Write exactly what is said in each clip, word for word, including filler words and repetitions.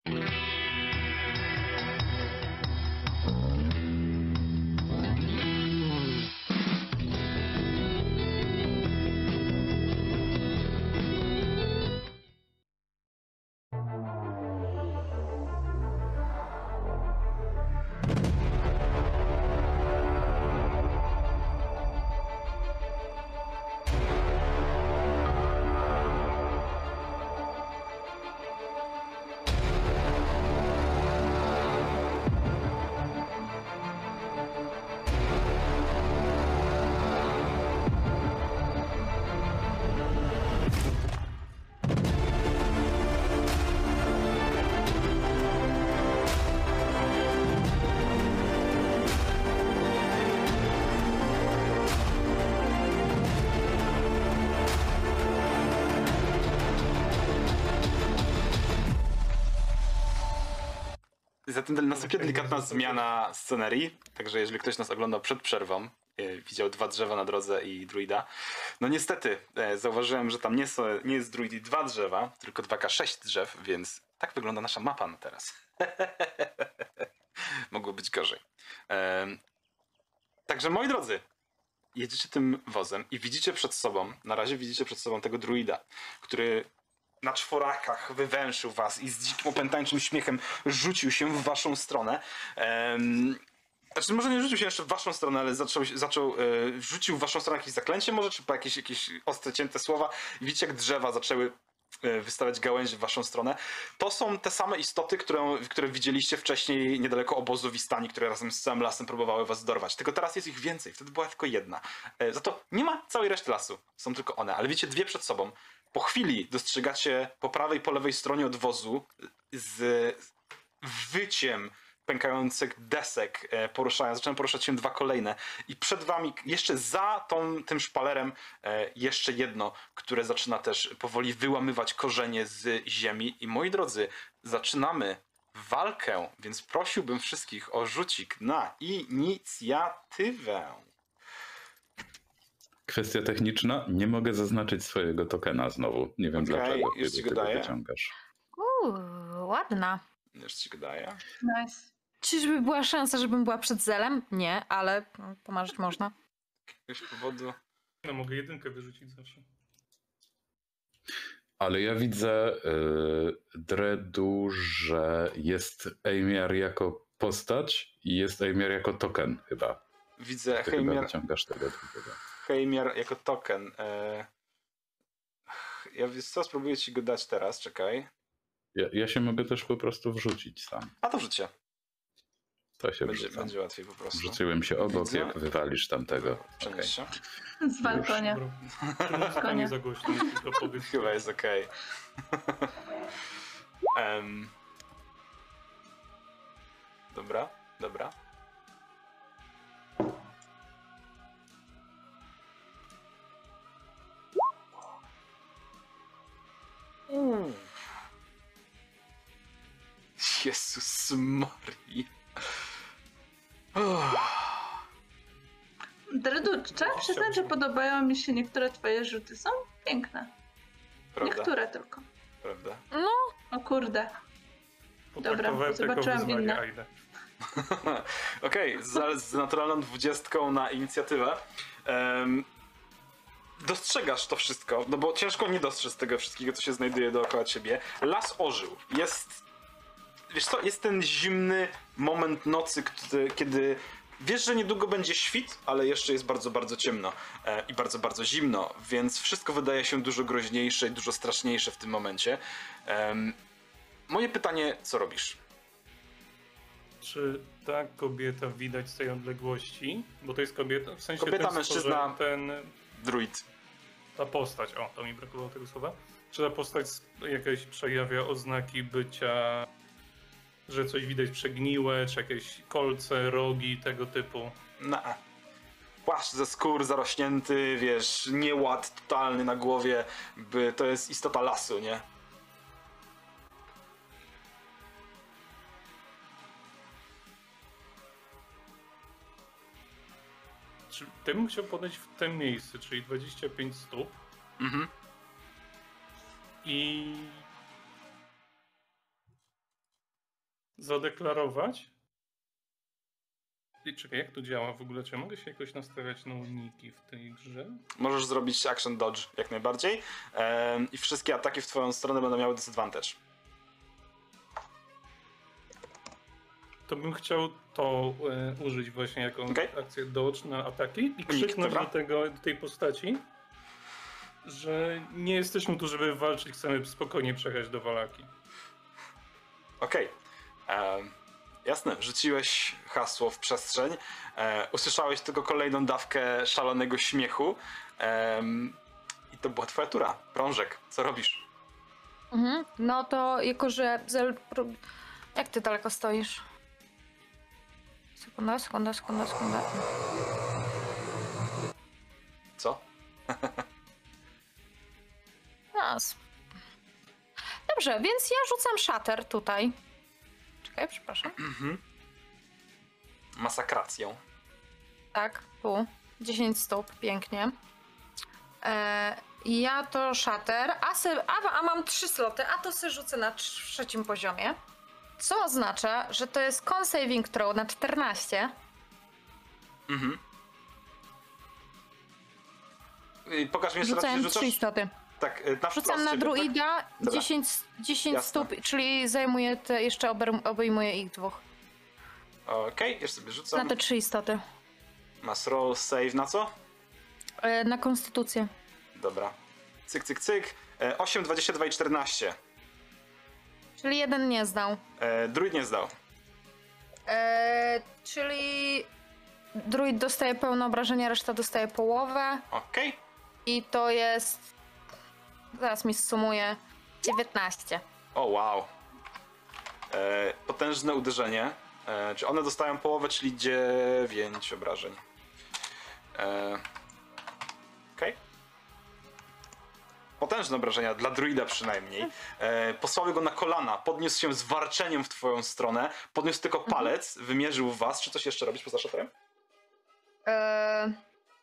Zatem nastąpiła delikatna zmiana scenerii, także jeżeli ktoś nas oglądał przed przerwą, e, widział dwa drzewa na drodze i druida, no niestety e, zauważyłem, że tam nie, są, nie jest druid i dwa drzewa, tylko dwa K sześć drzew, więc tak wygląda nasza mapa na teraz. Mogło być gorzej. E, także moi drodzy, jedziecie tym wozem i widzicie przed sobą, na razie widzicie przed sobą tego druida, który na czworakach wywęszył was i z dzikim opętańczym śmiechem rzucił się w waszą stronę. Ehm, znaczy może nie rzucił się jeszcze w waszą stronę, ale zaczął, zaczął e, rzucił w waszą stronę jakieś zaklęcie może, czy po jakieś, jakieś ostre, cięte słowa. I widzicie, jak drzewa zaczęły e, wystawiać gałęzie w waszą stronę. To są te same istoty, które, które widzieliście wcześniej niedaleko obozu Wistani, które razem z całym lasem próbowały was dorwać. Tylko teraz jest ich więcej, wtedy była tylko jedna. E, za to nie ma całej reszty lasu, są tylko one, ale widzicie dwie przed sobą. Po chwili dostrzegacie po prawej i po lewej stronie od wozu z wyciem pękających desek poruszają, zaczynają poruszać się dwa kolejne i przed wami jeszcze za tą, tym szpalerem jeszcze jedno, które zaczyna też powoli wyłamywać korzenie z ziemi. I moi drodzy, zaczynamy walkę, więc prosiłbym wszystkich o rzucik na inicjatywę. Kwestia techniczna, nie mogę zaznaczyć swojego tokena znowu. Nie wiem okay, dlaczego, już kiedy ci go daję. wyciągasz. Uuu, ładna. Już ci go daję. Nice. Czyżby była szansa, żebym była przed zelem? Nie, ale pomarzyć można. Jakiegoś powodu. No mogę jedynkę wyrzucić zawsze. Ale ja widzę yy, Dredu, że jest Eimir jako postać i jest Eimir jako token chyba. Widzę Heimir. Wyciągasz tego drugiego. Heimir jako token. E... Ja wiesz co, spróbuję ci go dać teraz, czekaj. Ja, ja się mogę też po prostu wrzucić sam. A to wrzućcie. To się będzie, będzie łatwiej po prostu. Wrzuciłem się obok, widzę. Jak wywalisz tamtego. Przenieś się. Z balkonia. Nie za głośno, powiedz. Chyba jest okej. Okay. um. Dobra, dobra. Mm. Jezus Maria. Oh. Dredu, trzeba przyznać, że podobają mi się niektóre twoje rzuty. Są piękne. Prawda. Niektóre tylko. Prawda. No. O kurde. Dobra, zobaczyłam inne. Okej, okay, z, z naturalną dwudziestką na inicjatywę. Um, dostrzegasz to wszystko, no bo ciężko nie dostrzec tego wszystkiego, co się znajduje dookoła ciebie. Las ożył. Jest, wiesz co, jest ten zimny moment nocy, kiedy, kiedy wiesz, że niedługo będzie świt, ale jeszcze jest bardzo, bardzo ciemno e, i bardzo, bardzo zimno, więc wszystko wydaje się dużo groźniejsze i dużo straszniejsze w tym momencie. Um, moje pytanie, co robisz? Czy ta kobieta widać z tej odległości? Bo to jest kobieta, w sensie kobieta, ten, mężczyzna, ten druid. Ta postać, o, to mi brakowało tego słowa. Czy ta postać jakieś przejawia oznaki bycia, że coś widać przegniłe, czy jakieś kolce, rogi, tego typu? No. Płaszcz ze skór zarośnięty, wiesz, nieład totalny na głowie, by to jest istota lasu, nie? Czy ty bym chciał podejść w tym miejscu, czyli dwadzieścia pięć stóp. Mhm. I zadeklarować. I czekaj, jak to działa w ogóle? Czy ja mogę się jakoś nastawiać na uniki w tej grze? Możesz zrobić action dodge jak najbardziej em, i wszystkie ataki w twoją stronę będą miały disadvantage. To bym chciał to e, użyć właśnie jako Okej. akcję dodge na ataki i krzyknąć dobra. do, tego, do tej postaci, że nie jesteśmy tu, żeby walczyć, chcemy spokojnie przejechać do Walaki. Okej. Em, Jasne, rzuciłeś hasło w przestrzeń, e, usłyszałeś tylko kolejną dawkę szalonego śmiechu em, i to była twoja tura. Prążek, co robisz? Mhm. No to jako, że... Zel... pro- Jak ty daleko stoisz? Sekunda, sekunda, sekunda, sekunda. Co? No, sp- Dobrze, więc ja rzucam shatter tutaj. Czekaj, przepraszam. Masakracją. Tak, tu. dziesięć stóp, pięknie. E, ja to shatter, a, se, a, a mam trzy sloty, a to sobie rzucę na trz- trzecim poziomie. Co oznacza, że to jest con saving throw na czternaście. Mhm. I pokaż mi jeszcze raz, Rzucałem gdzie trzy rzucasz? istoty. Tak, y, na Rzucam wprost na ciebie, druida tak? Dobra. dziesięć, dziesięć Jasne. stóp, czyli zajmuje te, jeszcze ober- obejmuje ich dwóch. Okej, jeszcze sobie Na rzucam. te trzy istoty. Mass roll save na co? E, na konstytucję. Dobra. Cyk, cyk, cyk. E, osiem, dwadzieścia dwa i czternaście. Czyli jeden nie zdał. E, druid nie zdał. E, czyli druid dostaje pełne obrażenia, reszta dostaje połowę. Okej. I to jest... Zaraz mi sumuje. dziewiętnaście. O, wow. E, potężne uderzenie. E, czy one dostają połowę, czyli dziewięć obrażeń. E, Okej. Potężne obrażenia, dla druida przynajmniej. E, posłały go na kolana, podniósł się z warczeniem w twoją stronę, podniósł tylko palec, wymierzył w was. Czy coś jeszcze robisz poza szaterem? E...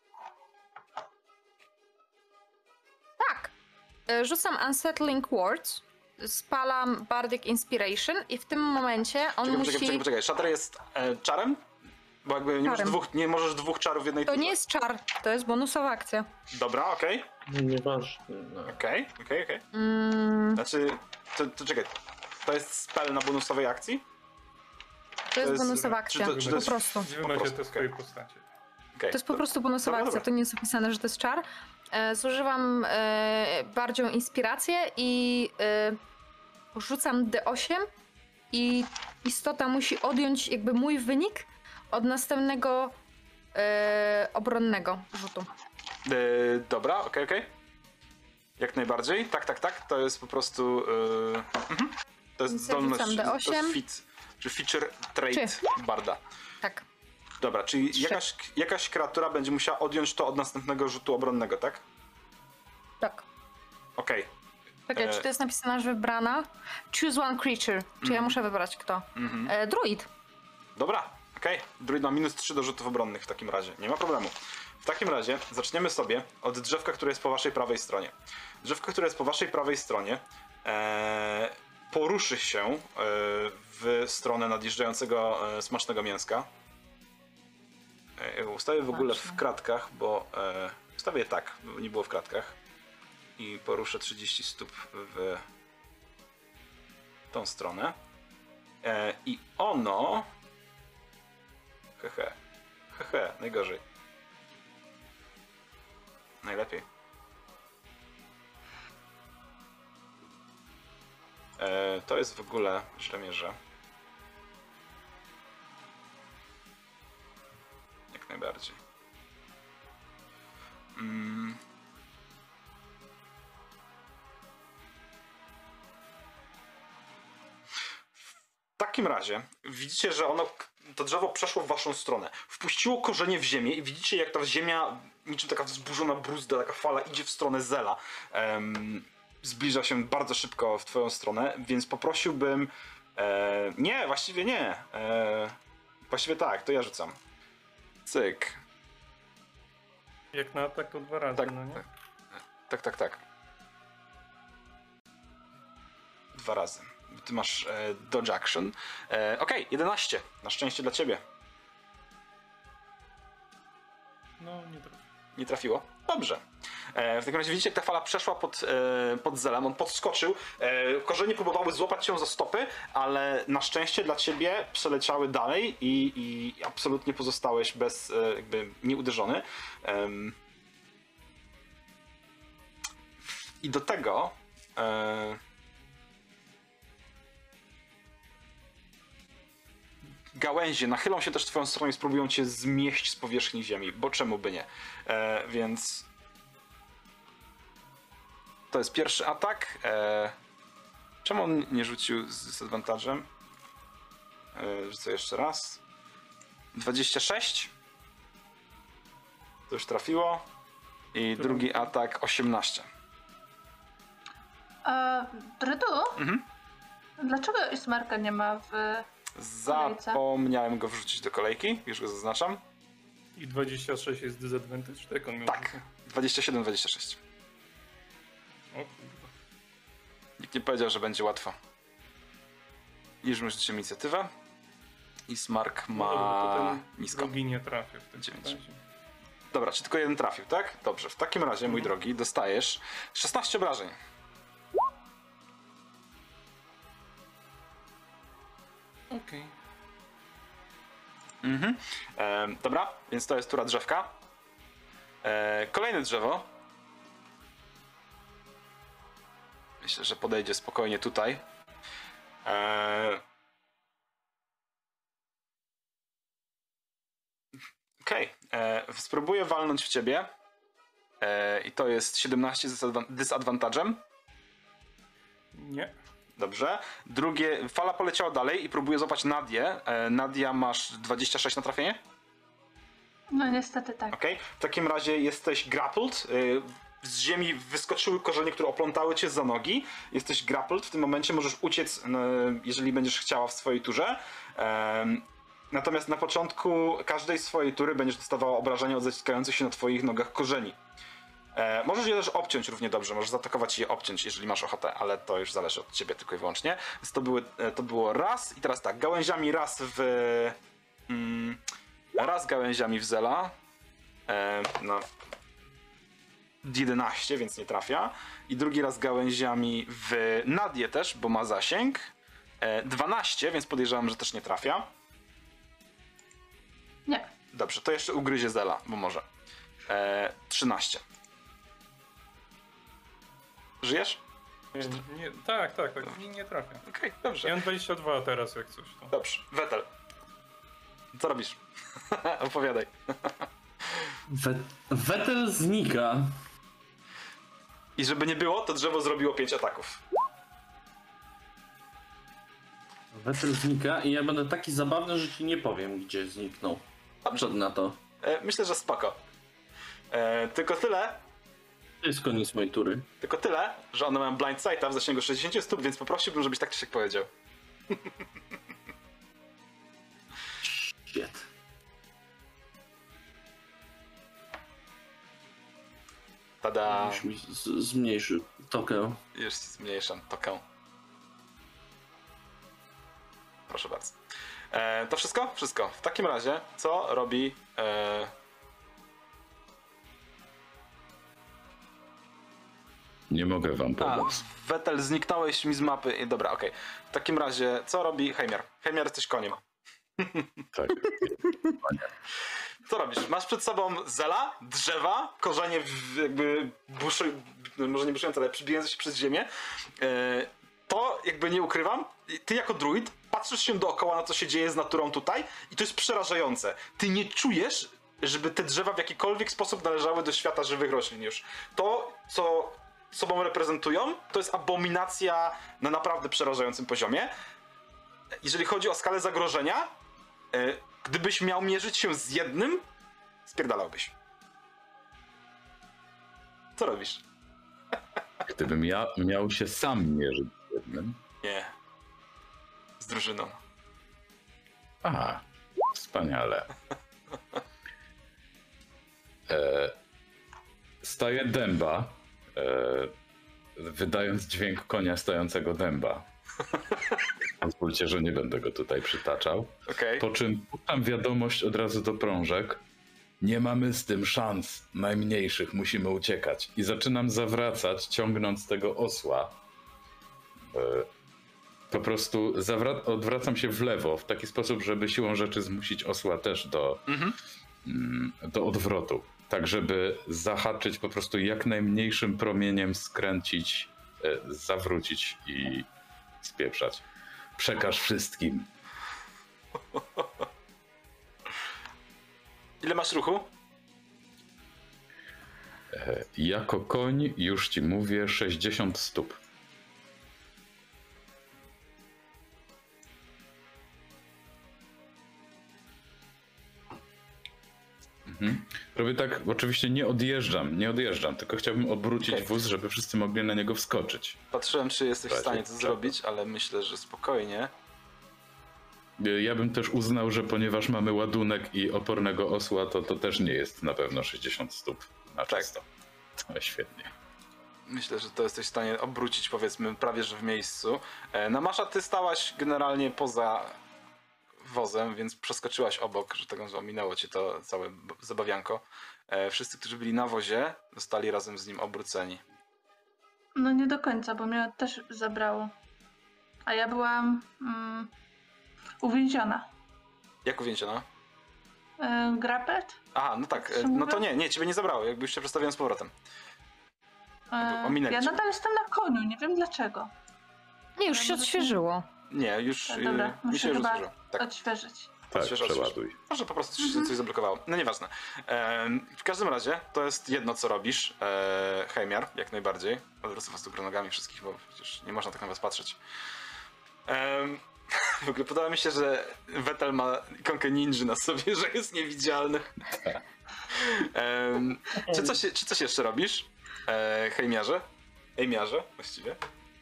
Tak. E, Rzucam Unsettling Words, spalam Bardic Inspiration i w tym momencie on Czekaj, musi... czekaj, czekaj, czekaj. Szater jest e, czarem? Bo jakby nie możesz, Czarem. dwóch, nie możesz dwóch czarów w jednej To turze. nie jest czar, to jest bonusowa akcja. Dobra, okej. Nieważne. No. Okej, okej, okej. Mm, Znaczy, to, to czekaj, to jest spell na bonusowej akcji? to jest jest- bonusowa czy akcja, to- czy to po jest- prostu. Gdzie wy Po macie prostu, te swoje okej. postacie? Okay. To jest po prostu bonusowa Dobra, akcja, dobra. to nie jest opisane, że to jest czar. E, zużywam e, bardzią inspirację i e, rzucam D osiem i istota musi odjąć jakby mój wynik od następnego e, obronnego rzutu. E, dobra, okej, okej. Jak najbardziej. Tak, tak, tak. To jest po prostu... E, mhm. To jest Więc ja zdolność... rzucam D To jest osiem. fit, czy feature trait Czy. barda. Tak, Dobra, czyli Trzy. jakaś, jakaś kreatura będzie musiała odjąć to od następnego rzutu obronnego, tak? tak. Okej. Czekaj, E. czy to jest napisane, że wybrana? Choose one creature. Czy ja muszę wybrać kto? Mhm. E, druid. Dobra, okej. Druid ma minus trzy do rzutów obronnych w takim razie. Nie ma problemu. W takim razie zaczniemy sobie od drzewka, które jest po waszej prawej stronie. Drzewko, które jest po waszej prawej stronie e, poruszy się e, w stronę nadjeżdżającego e, smacznego mięska. E, ustawię w ogóle w Smaczne. kratkach, bo e, ustawię je tak, bo nie było w kratkach. I poruszę trzydzieści stóp w tą stronę. E, I ono... Hehe. Hehe, najgorzej. Najlepiej. E, to jest w ogóle... Źle mierzę. Jak najbardziej. Mm. W takim razie widzicie, że ono, to drzewo przeszło w waszą stronę. Wpuściło korzenie w ziemię i widzicie, jak ta ziemia, niczym taka wzburzona bruzda, taka fala idzie w stronę Zela. Em, zbliża się bardzo szybko w twoją stronę, więc poprosiłbym... E, nie, właściwie nie. E, właściwie tak, to ja rzucam. Cyk. Jak na atak to dwa razy, Tak, no nie? tak, tak, tak, tak. Dwa razy. ty masz e, dodge action. E, Okej, okay, jedenaście. Na szczęście dla ciebie. No, nie trafię. Nie trafiło? Dobrze. E, w takim razie widzicie, jak ta fala przeszła pod, e, pod Zelem, on podskoczył. E, korzenie próbowały złapać cię za stopy, ale na szczęście dla ciebie przeleciały dalej i, i absolutnie pozostałeś bez, e, jakby nieuderzony. Um, I do tego e, gałęzie nachylą się też w twoją stronę i spróbują cię zmieść z powierzchni ziemi, bo czemu by nie. E, więc to jest pierwszy atak. E, czemu on nie rzucił z disadvantage'em? E, rzucę jeszcze raz. dwadzieścia sześć. To już trafiło. I drugi atak osiemnaście. A, Dredu? Mhm. Dlaczego Ismarka nie ma w kolejce? Zapomniałem go wrzucić do kolejki, już go zaznaczam. I dwadzieścia sześć jest disadvantage, tak? On miał Tak, rzucę? dwadzieścia siedem dwadzieścia sześć. O kurwa. Nikt nie powiedział, że będzie łatwo. Liczmy życie inicjatywę. I Smark ma No dobra, to ten nisko. drugi nie trafię w tym Dziewięć. razie. Dobra, czy tylko jeden trafił, tak? Dobrze, w takim razie, mój drogi, dostajesz szesnaście obrażeń. Okej. Okay. Mhm. E, dobra, więc to jest tura drzewka. E, kolejne drzewo. Myślę, że podejdzie spokojnie tutaj. E, Okej, okay. Spróbuję walnąć w ciebie. E, I to jest siedemnaście z disadvantage'em. Nie. Dobrze. Drugie, fala poleciała dalej i próbuję złapać Nadię. E, Nadia, masz dwadzieścia sześć na trafienie? No niestety tak. Okej. Okay. W takim razie jesteś grappled. E, z ziemi wyskoczyły korzenie, które oplątały cię za nogi. Jesteś grappled. W tym momencie możesz uciec, e, jeżeli będziesz chciała w swojej turze. E, natomiast na początku każdej swojej tury będziesz dostawała obrażenia od zaciskających się na twoich nogach korzeni. E, możesz je też obciąć równie dobrze, możesz zaatakować i je obciąć, jeżeli masz ochotę, ale to już zależy od ciebie tylko i wyłącznie. Więc to, były, to było raz i teraz tak, gałęziami raz w... Mm, raz gałęziami w Zela e, na jedenaście, więc nie trafia. I drugi raz gałęziami w Nadię też, bo ma zasięg. E, dwanaście, więc podejrzewam, że też nie trafia. Nie. Dobrze, to jeszcze ugryzie Zela, bo może. E, trzynaście. Żyjesz? Nie, nie, tak, tak, tak. Nie, nie trafię. Okej, okay, dobrze. Ja mam dwadzieścia dwa teraz, jak coś. To. Dobrze. Wetel. Co robisz? Opowiadaj. Wetel znika. I żeby nie było, to drzewo zrobiło pięć ataków. Wetel znika i ja będę taki zabawny, że ci nie powiem, gdzie zniknął. Dobrze. Przed na to. E, myślę, że spoko. E, tylko tyle, To jest koniec mojej tury. tylko tyle, że one mają blind sighta w zasięgu sześćdziesiąt stóp, więc poprosiłbym, żebyś tak czy siak powiedział. Shit. Tada! Już mi z- zmniejszy tokę. Już zmniejszam tokę. Proszę bardzo. E, to wszystko? Wszystko. W takim razie, co robi... E... Nie mogę wam A, pomóc. Wetel, zniknąłeś mi z mapy. I dobra, okej. Okay. W takim razie, co robi Heimir? Heimir, jesteś koniem. Tak. Co robisz? Masz przed sobą Zela, drzewa, korzenie w- jakby buszy, może nie buszujące, ale przybijające się przez ziemię. E, To jakby nie ukrywam, ty jako druid patrzysz się dookoła na co się dzieje z naturą tutaj i to jest przerażające. Ty nie czujesz, żeby te drzewa w jakikolwiek sposób należały do świata żywych roślin już. To, co sobą reprezentują, to jest abominacja na naprawdę przerażającym poziomie. Jeżeli chodzi o skalę zagrożenia, e, gdybyś miał mierzyć się z jednym, spierdalałbyś. Co robisz? Gdybym ja miał się sam mierzyć z jednym. Nie. Z drużyną. Aha, wspaniale. E, staje dęba, e, wydając dźwięk konia stojącego dęba. Pozwólcie, że nie będę go tutaj przytaczał. Okej. Po czym puszczam wiadomość od razu do prążek. Nie mamy z tym szans najmniejszych, musimy uciekać. I zaczynam zawracać, ciągnąc tego osła. E, Po prostu zawra- odwracam się w lewo, w taki sposób, żeby siłą rzeczy zmusić osła też do, Mhm. mm, do odwrotu. Tak, żeby zahaczyć po prostu jak najmniejszym promieniem, skręcić, e, zawrócić i spieprzać. Przekaż wszystkim. Ile masz ruchu? E, jako koń, już ci mówię, sześćdziesiąt stóp. Mhm. Robię tak, oczywiście nie odjeżdżam, nie odjeżdżam, tylko chciałbym obrócić Okej. wóz, żeby wszyscy mogli na niego wskoczyć. Patrzyłem, czy jesteś w Raczej stanie to trzeba. zrobić, ale myślę, że spokojnie. E, Ja bym też uznał, że ponieważ mamy ładunek i opornego osła, to to też nie jest na pewno sześćdziesiąt stóp na czysto. To świetnie. Myślę, że to jesteś w stanie obrócić, powiedzmy, prawie że w miejscu. E, Namasza, ty stałaś generalnie poza wozem, więc przeskoczyłaś obok, że tak nazywam, minęło cię to całe b- zabawianko. E, Wszyscy, którzy byli na wozie, zostali razem z nim obróceni. No nie do końca, bo mnie też zabrało. A ja byłam mm, uwięziona. Jak uwięziono? E, grapet? Aha, no tak, e, Co no to mówię? nie, nie, ciebie nie zabrało, jakbyś się przedstawiłem z powrotem. E, Ominęli ja cię. nadal jestem na koniu, nie wiem dlaczego. Nie, już się odświeżyło. Nie, już E, Dobra, e, mi muszę się już chyba zdarzyło. Tak. odświeżyć. Tak, Odświeżasz, przeładuj. Może po prostu się coś zablokowało. No nieważne. Em, w każdym razie to jest jedno, co robisz, e, Heimjar, jak najbardziej. Odwrócę was do góry nogami wszystkich, bo przecież nie można tak na was patrzeć. Em, w ogóle podoba mi się, że Vettel ma ikonkę ninja na sobie, że jest niewidzialny. Em, czy, coś, czy coś jeszcze robisz, e, Heimjarze? Heimjarze właściwie?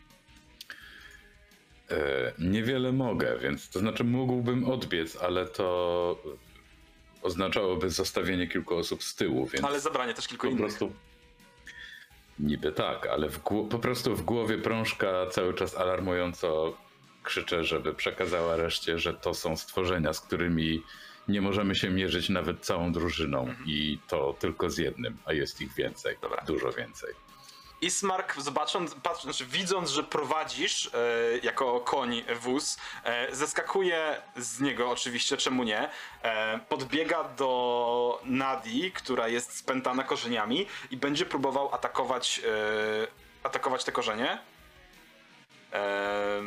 E, Niewiele mogę, więc to znaczy mógłbym odbiec, ale to oznaczałoby zostawienie kilku osób z tyłu, więc Ale zabranie też kilku po innych. prostu niby tak, ale w głu- po prostu w głowie prążka cały czas alarmująco krzyczę, żeby przekazała reszcie, że to są stworzenia, z którymi nie możemy się mierzyć nawet całą drużyną i to tylko z jednym, a jest ich więcej, Dobra. dużo więcej. Ismark, zobacząc, patrz, znaczy widząc, że prowadzisz e, jako koń wóz, e, zeskakuje z niego oczywiście, czemu nie, e, podbiega do Nadii, która jest spętana korzeniami i będzie próbował atakować, e, atakować te korzenie. E,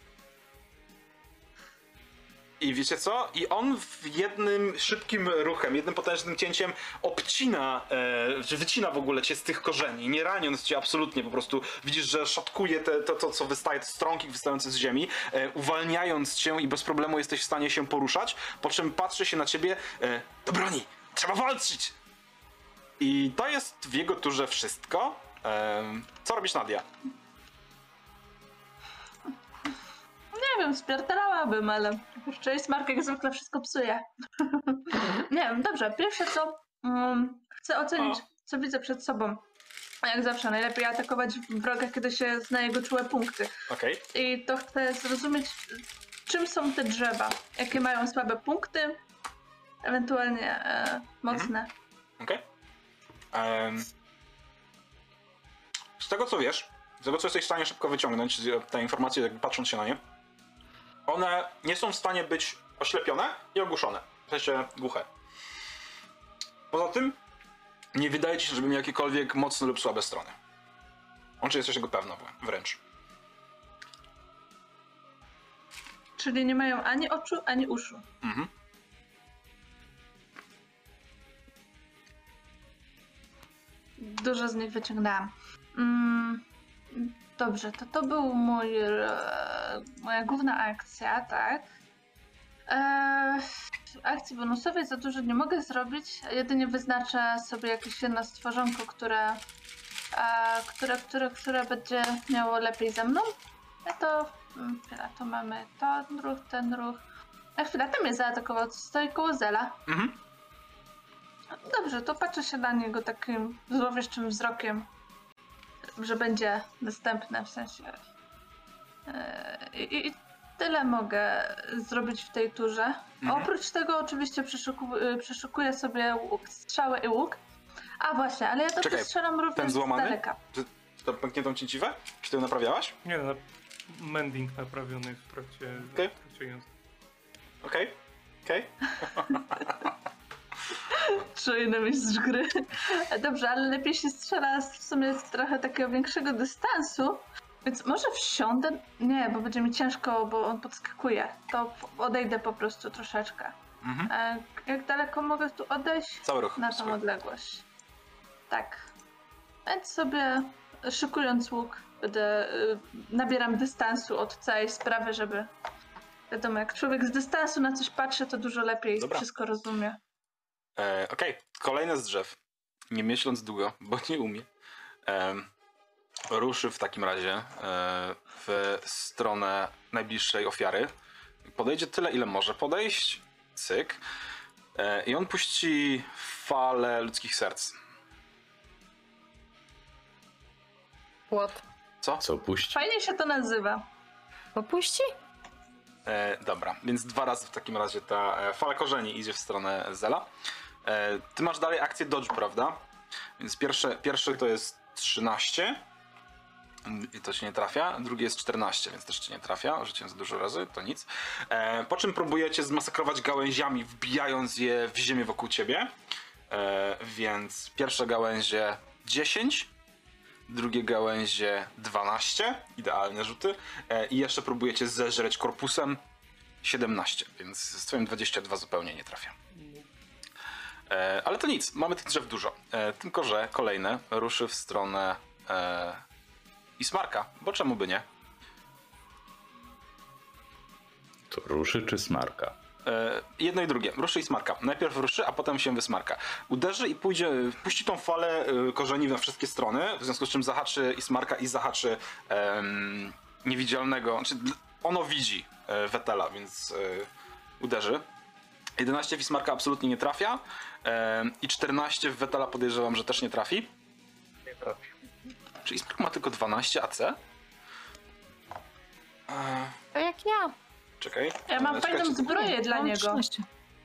I wiecie co? I on w jednym szybkim ruchem, jednym potężnym cięciem obcina, e, czy wycina w ogóle cię z tych korzeni, nie raniąc cię absolutnie, po prostu widzisz, że szatkuje te, to, to, co wystaje, te strąki wystające z ziemi, e, uwalniając cię i bez problemu jesteś w stanie się poruszać, po czym patrzy się na ciebie, e, do broni, trzeba walczyć! I to jest w jego turze wszystko. E, co robisz, Nadia? Nie wiem, spierdalałabym, ale jeszcze jest Mark jak zwykle wszystko psuje. Nie wiem, dobrze, pierwsze co um, chcę ocenić, co widzę przed sobą. Jak zawsze, najlepiej atakować wroga, kiedy się zna jego czułe punkty. Okej. I to chcę zrozumieć, czym są te drzewa, jakie mają słabe punkty, ewentualnie e, mocne. Okej. Em, Z tego co wiesz, z tego co jesteś w stanie szybko wyciągnąć, z- te informacje, jakby patrząc się na nie, one nie są w stanie być oślepione i ogłuszone. W sensie głuche. Poza tym, nie wydaje ci się, żeby miał jakiekolwiek mocne lub słabe strony. On czy jesteś tego pewna wręcz. Czyli nie mają ani oczu, ani uszu. Mhm. Dużo z nich wyciągnęłam. Mm, dobrze, to to był mój, e, moja główna akcja, tak? E, w akcji bonusowej za dużo nie mogę zrobić, jedynie wyznaczę sobie jakieś jedno stworzonko, które, e, które, które, które będzie miało lepiej ze mną. Ja to, mm, chwila, to mamy ten ruch, ten ruch. A chwila, ten mnie zaatakował, co stoi koło Zela. Mhm. Dobrze, to patrzę się na niego takim złowieszczym wzrokiem, że będzie następne, w sensie E, I, i tyle mogę zrobić w tej turze. Mhm. Oprócz tego oczywiście przeszuku, przeszukuję sobie łuk, strzały i łuk. A właśnie, ale ja to Czekaj, strzelam również ten z złamany? daleka. Czy to pękniętą cięciwę? Czy ty ją naprawiałaś? Nie, na... mending naprawiony w trakcie, Okej. w trakcie jazdy. Okej, okej. Czujny mistrz gry. Dobrze, ale lepiej się strzela w sumie z trochę takiego większego dystansu. Więc może wsiądę? Nie, bo będzie mi ciężko, bo on podskakuje. To odejdę po prostu troszeczkę. Mhm. E, jak daleko mogę tu odejść? Cały ruch. Na tą swój. odległość. Tak. Więc sobie szykując łuk, będę, y, nabieram dystansu od całej sprawy, żeby... Wiadomo, jak człowiek z dystansu na coś patrzy, to dużo lepiej Dobra. wszystko rozumie. E, Okej, kolejne z drzew. Nie myśląc długo, bo nie umie. em, ruszy w takim razie e, w stronę najbliższej ofiary. Podejdzie tyle, ile może podejść. Cyk. E, I on puści falę ludzkich serc. Płot. Co? Co puści? Fajnie się to nazywa. Popuści? E, dobra, więc dwa razy w takim razie ta e, fala korzeni idzie w stronę Zela. E, ty masz dalej akcję dodge, prawda? Więc pierwsze, pierwsze to jest trzynaście i to się nie trafia, drugie jest czternaście, więc też cię nie trafia, rzuciłem za dużo razy, to nic. E, po czym próbujecie zmasakrować gałęziami, wbijając je w ziemię wokół ciebie. E, więc pierwsze gałęzie dziesięć, drugie gałęzie dwanaście, idealne rzuty. E, I jeszcze próbujecie zeżreć korpusem siedemnaście, więc z twoim dwadzieścia dwa zupełnie nie trafia. E, ale to nic, mamy tych drzew dużo. E, tylko, że kolejne ruszy w stronę e, Ismarka, bo czemu by nie? To ruszy czy smarka? E, jedno i drugie, ruszy i smarka. Najpierw ruszy, a potem się wysmarka. Uderzy i pójdzie, puści tą falę e, korzeni na wszystkie strony, w związku z czym zahaczy i smarka i zahaczy em, niewidzialnego, znaczy ono widzi e, Wetela, więc e, uderzy. jedenaście w Ismarka absolutnie nie trafia e, i czternaście w Wetela podejrzewam, że też nie trafi. Nie trafi. Czy Ismark ma tylko dwanaście A C? E, To jak ja. czekaj. Ja mam E, fajną czekajcie, zbroję dla Mam niego. trzynaście.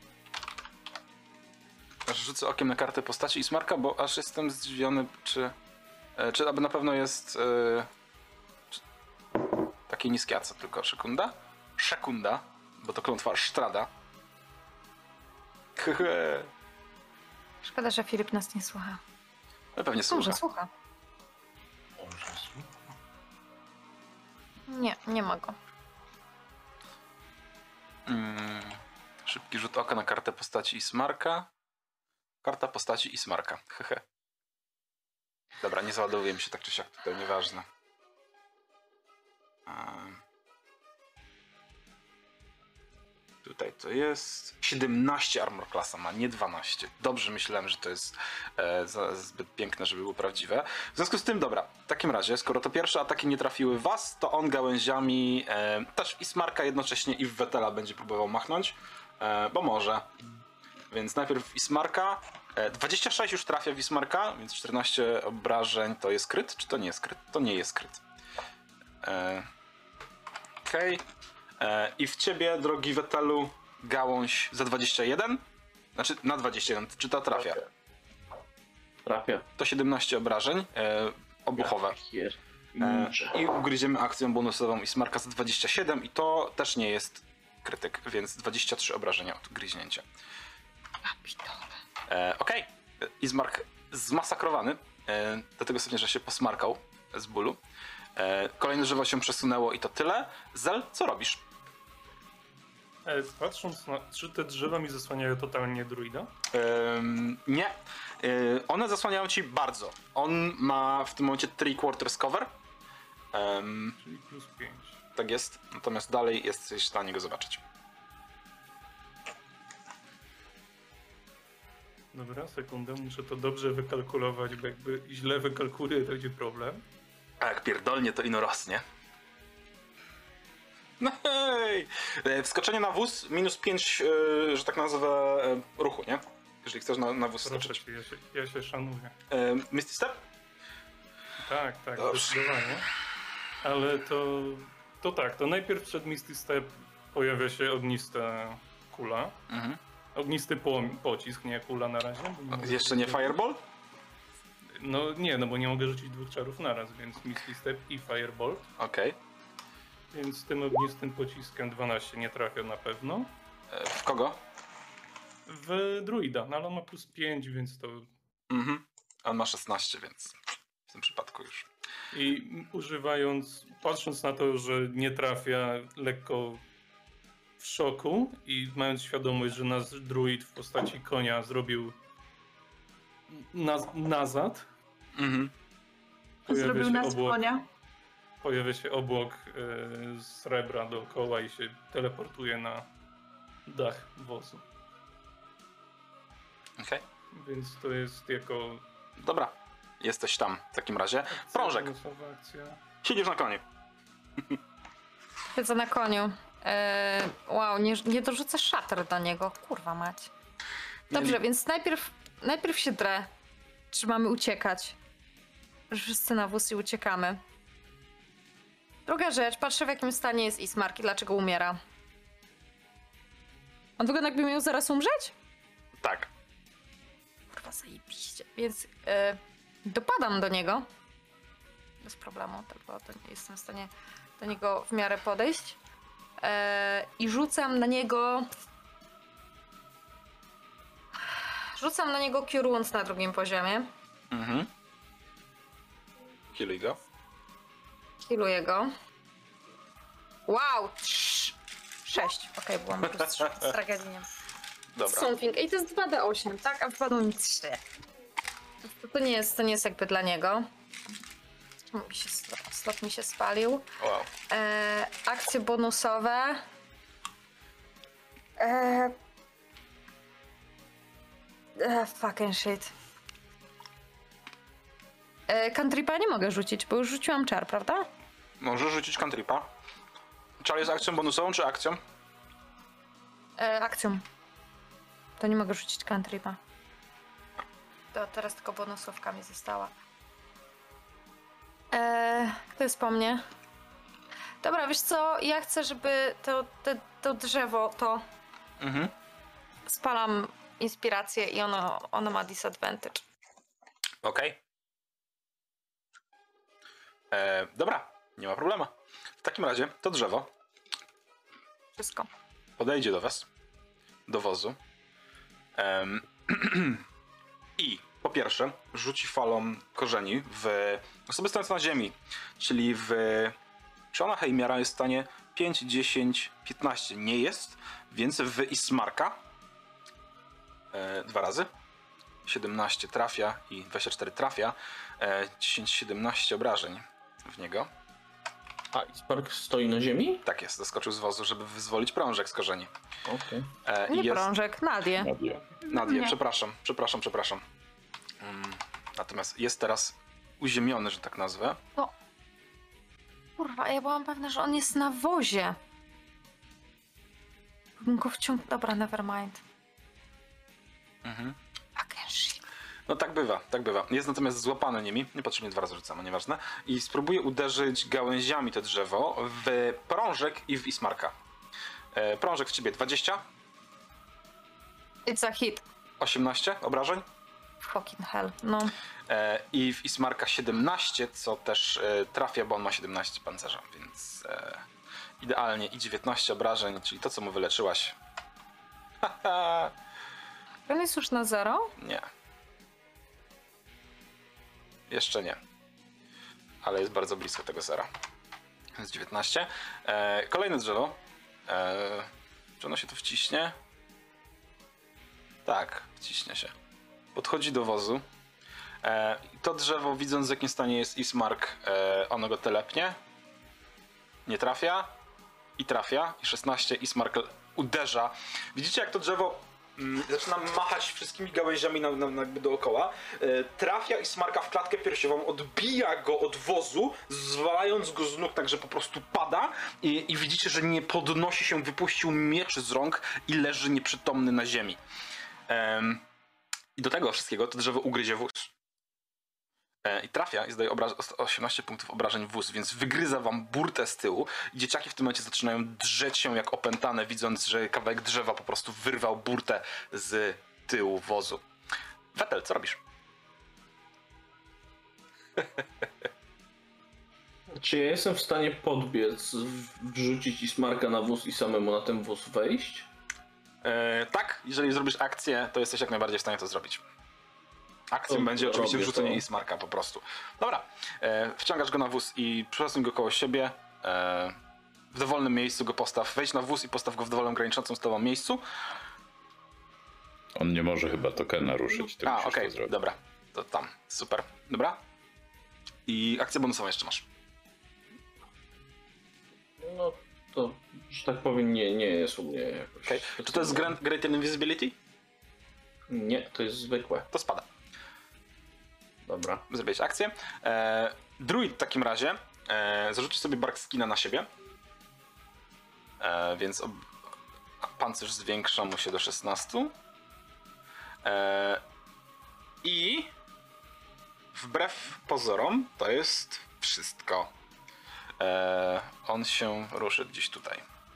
Aż rzucę okiem na kartę postaci Ismarka, bo aż jestem zdziwiony, czy... E, czy aby na pewno jest... E, czy, takie niskie A C, tylko sekunda? Sekunda, bo to klątwa Sztrada. Hehe. Szkoda, że Filip nas nie słucha. Ale pewnie Może słucha. słucha. Nie, nie ma go. Mm, szybki rzut oka na kartę postaci Ismarka. Karta postaci Ismarka. Hehe. Dobra, nie załadowuje mi się tak czy siak tutaj, nieważne. Um, tutaj to jest siedemnaście armor klasa ma, nie dwanaście. Dobrze myślałem, że to jest e, za, zbyt piękne, żeby było prawdziwe. W związku z tym, dobra, w takim razie, skoro to pierwsze ataki nie trafiły w was, to on gałęziami e, też w Ismarka jednocześnie i w Wetela będzie próbował machnąć, e, bo może. Więc najpierw w Ismarka. E, dwadzieścia sześć już trafia w Ismarka, więc czternaście obrażeń to jest kryt, czy to nie jest kryt? To nie jest kryt. E, Okej. Okay. I w ciebie, drogi Wetelu, gałąź za dwadzieścia jeden. Znaczy na dwadzieścia jeden, czy to trafia? Trafia. To siedemnaście obrażeń e, obuchowe. E, I ugryziemy akcją bonusową Ismarka za dwadzieścia siedem i to też nie jest krytyk, więc dwadzieścia trzy obrażenia od gryźnięcia. E, Okej. Okay. Ismark zmasakrowany, e, do tego stopnia, że się posmarkał z bólu. E, kolejne drzewo się przesunęło i to tyle. Zel, co robisz? E, patrząc na... Czy te drzewa mi zasłaniają totalnie druida? Ym, nie. Yy, one zasłaniają ci bardzo. On ma w tym momencie three quarters cover. Ym, Czyli plus pięć. tak jest. Natomiast dalej jesteś w stanie go zobaczyć. Dobra, sekundę, muszę to dobrze wykalkulować, bo jakby źle wykalkuluję, to będzie problem. A jak pierdolnie, to ino rosnie. No hej! Yy, wskoczenie na wóz minus pięć, yy, że tak nazwę, yy, ruchu, nie? Jeżeli chcesz na, na wóz Proszę skoczyć. cię, ja się, ja się szanuję. Yy, Misty Step? Tak, tak, Dobrze. zdecydowanie. Ale to To tak, to najpierw przed Misty Step pojawia się ognista kula. Mhm. Ognisty po, pocisk, nie kula na razie. bo nie mogę Jeszcze nie rzucić- Fireball? No nie, no bo nie mogę rzucić dwóch czarów naraz, więc Misty Step i Firebolt. Okej. Więc z tym ognistym pociskiem dwanaście nie trafia na pewno. E, W kogo? W druida, no ale on ma plus pięć, więc to... Mhm. On ma szesnaście, więc w tym przypadku już. I używając, patrząc na to, że nie trafia, lekko w szoku i mając świadomość, że nasz druid w postaci konia zrobił naz nazad, Mhm. pojawia Zrobił się nas obłok, konia. pojawia się obłok e, srebra dookoła i się teleportuje na dach wozu. Okej. Więc to jest jako... Dobra. Jesteś tam w takim razie. Prążek. bonusowa akcja. Siedzisz na koniu. Siedzę na koniu. Eee, wow, nie, nie dorzucę szater do niego. Kurwa mać. Dobrze, Nie- więc najpierw, najpierw się drę. Czy mamy uciekać? Wszyscy na wóz i uciekamy. Druga rzecz, patrzę w jakim stanie jest Ismark i dlaczego umiera. On wygląda jakby miał zaraz umrzeć? Tak. Kurwa, zajebiście. Więc e, dopadam do niego. Bez problemu, tylko to jestem w stanie do niego w miarę podejść. E, I rzucam na niego... Rzucam na niego Cure Wounds na drugim poziomie. Mhm. Healuj go. Healuję go. Wow! trz- Sześć. Okej, byłam plus trzy. Z tragedii. Dobra. Something. I to jest dwa d osiem, tak? A wpadło mi trzy. To, to, nie jest, to nie jest jakby dla niego. Czemu mi się slot, slot mi się spalił? Wow. E, akcje bonusowe. E, e, fucking shit. E, Cantripa nie mogę rzucić, bo już rzuciłam czar, prawda? Możesz rzucić cantripa. Czar jest akcją bonusową czy akcją? E, akcją. To nie mogę rzucić cantripa. To teraz tylko bonusówka mi została. E, kto jest po mnie? Dobra, wiesz co? Ja chcę, żeby to, to, to drzewo, to Mhm. spalam inspirację i ono, ono ma disadvantage. Okej. E, Dobra, nie ma problemu. W takim razie to drzewo Wszystko. podejdzie do was, do wozu. Em, I po pierwsze rzuci falą korzeni w osoby stojące na ziemi, czyli w... Czy ona Heimjara jest w stanie pięć, dziesięć, piętnaście? Nie jest, więc w Ismarka e, dwa razy. siedemnaście trafia i dwadzieścia cztery trafia. E, dziesięć, siedemnaście obrażeń w niego. A Ismark stoi na ziemi? Tak jest, doskoczył z wozu, żeby wyzwolić prążek z korzeni. Okej. E, i Nie jest... prążek, Nadię. Nadię, Nie. przepraszam, przepraszam, przepraszam. Mm, natomiast jest teraz uziemiony, że tak nazwę. Kurwa, ja byłam pewna, że on jest na wozie. Bym go wciągnął. Dobra, nevermind. Mhm. Fucking shit. No tak bywa, tak bywa. Jest natomiast złapany nimi, niepotrzebnie dwa razy rzucamy, nieważne. I spróbuje uderzyć gałęziami to drzewo w prążek i w Ismarka. E, prążek w ciebie dwadzieścia, It's a hit. osiemnaście obrażeń. Fucking hell. No. E, I w Ismarka siedemnaście, co też e, trafia, bo on ma siedemnaście pancerza, więc e, idealnie i dziewiętnaście obrażeń, czyli to, co mu wyleczyłaś. Haha, On jest już na zero? nie. Jeszcze nie. Ale jest bardzo blisko tego zera. Więc dziewiętnaście. E, kolejne drzewo. E, czy ono się tu wciśnie? Tak, wciśnie się. Podchodzi do wozu. E, to drzewo, widząc w jakim stanie jest Ismark, e, ono go telepnie. Nie trafia. I trafia. I szesnaście Ismark uderza. Widzicie, jak to drzewo mm, zaczyna machać wszystkimi gałęziami na, na, na jakby dookoła. E, trafia Ismarka w klatkę piersiową, odbija go od wozu, zwalając go z nóg, tak że po prostu pada. I, i widzicie, że nie podnosi się, wypuścił miecz z rąk i leży nieprzytomny na ziemi. Em, I do tego wszystkiego to drzewo ugryzie wóz. E, I trafia i zadaje obra- osiemnaście punktów obrażeń w wóz, więc wygryza wam burtę z tyłu. I dzieciaki w tym momencie zaczynają drzeć się jak opętane, widząc, że kawałek drzewa po prostu wyrwał burtę z tyłu wozu. Wetel, co robisz? Czy ja jestem w stanie podbiec, w- wrzucić Ismarka na wóz i samemu na ten wóz wejść? E, tak, jeżeli zrobisz akcję, to jesteś jak najbardziej w stanie to zrobić. Akcją To będzie oczywiście robię wrzucenie to. Ismarka po prostu. Dobra, e, wciągasz go na wóz i przesuń go koło siebie. E, w dowolnym miejscu go postaw. Wejdź na wóz i postaw go w dowolnym graniczącym z tobą miejscu. On nie może chyba tokena ruszyć, ty A, musisz okej, to zrobić. dobra. To tam, super. Dobra. I akcję bonusową jeszcze masz. No to, że tak powiem, nie, nie jest u mnie jakoś. Okay. Czy to jest Grand, Great Invisibility? Nie, to jest zwykłe. To spada. Dobra. Zrobiłeś akcję. E, druid w takim razie e, zarzuci sobie Barkskina na siebie. E, więc ob... pancerz zwiększa mu się do szesnastu. E, I wbrew pozorom to jest wszystko. E, on się ruszy gdzieś tutaj.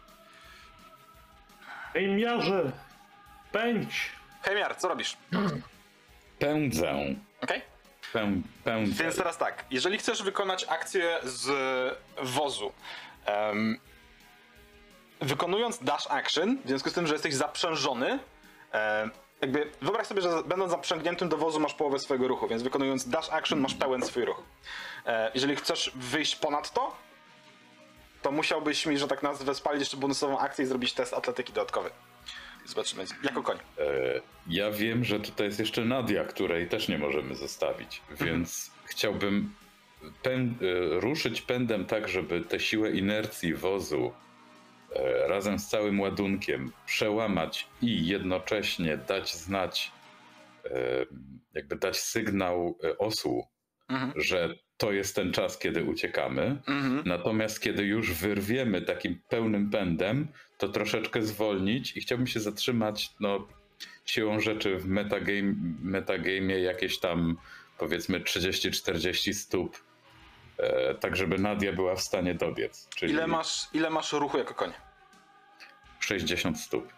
Ej, miarze! Pędź! Hejmiar, co robisz? Pędzę. Okej? Pę, pędzę. Więc teraz tak, jeżeli chcesz wykonać akcję z wozu, um, wykonując dash action, w związku z tym, że jesteś zaprzężony, e, jakby wyobraź sobie, że będąc zaprzęgniętym do wozu masz połowę swojego ruchu, więc wykonując dash action masz pełen swój ruch. E, jeżeli chcesz wyjść ponad to, to musiałbyś mi, że tak nazwę, spalić jeszcze bonusową akcję i zrobić test atletyki dodatkowy. Zobaczymy, jako koń. E, ja wiem, że tutaj jest jeszcze Nadia, której też nie możemy zostawić, więc chciałbym pę, e, ruszyć pędem tak, żeby tę siłę inercji wozu e, razem z całym ładunkiem przełamać i jednocześnie dać znać, e, jakby dać sygnał e, osłu, Mhm. że to jest ten czas, kiedy uciekamy. Mhm. Natomiast kiedy już wyrwiemy takim pełnym pędem, to troszeczkę zwolnić i chciałbym się zatrzymać, no, siłą rzeczy w metagame, metagame'ie jakieś tam, powiedzmy, trzydzieści czterdzieści stóp, e, tak żeby Nadia była w stanie dobiec. Czyli Ile masz, ile masz ruchu jako koń? sześćdziesiąt stóp.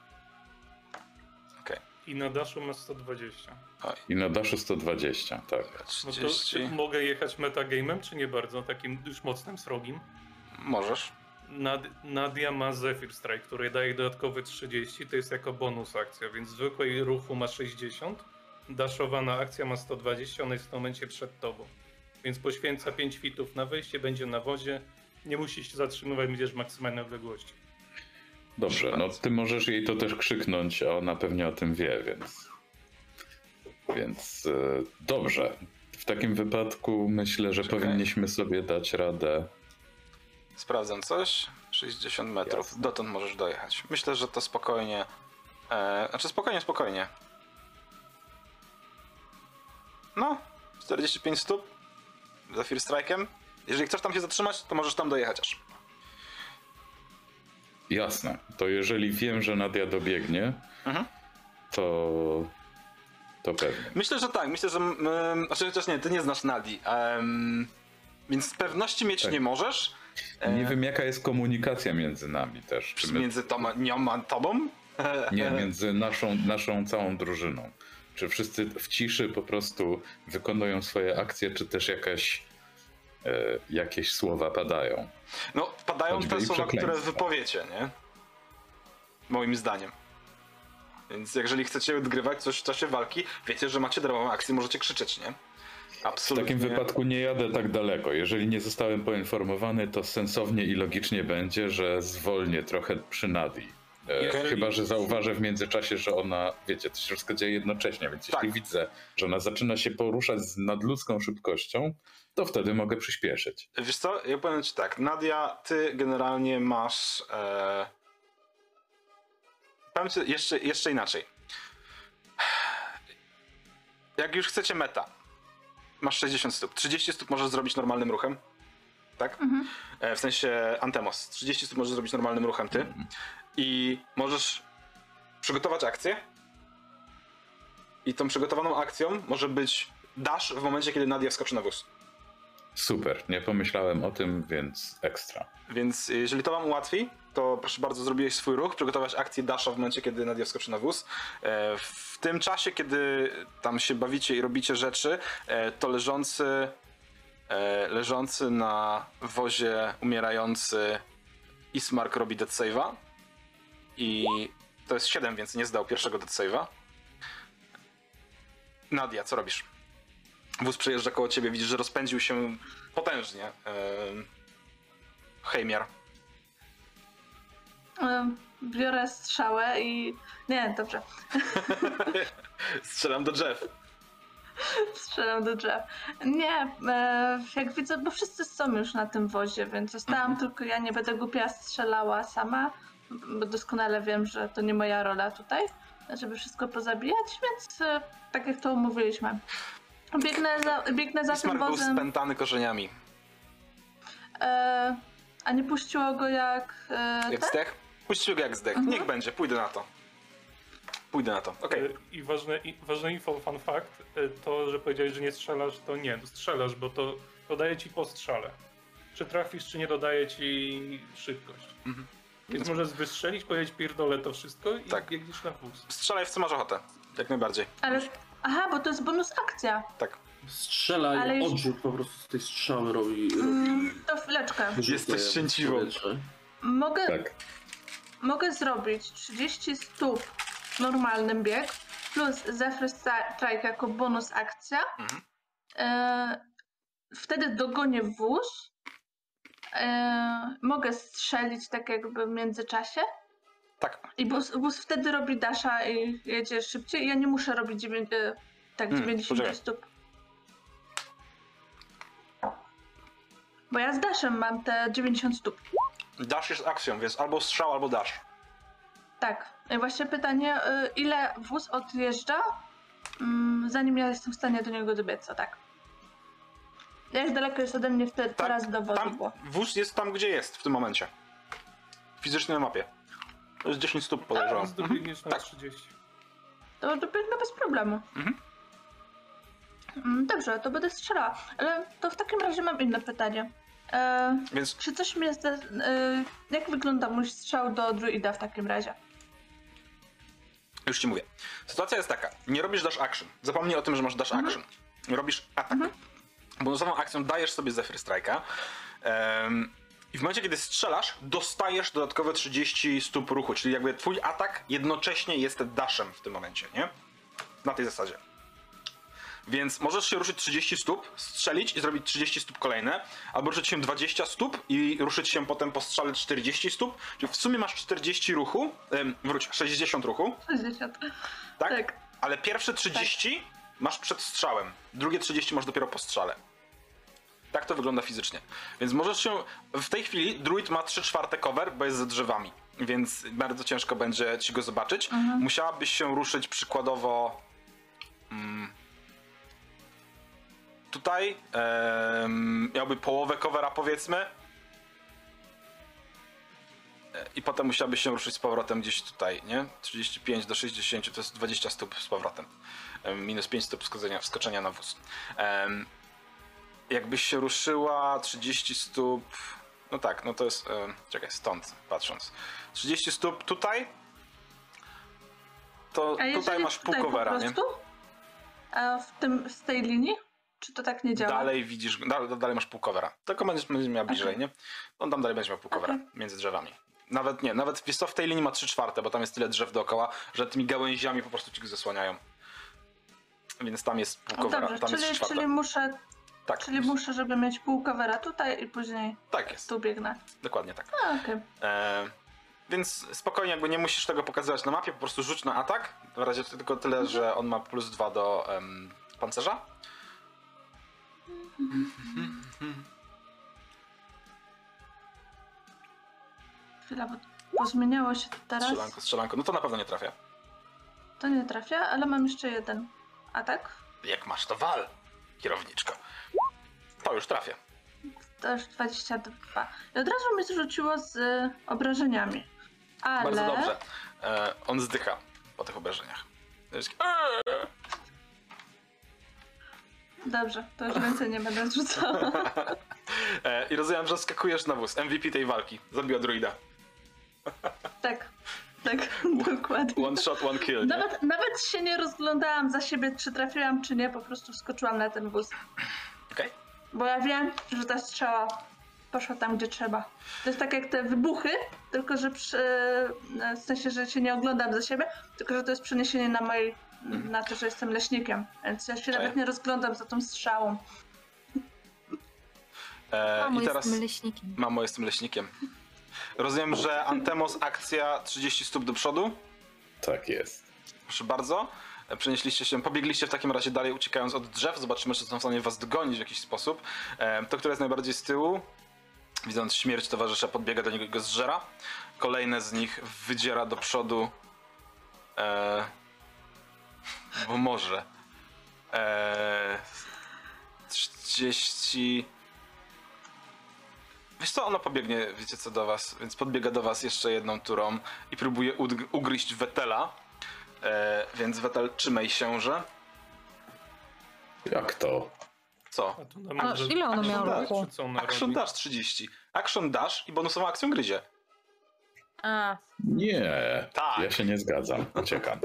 I na daszu ma sto dwadzieścia. I na daszu sto dwadzieścia, tak. No to trzydzieści. czy mogę jechać metagamem, czy nie bardzo? Takim już mocnym srogim. Możesz. Nad, Nadia ma Zephyr Strike, który daje dodatkowy trzydzieści, to jest jako bonus akcja, więc zwykłej ruchu ma sześćdziesiąt, daszowana akcja ma sto dwadzieścia, ona jest w tym momencie przed tobą. Więc poświęca pięć fitów na wyjście, będzie na wozie, nie musisz się zatrzymywać, będziesz w maksymalnej odległości. Dobrze, no ty możesz jej to też krzyknąć, a ona pewnie o tym wie, więc... Więc e, dobrze. W takim wypadku myślę, że Czekaj. powinniśmy sobie dać radę. Sprawdzam coś. sześćdziesiąt metrów. Jasne. Dotąd możesz dojechać. Myślę, że to spokojnie. E, znaczy spokojnie, spokojnie. No, czterdzieści pięć stóp. Zephyr Strike'em. Jeżeli chcesz tam się zatrzymać, to możesz tam dojechać aż. Jasne. To jeżeli wiem, że Nadia dobiegnie, Mhm. to... to pewnie. Myślę, że tak. Myślę, że... Um, znaczy, chociaż nie, ty nie znasz Nadii. Um, więc z pewności mieć Tak. nie możesz. Nie wiem, jaka jest komunikacja między nami też. Czy my... Między toma, nią a tobą? Nie, między naszą, naszą całą drużyną. Czy wszyscy w ciszy po prostu wykonują swoje akcje, czy też jakaś, e, jakieś słowa padają? No, padają Choćby te i słowa, które przekleństwa. wypowiecie, nie? Moim zdaniem. Więc jeżeli chcecie odgrywać coś w czasie walki, wiecie, że macie darmową akcję, możecie krzyczeć, nie? W Absolutnie. takim wypadku nie jadę tak daleko. Jeżeli nie zostałem poinformowany, to sensownie i logicznie będzie, że zwolnię trochę przy Nadii. E, Jeżeli- Chyba że zauważę w międzyczasie, że ona, wiecie, to się wszystko dzieje jednocześnie, więc jeśli Tak. widzę, że ona zaczyna się poruszać z nadludzką szybkością, to wtedy mogę przyspieszyć. Wiesz co, ja powiem ci tak, Nadia, ty generalnie masz... E... Powiem ci jeszcze, jeszcze inaczej. Jak już chcecie meta, masz sześćdziesiąt stóp. trzydzieści stóp możesz zrobić normalnym ruchem. Tak? Mhm. E, w sensie Antemos. trzydzieści stóp możesz zrobić normalnym ruchem ty. I możesz przygotować akcję. I tą przygotowaną akcją może być dash w momencie, kiedy Nadia wskoczy na wóz. Super, nie pomyślałem o tym, więc ekstra. Więc jeżeli to wam ułatwi, to proszę bardzo, zrobiłeś swój ruch, przygotować akcję dasha w momencie, kiedy Nadia wskoczy na wóz. E, w tym czasie, kiedy tam się bawicie i robicie rzeczy, e, to leżący, e, leżący na wozie umierający Ismark robi death save'a i to jest siedem, więc nie zdał pierwszego death save'a. Nadia, co robisz? Wóz przejeżdża koło ciebie, widzisz, że rozpędził się potężnie. E, Heimjar. Em, Biorę strzałę i... Nie, dobrze. Strzelam do drzew. Strzelam do drzew. Nie, e, jak widzę, bo wszyscy są już na tym wozie, więc zostałam tylko ja, nie będę głupia strzelała sama, bo doskonale wiem, że to nie moja rola tutaj, żeby wszystko pozabijać, więc e, tak jak to umówiliśmy. Biegnę za, biegnę za tym Ismark był wozem. spętany korzeniami. E, a nie puściło go jak... E, Jak tak? zdech? Puścił go jak zdech. Mhm. Niech będzie, pójdę na to. Pójdę na to, okej. Y, I ważne, i ważne info, fun fact, y, to, że powiedziałeś, że nie strzelasz, to nie, to strzelasz, bo to dodaje ci po strzale. Czy trafisz, czy nie dodaje ci szybkość. Mhm. Więc możesz wystrzelić, powiedzieć pierdolę to wszystko i Tak. biegniesz na wóz. Strzelaj w co masz ochotę. Jak najbardziej. Ale... Aha, bo to jest bonus akcja. Tak. Strzela Ale i już- odrzut po prostu z tej strzały robi... Mm, to chwileczkę. robi Jesteś rzutuje szczęśliwą. w powietrze. Mogę... Tak. Mogę zrobić trzydzieści stóp normalnym bieg plus Zephyr Strike jako bonus akcja. Mhm. E, wtedy dogonię wóz. E, mogę strzelić tak jakby w międzyczasie. Tak. I wóz, wóz wtedy robi dasha i jedzie szybciej. Ja nie muszę robić dziewię- e, tak Hmm, dziewięćdziesiąt poczekaj. stóp. Bo ja z dashem mam te dziewięćdziesiąt stóp. Dash jest akcją, więc albo strzał, albo dash. Tak. I właśnie pytanie, y, ile wóz odjeżdża, mm, zanim ja jestem w stanie do niego dobiec, o tak. Jak daleko jest ode mnie wtedy, teraz do wozu tam, było? wóz jest tam, gdzie jest w tym momencie. Fizycznie na mapie. To jest dziesięć stóp, podejrzewam. Więc dobiegniesz na Tak. trzydzieści. To dobiegnę bez problemu. Mhm. Mm, Dobrze, to będę strzelała. Ale to w takim razie mam inne pytanie. E, Więc czy coś mnie... Zde, e, jak wygląda mój strzał do druida w takim razie? już ci mówię. Sytuacja jest taka. Nie robisz dash action. Zapomnij o tym, że masz dash action. Robisz atak. Bonusową akcją dajesz sobie Zephyr Strike'a. Um, I w momencie, kiedy strzelasz, dostajesz dodatkowe trzydzieści stóp ruchu. Czyli jakby twój atak jednocześnie jest dashem w tym momencie, nie? Na tej zasadzie. Więc możesz się ruszyć trzydzieści stóp, strzelić i zrobić trzydzieści stóp kolejne, albo ruszyć się dwadzieścia stóp i ruszyć się potem po strzale czterdzieści stóp. Czyli w sumie masz czterdzieści ruchu, ym, wróć, sześćdziesiąt ruchu, sześćdziesiąt. tak? Tak. Ale pierwsze trzydzieści masz przed strzałem, drugie trzydzieści masz dopiero po strzale. Tak to wygląda fizycznie. Więc możesz się... W tej chwili druid ma trzy czwarte cover, bo jest za drzewami. Więc bardzo ciężko będzie ci go zobaczyć. Mhm. Musiałabyś się ruszyć przykładowo... Mm, tutaj. Em, miałby połowę covera, powiedzmy. E, I potem musiałabyś się ruszyć z powrotem gdzieś tutaj, nie? trzydzieści pięć do sześćdziesięciu to jest dwadzieścia stóp z powrotem. Em, minus pięć stóp wskoczenia, wskoczenia na wóz. Em, Jakbyś się ruszyła trzydzieści stóp, no tak, no to jest, e, czekaj, stąd patrząc, trzydzieści stóp tutaj, to A tutaj jeżeli masz pół tutaj po covera, nie? prostu? A w tym, z tej linii? Czy to tak nie działa? Dalej widzisz, dalej, dalej masz pół covera, tylko będziesz, będziesz miała bliżej, Okej. nie? On tam dalej będzie miał pół covera, Okej. między drzewami. Nawet nie, nawet wiesz co, w tej linii ma trzy czwarte, bo tam jest tyle drzew dookoła, że tymi gałęziami po prostu ci go zasłaniają. Więc tam jest pół O, covera, dobrze, tam jest czyli, trzy czwarte. czyli muszę, Tak, czyli muszę, żeby mieć pół covera tutaj i później tak jest, tu biegnę. dokładnie tak. A, okej. E, więc spokojnie, jakby nie musisz tego pokazywać na mapie, po prostu rzuć na atak. W razie tylko tyle, że on ma plus dwa do em, pancerza. Chwila, bo pozmieniało się to teraz. Strzelanko, strzelanko. No to na pewno nie trafia. To nie trafia, ale mam jeszcze jeden atak. Jak masz to wal, kierowniczko. To już trafia. To już dwadzieścia dwa. I od razu mnie zrzuciło z y, obrażeniami. Ale... Bardzo dobrze. E, on zdycha po tych obrażeniach. To jest- Eee! Dobrze, to już więcej nie będę rzucała. E, I rozumiem, że skakujesz na wóz. M V P tej walki. Zabiła druida. Tak, tak, dokładnie. One shot, one kill. Nie? Nawet, nawet się nie rozglądałam za siebie, czy trafiłam, czy nie, po prostu wskoczyłam na ten wóz. Okej. Bo ja wiem, że ta strzała poszła tam, gdzie trzeba. To jest tak jak te wybuchy, tylko że przy, w sensie, że się nie oglądam za siebie, tylko że to jest przeniesienie na mojej, na to, że jestem leśnikiem. Więc ja się Okej. nawet nie rozglądam za tą strzałą. E, Mamo, I teraz... jestem leśnikiem. Mamo, jestem leśnikiem. Rozumiem, że Antemos akcja trzydzieści stóp do przodu. Tak jest. Proszę bardzo. E, Przenieśliście się, pobiegliście w takim razie dalej, uciekając od drzew. Zobaczymy, czy są w stanie was dogonić w jakiś sposób. E, To, które jest najbardziej z tyłu, widząc śmierć towarzysza, podbiega do niego i go zżera. Kolejne z nich wydziera do przodu. E, bo może. E, trzydzieści... Wiesz co, ono pobiegnie, wiecie co, do was, więc podbiega do was jeszcze jedną turą i próbuje udg- ugryźć Wetela. E, więc Wetel, trzymaj się, że... Jak to? Co? A to nam A może- ile ono Action miało dash, ruchu? czy co ona Action robi? Dash trzydzieści. Action Dash i bonusową akcją gryzie. A, Nie. Tak. Ja się nie zgadzam. Uciekam.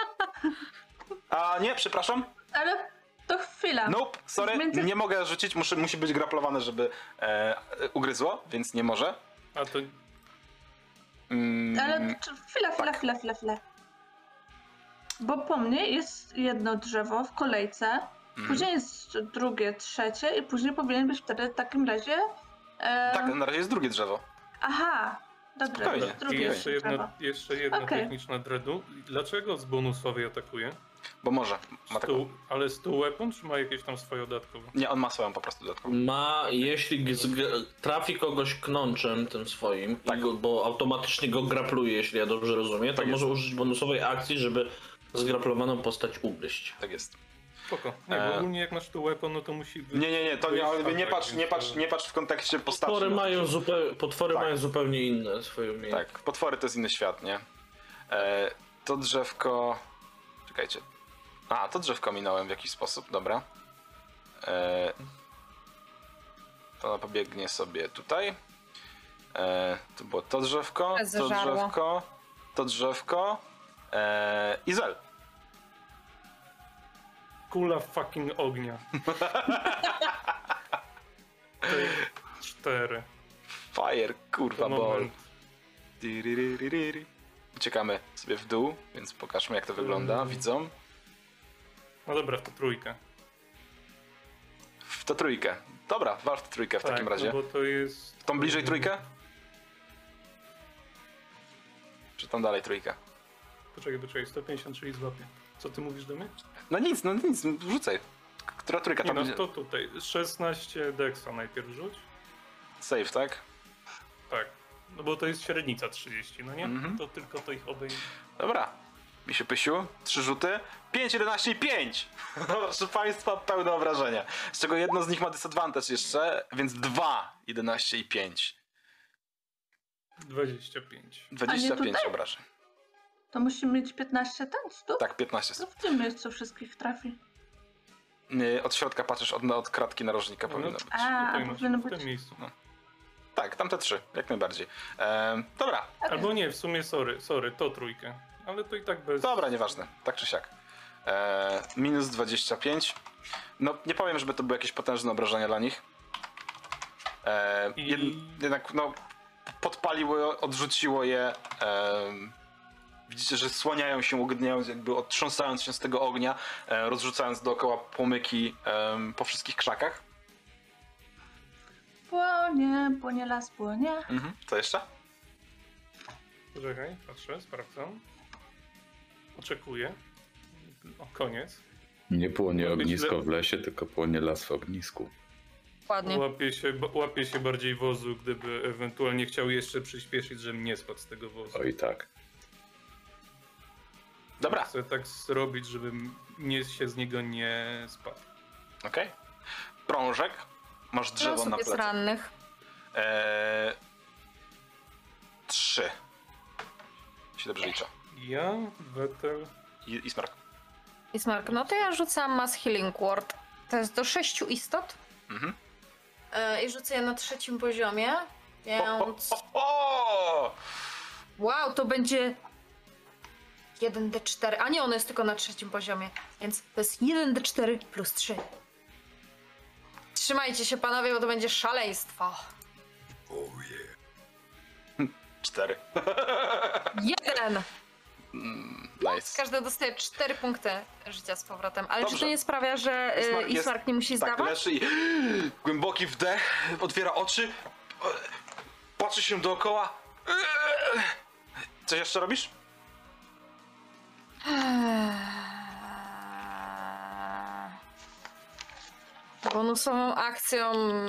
A nie, przepraszam. Ale to chwila. Nope, sorry, Między- nie mogę rzucić, muszę, musi być graplowane, żeby e, ugryzło, więc nie może. A to Mm, Ale czy- chwila, chwila, tak. chwila, chwila, chwila. Bo po mnie jest jedno drzewo w kolejce, mm. później jest drugie, trzecie i później powinien być wtedy w takim razie... E... Tak, na razie jest drugie drzewo. Aha, dobrze, Spokojnie. jest I drugie jeszcze drzewo. jedna, jeszcze jedna Okej. techniczna dreadu. Dlaczego z bonusowej atakuje? Bo może. Ma taką... Stu, ale stu weapon, czy ma jakieś tam swoje dodatkowe? Nie, on ma swoją po prostu dodatkową. Ma, jeśli g- zg- trafi kogoś knączem tym swoim, Tak. i go, bo automatycznie go grapluje, jeśli ja dobrze rozumiem, to Tak jest. może użyć bonusowej akcji, żeby zgraplowaną postać ugryźć. Tak jest. Spoko. Nie, E. bo ogólnie jak masz tu weapon, no to musi być... Nie, nie, nie, to nie, wyjść ale nie atak, patrz, więc nie patrz, to- nie patrz w kontekście postaci. Potwory, no. mają, zupeł- potwory Tak. mają zupełnie inne swoje umiejętności. Tak, potwory to jest inny świat, nie? E, to drzewko... Czekajcie. A, to drzewko minąłem w jakiś sposób, dobra. E, to ono pobiegnie sobie tutaj. E, to było to drzewko, to Zeżarło. drzewko, to drzewko e, i zel. Kula fucking ognia. Tej cztery. Fire, kurwa, ball. Moment. Tiriririri. Uciekamy sobie w dół, więc pokażmy jak to wygląda, Mm. widzą. No dobra, to trójkę. W to trójkę. Dobra, wal w to trójkę w tak, takim razie. No bo to jest... W tą bliżej trójkę? Czy tam dalej trójkę? Poczekaj, poczekaj, sto pięćdziesiąt, czyli złapię. Co ty mówisz do mnie? No nic, no nic, rzucaj. Która trójka Nie tam no, będzie? to tutaj. szesnaście dexa najpierw rzuć. Save, tak? Tak. No bo to jest średnica trzydzieści, no nie? Mhm. To tylko to ich obejmie. Dobra. Misiu Pysiu, trzy rzuty. pięć, jedenaście i pięć! Proszę państwa, pełne obrażenia. Z czego jedno z nich ma disadvantage jeszcze, więc dwa, jedenaście i pięć. dwadzieścia pięć. dwadzieścia pięć tutaj? obrażeń. To musi mieć piętnaście ten stóp? Tak, piętnaście. To w tym miejscu wszystkich trafi. Nie, od środka patrzysz, od, od kratki narożnika No, powinno no. być. A, Tutaj a masz, powinno w być... tym miejscu. Tak, tamte trzy, jak najbardziej. Ehm, dobra, Albo nie, w sumie sorry, sorry, to trójkę. Ale to i tak bez... dobra, nieważne, tak czy siak. Eee, minus dwadzieścia pięć. No, nie powiem, żeby to były jakieś potężne obrażenia dla nich. Eee, I- jed, jednak, no, podpaliło, je, odrzuciło je. Ehm, widzicie, że słaniają się, ugniając, jakby otrząsając się z tego ognia, e, rozrzucając dookoła płomyki em, po wszystkich krzakach. Płonie, płonie las, płonie. Mhm. Co jeszcze? Poczekaj, patrzę, sprawdzam. Oczekuję. O, koniec. Nie płonie Ma być ognisko le- w lesie, tylko płonie las w ognisku. dokładnie. Łapie się, łapie się bardziej wozu, gdyby ewentualnie chciał jeszcze przyspieszyć, żebym nie spadł z tego wozu. Oj tak. Dobra, Chcę tak zrobić, żebym nie, się z niego nie spadł. okej. Prążek, masz Ile drzewo osób na jest plecach. rannych? Eee, trzy. Się dobrze liczę. Ja, Wetel... I, i smark. I Smark, no to ja rzucam Mass Healing Word to jest do sześciu istot. Mhm. E, I rzucę je na trzecim poziomie. Więc... O, o, o! Wow, to będzie jeden d cztery. A nie, ono jest tylko na trzecim poziomie. Więc to jest jeden d cztery plus trzy. Trzymajcie się panowie, bo to będzie szaleństwo. Cztery. Jeden! Mm, nice. Każdy dostaje cztery punkty życia z powrotem. Ale Dobrze. czy to nie sprawia, że Ismark y, jest- Ismark nie musi Tak, zdawać? leży i głęboki wdech, otwiera oczy, patrzy się dookoła. Coś jeszcze robisz? Bonusową akcją...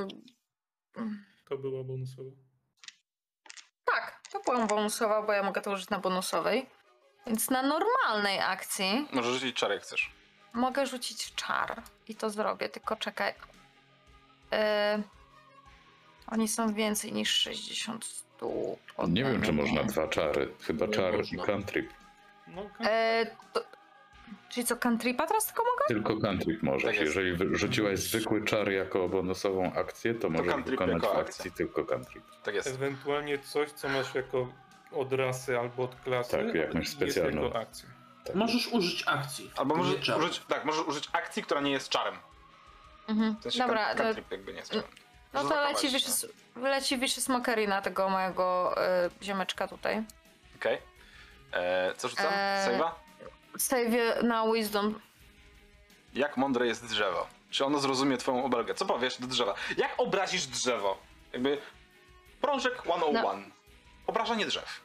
To była bonusowa. Tak, to była bonusowa, bo ja mogę to użyć na bonusowej. Więc na normalnej akcji Możesz rzucić czar jak chcesz. mogę rzucić czar. I to zrobię, tylko czekaj. Yy, oni są więcej niż sześćdziesiąt stóp. ode Nie wiem, czy mnie. można dwa czary. Chyba Nie czar można. i cantrip. No, Yy, to, czyli co, cantripa teraz tylko mogę? Tylko cantrip możesz. Tak jest. Jeżeli wy- rzuciłaś zwykły czar jako bonusową akcję, to możesz cantrip wykonać jako w akcja. akcji tylko cantrip. Tak jest. ewentualnie coś, co masz jako od rasy albo od klasy. Tak, jakąś jest specjalną. jako akcja. Tak. Możesz użyć akcji. Albo nie możesz czaru. użyć, tak, możesz użyć akcji, która nie jest czarem. Mhm. W sensie Dobra, kan- to, cantrip jakby nie jest czarem. no Możesz to zachować, leci wiesz, no. leci wiesz smokery na tego mojego y, ziomeczka tutaj. Okej. Eee, Co rzucam? Eee. Save'a? Save na wisdom. Jak mądre jest drzewo? Czy ono zrozumie twoją obelgę? Co powiesz do drzewa? Jak obrazisz drzewo? Jakby prążek sto jeden. No. Obrażanie drzew.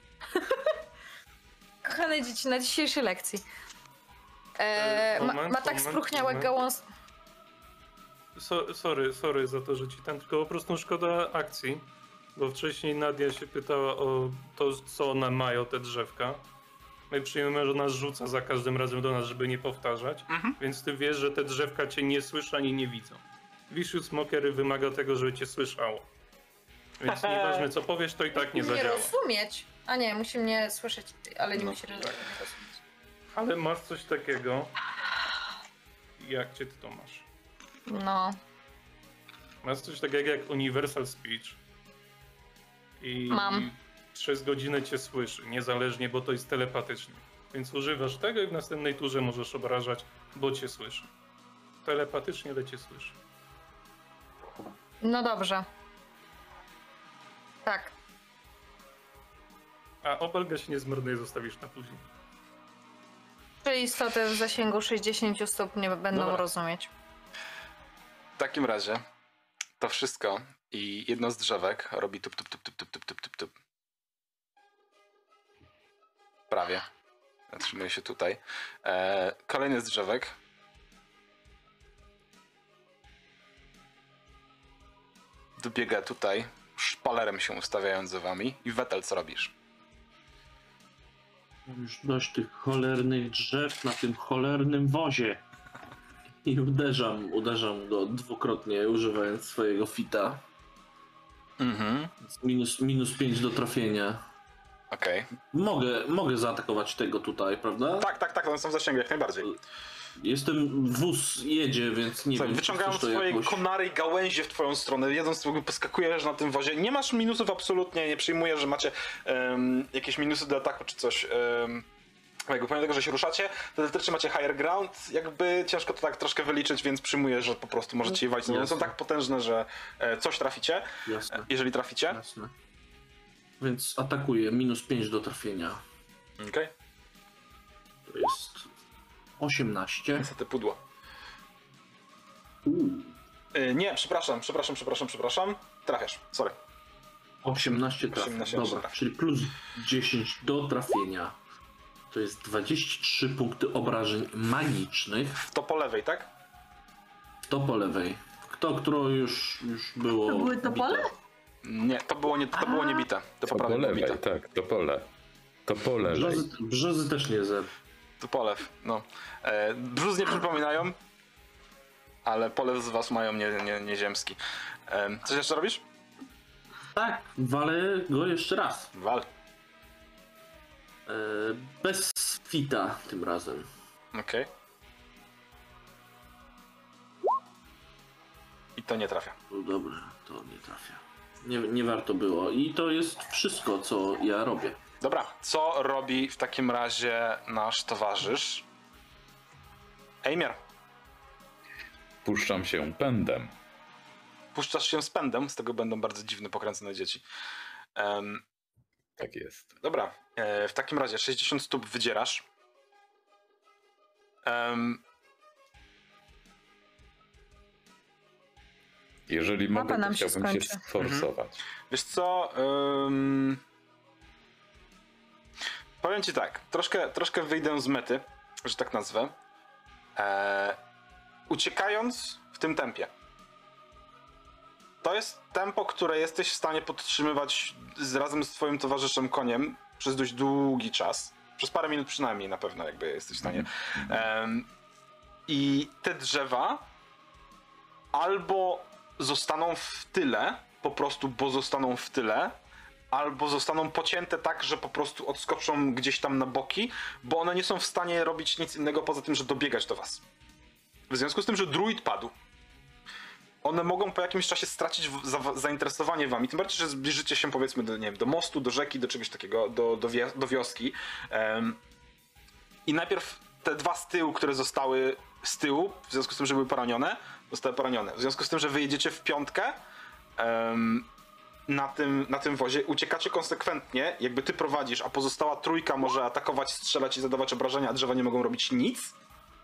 Kochane dzieci, na dzisiejszej lekcji. E, ma, moment, ma tak moment, spróchniałe moment. gałąz... So, sorry, sorry za to, że ci ten, tylko po prostu szkoda akcji, bo wcześniej Nadia się pytała o to, co one mają, te drzewka. My przyjmujemy, że nas rzuca za każdym razem do nas, żeby nie powtarzać, Mhm. więc ty wiesz, że te drzewka cię nie słyszą ani nie widzą. Vicious Smokery wymaga tego, żeby cię słyszało. Więc nieważne co powiesz, to i tak nie Nie zadziała. rozumieć. A nie, musi mnie słyszeć, ale nie No. musi rozumieć. Ale masz coś takiego. Jak cię ty to masz? No. Masz coś takiego jak Universal Speech. I Mam. przez godzinę cię słyszy, niezależnie, bo to jest telepatyczne. Więc używasz tego i w następnej turze możesz obrażać, bo cię słyszy. Telepatycznie, ale cię słyszy. No dobrze. Tak. A obelga się nie zmarnuje, zostawisz na później. Czyli istoty w zasięgu sześćdziesiąt stóp nie będą Dobra. rozumieć. W takim razie to wszystko i jedno z drzewek robi tup, tup, tup, tup, tup, tup, tup, tup, tup. Prawie. Zatrzymuję się tutaj. E, kolejny z drzewek. Dobiega tutaj, szpalerem się ustawiając za wami. I Wetel, co robisz? Już dość tych cholernych drzew na tym cholernym wozie. I uderzam, uderzam go dwukrotnie, używając swojego fita. Mhm. Więc Minus, minus pięć do trafienia. Okej. Mogę, mogę zaatakować tego tutaj, prawda? Tak, tak, tak, one są w zasięgu jak najbardziej. Jestem, wóz jedzie, więc nie Słuchaj, wiem, wyciągają czy to swoje jakoś... konary i gałęzie w twoją stronę, jedząc, jakby poskakujesz na tym wozie. Nie masz minusów absolutnie, nie przyjmuję, że macie em, jakieś minusy do ataku czy coś. Um, jakby pomimo tego, że się ruszacie, to teoretycznie macie higher ground, jakby ciężko to tak troszkę wyliczyć, więc przyjmuję, że po prostu możecie je walić. One są Jasne. tak potężne, że e, coś traficie, Jasne, jeżeli traficie. jasne. Więc atakuję, minus pięć do trafienia. Okej. To jest osiemnaście. Niestety pudło. Uuu. E, nie, przepraszam, przepraszam, przepraszam, przepraszam. Trafiasz, sorry. osiemnaście trafia. osiemnaście Dobra, trafia. czyli plus dziesięć do trafienia. To jest dwadzieścia trzy punkty obrażeń magicznych. To po lewej, tak? To po lewej. To, które już, już było. To były topole? bite. Nie, to było, nie, to było niebite. To To po po prawej było lewej, bite. tak, to pole. To po lewej. Brzozy, brzozy też nie ze. To polew, no. E, brzus nie przypominają, ale polew z was mają nie, nie, nieziemski. E, coś jeszcze robisz? Tak, walę go jeszcze raz. Wal. E, bez fita tym razem. Okej. I to nie trafia. No dobra, to nie trafia. Nie, nie warto było. I to jest wszystko, co ja robię. Dobra, co robi w takim razie nasz towarzysz? Eimir, Puszczam się pędem. puszczasz się z pędem, z tego będą bardzo dziwne, pokręcone dzieci. Um, Tak jest. dobra, e, w takim razie sześćdziesiąt stóp wydzierasz. Um, Jeżeli Mapa mogę, to nam się chciałbym się skończy. sforsować. wiesz co? Um, powiem ci tak, troszkę, troszkę wyjdę z mety, że tak nazwę. E, uciekając w tym tempie. To jest tempo, które jesteś w stanie podtrzymywać z, razem z twoim towarzyszem koniem przez dość długi czas. Przez parę minut przynajmniej na pewno jakby jesteś w stanie. Um, I te drzewa albo zostaną w tyle, po prostu bo zostaną w tyle, albo zostaną pocięte tak, że po prostu odskoczą gdzieś tam na boki, bo one nie są w stanie robić nic innego poza tym, że dobiegać do was. W związku z tym, że druid padł, one mogą po jakimś czasie stracić w, za, zainteresowanie wami, tym bardziej, że zbliżycie się powiedzmy do, nie wiem, do mostu, do rzeki, do czegoś takiego, do, do, wie, do wioski. Um, I najpierw te dwa z tyłu, które zostały z tyłu, w związku z tym, że były poranione, zostały poranione. W związku z tym, że wyjedziecie w piątkę um, na, tym, na tym wozie, uciekacie konsekwentnie, jakby ty prowadzisz, a pozostała trójka może atakować, strzelać i zadawać obrażenia, a drzewa nie mogą robić nic.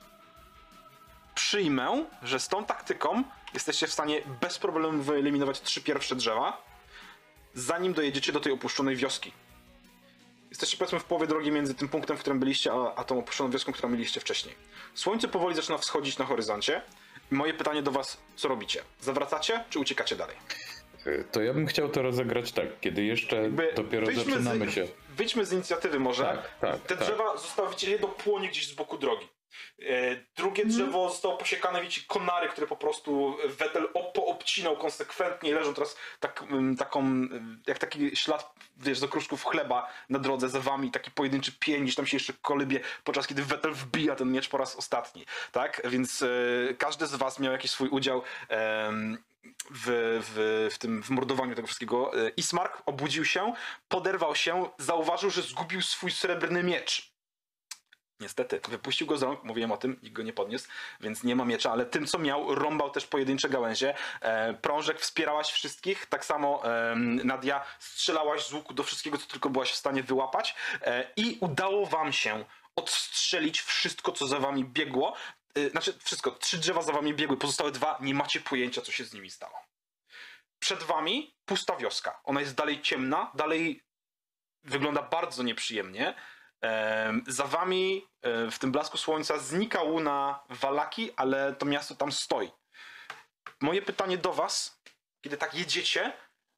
Przyjmę, że z tą taktyką jesteście w stanie bez problemu wyeliminować trzy pierwsze drzewa, zanim dojedziecie do tej opuszczonej wioski. Jesteście powiedzmy w połowie drogi między tym punktem, w którym byliście, a, a tą opuszczoną wioską, którą mieliście wcześniej. Słońce powoli zaczyna wschodzić na horyzoncie. I moje pytanie do was, co robicie? Zawracacie, czy uciekacie dalej? To ja bym chciał to rozegrać tak, kiedy jeszcze Jakby dopiero wyjdźmy zaczynamy z, się. Wyjdźmy z inicjatywy może. Tak, tak, Te tak. drzewa zostały, widzicie, jedno płonie gdzieś z boku drogi. E, drugie drzewo zostało posiekane, widzicie, konary, które po prostu Wetel op- poobcinał konsekwentnie i leżą teraz tak, um, taką, um, jak taki ślad, wiesz, z okruszków chleba na drodze za wami, taki pojedynczy pień, gdzieś tam się jeszcze kolybie, podczas kiedy Wetel wbija ten miecz po raz ostatni, tak? Więc e, każdy z was miał jakiś swój udział e, w, w, w tym w mordowaniu tego wszystkiego. Ismark obudził się, poderwał się, zauważył, że zgubił swój srebrny miecz. Niestety, wypuścił go z rąk, mówiłem o tym, nikt go nie podniósł, więc nie ma miecza, ale tym co miał, rąbał też pojedyncze gałęzie. E, Prążek, wspierałaś wszystkich, tak samo e, Nadia, strzelałaś z łuku do wszystkiego, co tylko byłaś w stanie wyłapać e, i udało wam się odstrzelić wszystko, co za wami biegło. E, znaczy, wszystko, trzy drzewa za wami biegły, pozostałe dwa, nie macie pojęcia, co się z nimi stało. Przed wami pusta wioska, ona jest dalej ciemna, dalej wygląda bardzo nieprzyjemnie. Za wami w tym blasku słońca znika łuna Vallaki, ale to miasto tam stoi. Moje pytanie do was, kiedy tak jedziecie,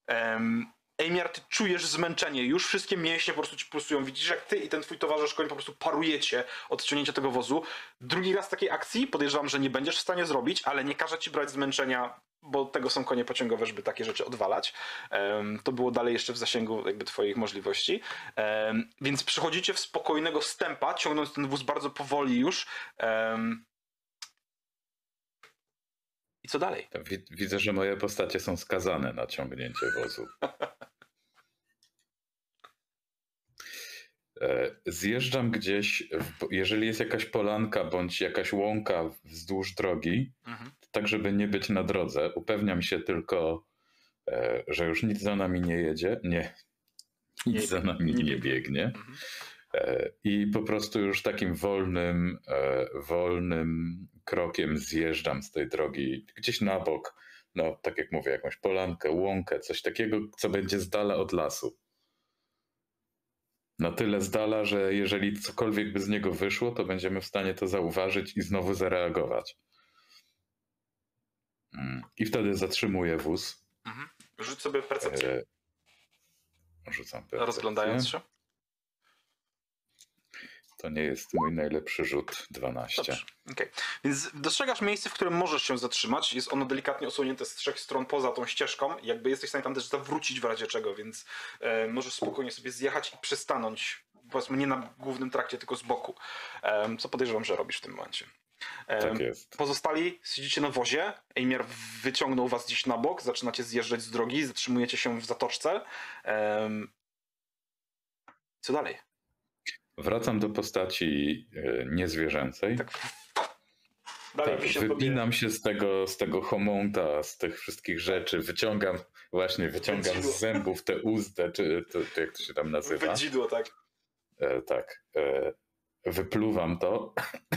Eimir, ty czujesz zmęczenie, już wszystkie mięśnie po prostu ci pulsują, widzisz jak ty i ten twój towarzysz koń po prostu parujecie od ciągnięcia tego wozu. Drugi raz takiej akcji podejrzewam, że nie będziesz w stanie zrobić, ale nie każę ci brać zmęczenia, bo tego są konie pociągowe, żeby takie rzeczy odwalać. Um, to było dalej jeszcze w zasięgu jakby twoich możliwości. Um, więc przychodzicie w spokojnego stępa, ciągnąc ten wóz bardzo powoli już. Um, I co dalej? Widzę, że moje postacie są skazane na ciągnięcie wozu. Zjeżdżam gdzieś, w, jeżeli jest jakaś polanka bądź jakaś łąka wzdłuż drogi, mhm. tak żeby nie być na drodze, upewniam się tylko, że już nic za nami nie jedzie, nie, nic nie, za nami nie, nie biegnie. Mhm. I po prostu już takim wolnym, wolnym krokiem zjeżdżam z tej drogi gdzieś na bok, no tak jak mówię, jakąś polankę, łąkę, coś takiego, co będzie z dala od lasu. Na tyle z dala, że jeżeli cokolwiek by z niego wyszło, to będziemy w stanie to zauważyć i znowu zareagować. I wtedy zatrzymuję wóz. Mhm. Rzuć sobie percepcję. E... Rzucam percepcję. Rozglądając się. To nie jest mój najlepszy rzut, dwanaście. Okay. Więc dostrzegasz miejsce, w którym możesz się zatrzymać. Jest ono delikatnie osłonięte z trzech stron poza tą ścieżką. Jakby jesteś w stanie tam też zawrócić w razie czego, więc e, możesz spokojnie sobie zjechać i przystanąć. Powiedzmy nie na głównym trakcie, tylko z boku. E, co podejrzewam, że robisz w tym momencie. Em, Tak jest. Pozostali siedzicie na wozie, Eimir wyciągnął was gdzieś na bok, zaczynacie zjeżdżać z drogi, zatrzymujecie się w zatoczce. Em, Co dalej? Wracam do postaci e, niezwierzęcej. Tak. Dalej Tak, pisze sobie- wypinam się z tego, z tego homonta, z tych wszystkich rzeczy, wyciągam, właśnie wyciągam Wędzidło. z zębów te uzdę, czy to, to jak to się tam nazywa. Wędzidło, tak. E, tak. E, wypluwam to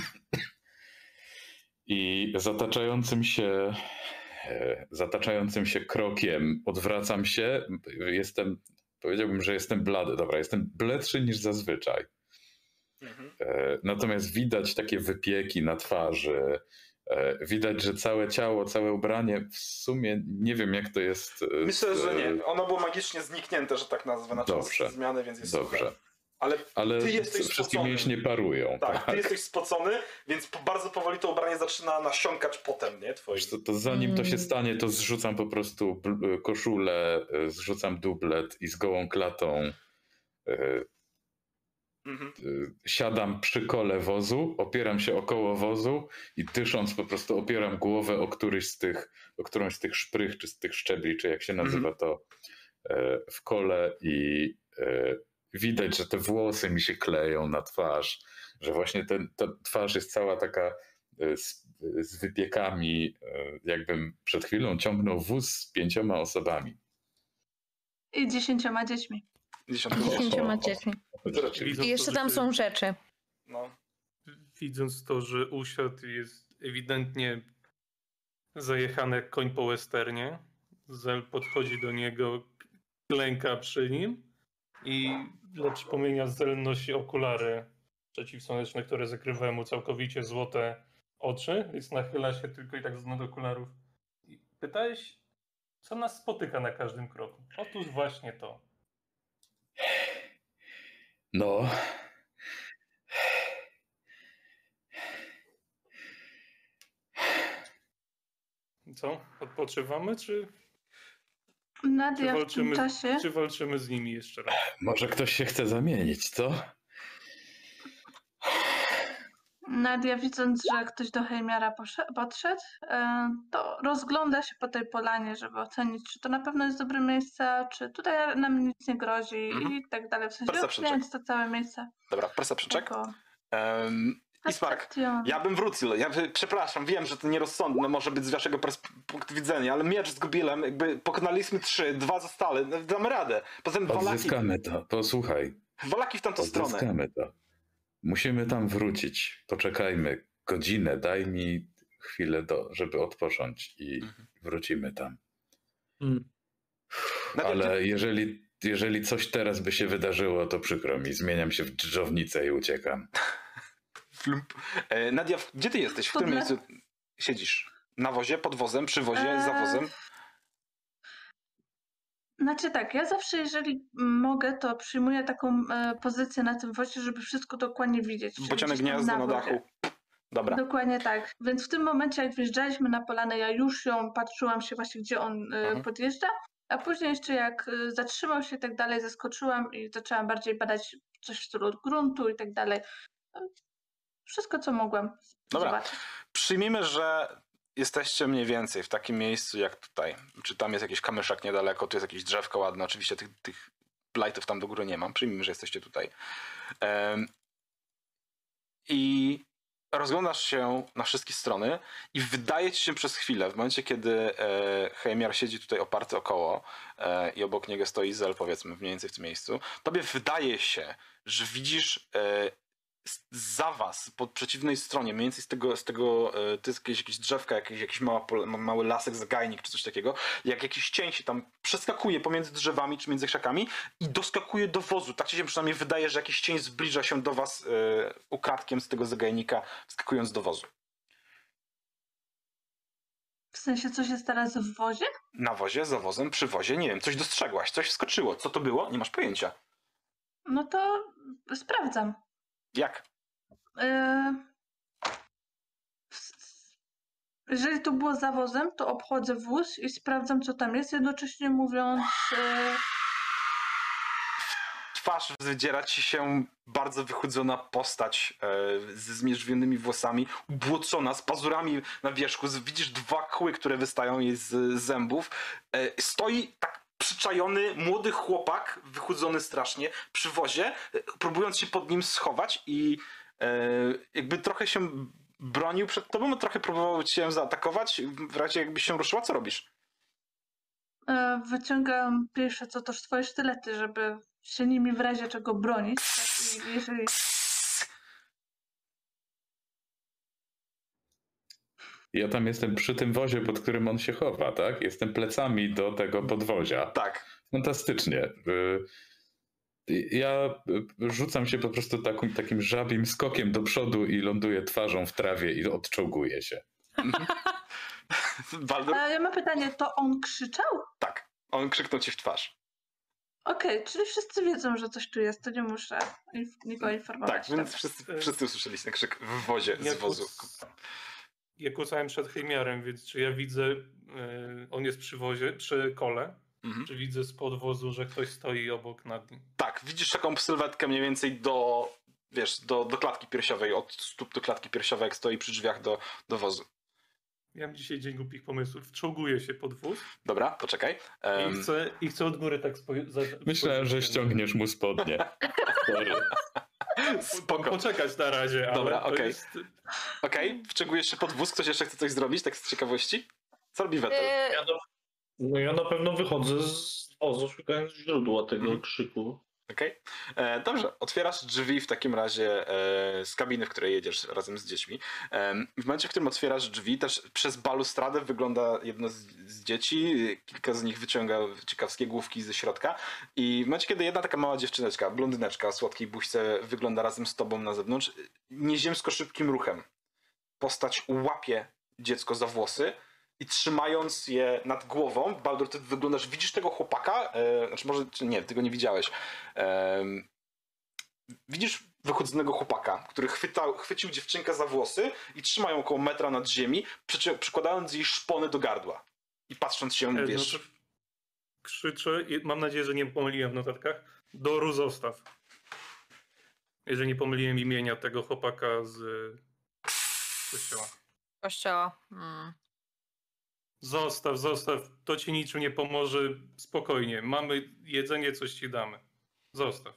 i zataczającym się, e, zataczającym się krokiem odwracam się. Jestem, powiedziałbym, że jestem blady. Dobra, jestem bledszy niż zazwyczaj. Mhm. E, Natomiast widać takie wypieki na twarzy. E, Widać, że całe ciało, całe ubranie, w sumie nie wiem jak to jest. e, Myślę, z- że nie. Ono było magicznie zniknięte, że tak nazwę, na czas Dobrze. zmiany, więc jest Dobrze. super. Ale Ale ty jesteś wszystkie spocony. mięśnie parują. Tak, ty jesteś spocony, więc po- bardzo powoli to ubranie zaczyna nasiąkać potem, nie? Twoim. Wiesz co, to zanim to się Mm. stanie, to zrzucam po prostu bl- koszulę, e, zrzucam dublet i z gołą klatą e, Mhm. e, siadam przy kole wozu, opieram się o koło wozu i dysząc po prostu opieram głowę o któryś z tych, o którąś z tych szprych, czy z tych szczebli, czy jak się nazywa to e, w kole i e, widać, że te włosy mi się kleją na twarz, że właśnie ten, ta twarz jest cała taka e, z, z wypiekami, e, jakbym przed chwilą ciągnął wóz z pięcioma osobami. I dziesięcioma dziećmi. Dziesiątko. Dziesięcioma o, o. dziećmi. Widząc I jeszcze to, tam że są ty- rzeczy. No. Widząc to, że usiadł jest ewidentnie zajechany jak koń po westernie, Zel podchodzi do niego, klęka przy nim i dla przypomnienia Zel nosi okulary przeciwsłoneczne, które zakrywają mu całkowicie złote oczy, więc nachyla się tylko i tak z okularów. I pytałeś, co nas spotyka na każdym kroku. Otóż właśnie to. No. Co? Odpoczywamy, czy, czy, Nadia w tym walczymy, czasie... czy walczymy z nimi jeszcze raz? Może ktoś się chce zamienić, co? Nadia, widząc, że ktoś do Heimiara posze- podszedł, e, to rozgląda się po tej polanie, żeby ocenić, czy to na pewno jest dobre miejsce, czy tutaj nam nic nie grozi Mhm. i tak dalej. W sensie Perception oceniając to całe miejsce. Dobra, perception check. Jako Um, Ismark, perception. ja bym wrócił. Ja by- przepraszam, wiem, że to nierozsądne może być z waszego pers- punktu widzenia, ale miecz z Gubilem, jakby pokonaliśmy trzy, dwa zostały, no, damy radę. Potem dwa laki, Odzyskamy to. Posłuchaj, dwa laki w tamtą stronę. odzyskamy to. Musimy tam wrócić. Poczekajmy godzinę, daj mi chwilę, do, żeby odpocząć i Mhm. wrócimy tam. Mm. Nadia, Ale jeżeli, jeżeli coś teraz by się wydarzyło, to przykro mi. Zmieniam się w dżdżownicę i uciekam. Flump. E, Nadia, w- gdzie ty jesteś? W którym Podle- miejscu siedzisz? Na wozie, pod wozem, przy wozie, za Eee, wozem? Znaczy tak, ja zawsze jeżeli mogę, to przyjmuję taką e, pozycję na tym wozie, żeby wszystko dokładnie widzieć. czyli Bociane gdzieś tam gniazdo na wozie. dachu. Dobra. Dokładnie tak. Więc w tym momencie, jak wjeżdżaliśmy na polanę, ja już ją patrzyłam się właśnie, gdzie on e, Mhm. podjeżdża, a później jeszcze jak e, zatrzymał się i tak dalej, zaskoczyłam i zaczęłam bardziej badać coś w stylu gruntu i tak dalej. E, Wszystko, co mogłam Dobra. zobaczyć. Przyjmijmy, że jesteście mniej więcej w takim miejscu jak tutaj. Czy tam jest jakiś kamyszek niedaleko, tu jest jakieś drzewko ładne. Oczywiście tych, tych blightów tam do góry nie mam. Przyjmijmy, że jesteście tutaj. Em, I rozglądasz się na wszystkie strony i wydaje ci się przez chwilę, w momencie kiedy e, Heimir siedzi tutaj oparty około e, i obok niego stoi Zel, powiedzmy, mniej więcej w tym miejscu, tobie wydaje się, że widzisz e, z- za was, po przeciwnej stronie, mniej więcej z tego, z tego e, to jest jakieś, jakieś drzewka, jakiś, jakiś mała, pole- ma- mały lasek, zagajnik czy coś takiego, jak jakiś cień się tam przeskakuje pomiędzy drzewami czy między krzakami i doskakuje do wozu. Tak ci się przynajmniej wydaje, że jakiś cień zbliża się do was e, ukradkiem z tego zagajnika, wskakując do wozu. W sensie, coś jest teraz w wozie? Na wozie, za wozem, przy wozie, nie wiem, coś dostrzegłaś, coś wskoczyło. Co to było? Nie masz pojęcia. No to sprawdzam. Jak? E, s- Jeżeli to było za wozem, to obchodzę wóz i sprawdzam, co tam jest, jednocześnie mówiąc... E, twarz wydziera ci się bardzo wychudzona postać e, ze zmierzwionymi włosami, ubłocona, z pazurami na wierzchu. Widzisz dwa kły, które wystają jej z zębów. E, stoi tak przyczajony młody chłopak, wychudzony strasznie, przy wozie, e, próbując się pod nim schować i e, jakby trochę się bronił przed tobą, trochę próbował cię zaatakować. W razie jakbyś się ruszyła, co robisz? E, Wyciągam pierwsze co to swoje sztylety, żeby się nimi w razie czego bronić. Tak? I jeżeli... Ja tam jestem przy tym wozie, pod którym on się chowa, tak? Jestem plecami do tego podwozia. Tak. Fantastycznie. Y, Ja rzucam się po prostu takim, takim żabim skokiem do przodu i ląduję twarzą w trawie i odczołguję się. Baldur? A ja mam pytanie, to on krzyczał? Tak. On krzyknął ci w twarz. Okej, okay, czyli wszyscy wiedzą, że coś tu jest, to nie muszę inf- nikogo informować. Tak, więc Dobra. wszyscy, wszyscy usłyszeliście ten krzyk w wozie, Ja z wozu. kłóc- Ja kłócałem przed Chejmiarem, więc czy ja widzę, yy, on jest przy wozie, przy kole, Mhm. czy widzę z podwozu, że ktoś stoi obok nad nim? Tak, widzisz taką sylwetkę mniej więcej do, wiesz, do, do klatki piersiowej, od stóp do klatki piersiowej, jak stoi przy drzwiach do, do wozu. Ja mam dzisiaj dzień głupich pomysłów. Wczołguję się pod wóz Dobra, poczekaj. i Um, chcę, i chcę od góry tak spojrzeć. Myślałem, że ściągniesz mu spodnie. Sorry. spoko. Poczekać na razie, ale Dobra, to okej. jest... Okej, wczegujesz się pod wóz, ktoś jeszcze chce coś zrobić, tak z ciekawości? Co robi Wetel? E, Ja, do, no ja na pewno wychodzę z wozu, szukając źródła tego Mhm. krzyku. Okej. E, Dobrze, otwierasz drzwi w takim razie e, z kabiny, w której jedziesz razem z dziećmi. E, w momencie, w którym otwierasz drzwi, też przez balustradę wygląda jedno z, z dzieci. Kilka z nich wyciąga ciekawskie główki ze środka. I w momencie, kiedy jedna taka mała dziewczyneczka, blondyneczka o słodkiej buźce wygląda razem z tobą na zewnątrz, nieziemsko szybkim ruchem postać łapie dziecko za włosy i trzymając je nad głową, Baldur, ty wyglądasz, widzisz tego chłopaka, e, znaczy może, czy nie, ty go nie widziałeś. E, widzisz wychodzącego chłopaka, który chwytał, chwycił dziewczynkę za włosy i trzyma ją około metra nad ziemi, przy, przykładając jej szpony do gardła. I patrząc się, E, no wiesz... to krzyczę i mam nadzieję, że nie pomyliłem w notatkach. Doru, zostaw. Jeżeli nie pomyliłem imienia tego chłopaka z kościoła. kościoła. Hmm. Zostaw, zostaw. To ci niczym nie pomoże. Spokojnie. Mamy jedzenie, coś ci damy. Zostaw.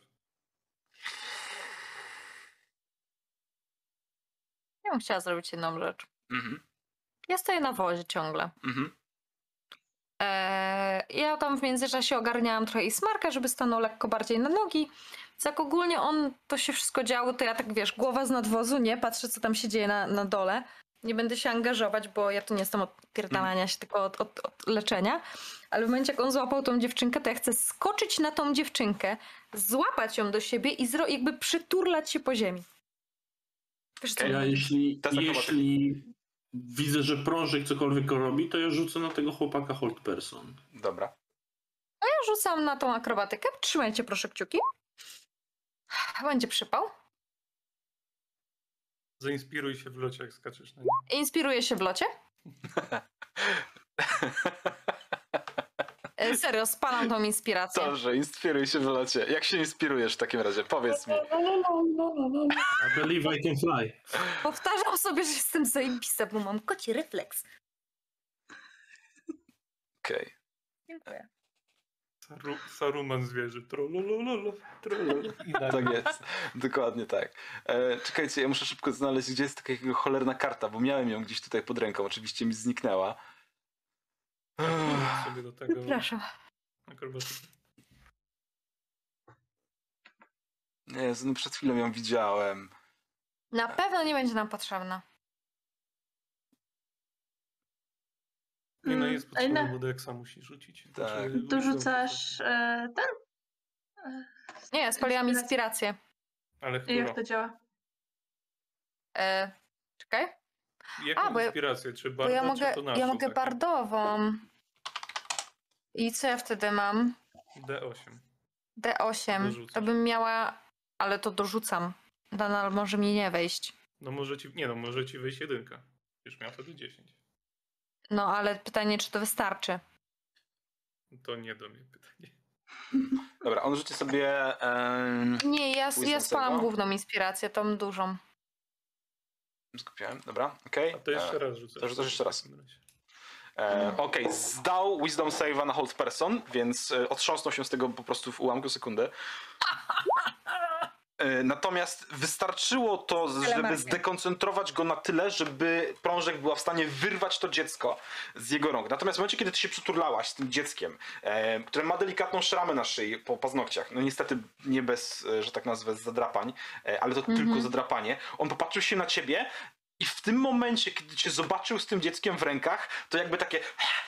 Ja bym chciała zrobić jedną rzecz. Mhm, Ja stoję na wozie ciągle. mhm. Eee, ja tam w międzyczasie ogarniałam trochę i smarka, żeby stanął lekko bardziej na nogi. Więc jak ogólnie on, to się wszystko działo, to ja tak, wiesz, głowa z nadwozu, nie? Patrzę, co tam się dzieje na, na dole. Nie będę się angażować, bo ja tu nie jestem od pierdalania się, tylko od, od, od leczenia. Ale w momencie, jak on złapał tą dziewczynkę, to ja chcę skoczyć na tą dziewczynkę, złapać ją do siebie i zro- jakby przyturlać się po ziemi. Wiesz, co Ja mówię? jeśli, To jest jeśli widzę, że prążek cokolwiek robi, to ja rzucę na tego chłopaka hold person. Dobra. Ja rzucam na tą akrobatykę. Trzymajcie proszę kciuki. Będzie przypał. Zainspiruj się w locie, jak skaczesz na nim. Inspiruję się w locie. E, Serio, spalam tą inspirację. Dobrze, inspiruj się w locie. Jak się inspirujesz w takim razie? Powiedz mi. I believe I can fly. Powtarzam sobie, że jestem zajebista, bo mam koci refleks. Okej. Dziękuję. Saru, Saruman zwierzy. Trololololo, trololo. I na Tak jest. Dokładnie tak. E, czekajcie, ja muszę szybko znaleźć, gdzie jest taka jego cholerna karta, bo miałem ją gdzieś tutaj pod ręką. Oczywiście mi zniknęła. Ech, sobie do tego Proszę. akrobatyki. Jezu, no przed chwilą ją widziałem. Na pewno nie będzie nam potrzebna. Nie no, Mm, jest a inna- potrzebny Budeksa, musi rzucić. Tak. Znaczy, Dorzucasz e, ten? E, Nie, spaliłam inspirację. Ale I którą? jak to działa? E, czekaj. Jaką A, bo ja- inspirację? Czy Bo bardzo, ja czy mogę, to naszą ja mogę taką? bardową. I co ja wtedy mam? D osiem. D osiem. Dorzucasz. To bym miała... Ale to dorzucam. Nadal może mi nie wejść. No może ci, nie no, może ci wyjść jedynka. Już miał wtedy dziesięć. No ale pytanie, czy to wystarczy? To nie do mnie pytanie. Dobra, on rzuci sobie... em, Nie, ja, Wisdom ja spalam save'a? główną inspirację, tą dużą. Skupiłem, dobra, okej. A to jeszcze E, raz rzucę. to rzucasz jeszcze raz. W takim razie. E, Okej, zdał Wisdom Save'a na Hold Person, więc e, otrząsnął się z tego po prostu w ułamku sekundy. E, Natomiast wystarczyło to, żeby Telemarkę. zdekoncentrować go na tyle, żeby prążek była w stanie wyrwać to dziecko z jego rąk. Natomiast w momencie, kiedy ty się przyturlałaś z tym dzieckiem, e, które ma delikatną szramę na szyi po paznokciach, no niestety nie bez, e, że tak nazwę, zadrapań, e, ale to Mhm. tylko zadrapanie, on popatrzył się na ciebie i w tym momencie, kiedy cię zobaczył z tym dzieckiem w rękach, to jakby takie...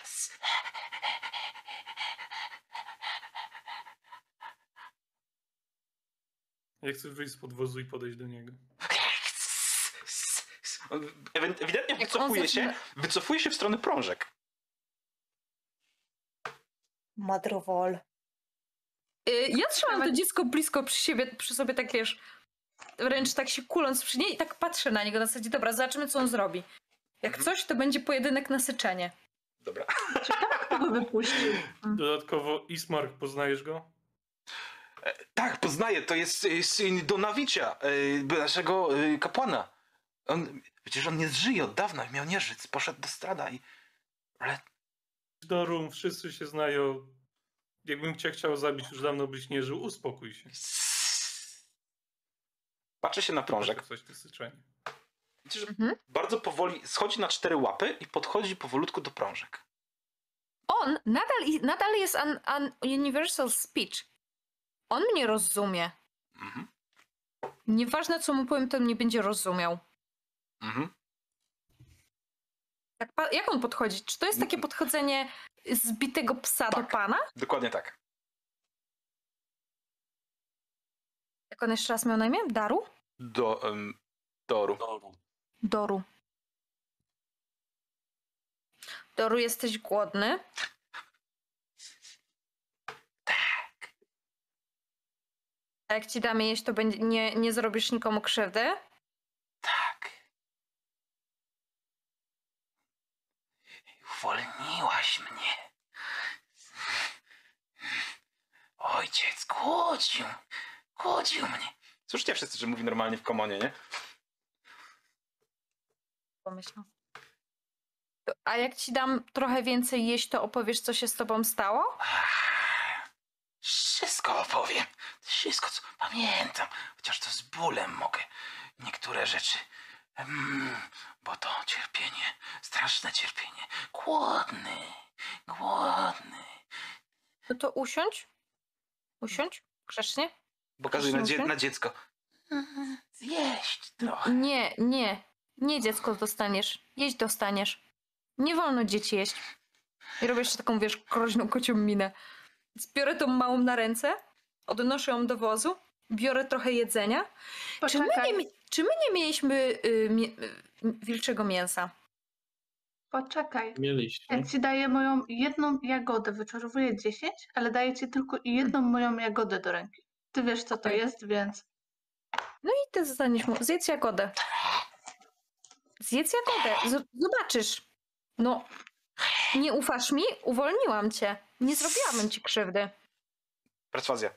Ja chcę wyjść z podwozu i podejść do niego. On ewidentnie Jak on wycofuje się, zaczyna- wycofuje się w stronę prążek. Madrowol. Y, Ja trzymam to dziecko blisko przy siebie, przy sobie, tak wiesz, wręcz tak się kuląc przy niej i tak patrzę na niego na zasadzie, dobra, zobaczymy, co on zrobi. Jak Mhm. coś, to będzie pojedynek na syczenie. Dobra. Kto go wypuścił? Dodatkowo Ismark, poznajesz go? Tak, poznaję, to jest y, syn Donawicia, y, naszego y, kapłana. On, przecież on nie żyje od dawna, miał nie żyć, poszedł do Strada i... Ale... Dorum, wszyscy się znają. Jakbym cię chciał zabić, już dawno byś nie żył. Uspokój się. Patrzy się na prążek. Coś ty syczenie. Widzisz, że Mhm. bardzo powoli schodzi na cztery łapy i podchodzi powolutku do prążek. On nadal, i- nadal jest an, an universal speech. On mnie rozumie. Mhm. Nieważne, co mu powiem, to mnie będzie rozumiał. Mhm. Jak, pa- jak on podchodzi? Czy to jest takie podchodzenie zbitego psa Tak. do pana? Dokładnie tak. Jak on jeszcze raz miał na imię? Daru? Do... Um, Doru. Doru. Doru, jesteś głodny? Tak. A jak ci damy jeść, to będzie, nie, nie zrobisz nikomu krzywdy? Tak. Uwolniłaś mnie. Ojciec kłócił. Kłócił mnie. Słyszycie wszyscy, że mówi normalnie w komonie, nie? Pomyślał. To- A jak ci dam trochę więcej jeść, to opowiesz, co się z tobą stało? Wszystko opowiem. Wszystko, co pamiętam. Chociaż to z bólem mogę. Niektóre rzeczy. Mm, bo to cierpienie. Straszne cierpienie. Głodny. Głodny. No to usiądź. Usiądź. Grzecznie. Pokazuję na, dzie- Proszę. na dziecko. Zjeść trochę. Nie, nie. Nie dziecko dostaniesz. Jeść dostaniesz. Nie wolno dzieci jeść. I robię jeszcze taką, wiesz, groźną kocią minę. Więc biorę tą małą na ręce, odnoszę ją do wozu, biorę trochę jedzenia. Czy my Poczekaj, nie, mi- czy my nie mieliśmy y, mie- y, wilczego mięsa? poczekaj. Mieliście. Jak ci daję moją jedną jagodę, wyczarowuję dziesięć, ale daję ci tylko jedną moją jagodę do ręki. Ty wiesz, co to Okej. jest, więc... No i ty zostaniesz mu. Zjedz jagodę. Zjedz jagodę. Z- zobaczysz. No, nie ufasz mi? Uwolniłam cię. Nie zrobiłabym ci krzywdy. Perswazja.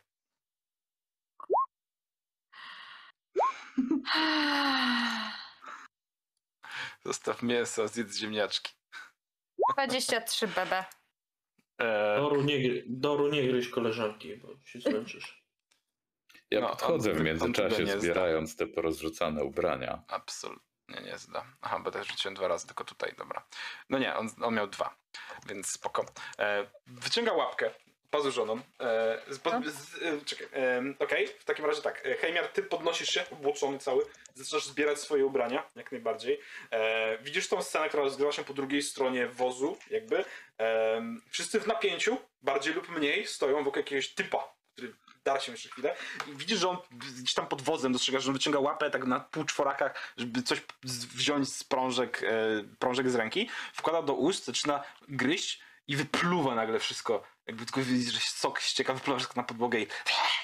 Zostaw mięso, zjedz ziemniaczki. dwadzieścia trzy bebe. Eee, Doru nie, gry- Doru nie gryź koleżanki, bo się zmęczysz. Ja No, podchodzę on- w on międzyczasie, tego nie zna. zbierając te porozrzucane ubrania. absolutnie nie zda. Aha, bo też rzuciłem dwa razy, tylko tutaj, dobra. No nie, on, on miał dwa, więc spoko. E, wyciąga łapkę pazurzoną. E, z, po, z, e, czekaj, e, okej, w takim razie tak. E, Heimjar, ty podnosisz się, obłoczony cały, zaczynasz zbierać swoje ubrania, jak najbardziej. E, widzisz tą scenę, która rozgrywa się po drugiej stronie wozu, jakby. E, wszyscy w napięciu, bardziej lub mniej, stoją wokół jakiegoś typa, który da się jeszcze chwilę. I widzisz, że on gdzieś tam pod wozem dostrzegasz, że on wyciąga łapę tak na pół czworakach, żeby coś z- wziąć z prążek, e, prążek z ręki, wkłada do ust, zaczyna gryźć i wypluwa nagle wszystko. Jakby tylko widzisz, że sok ścieka, wypluwa wszystko na podłogę i...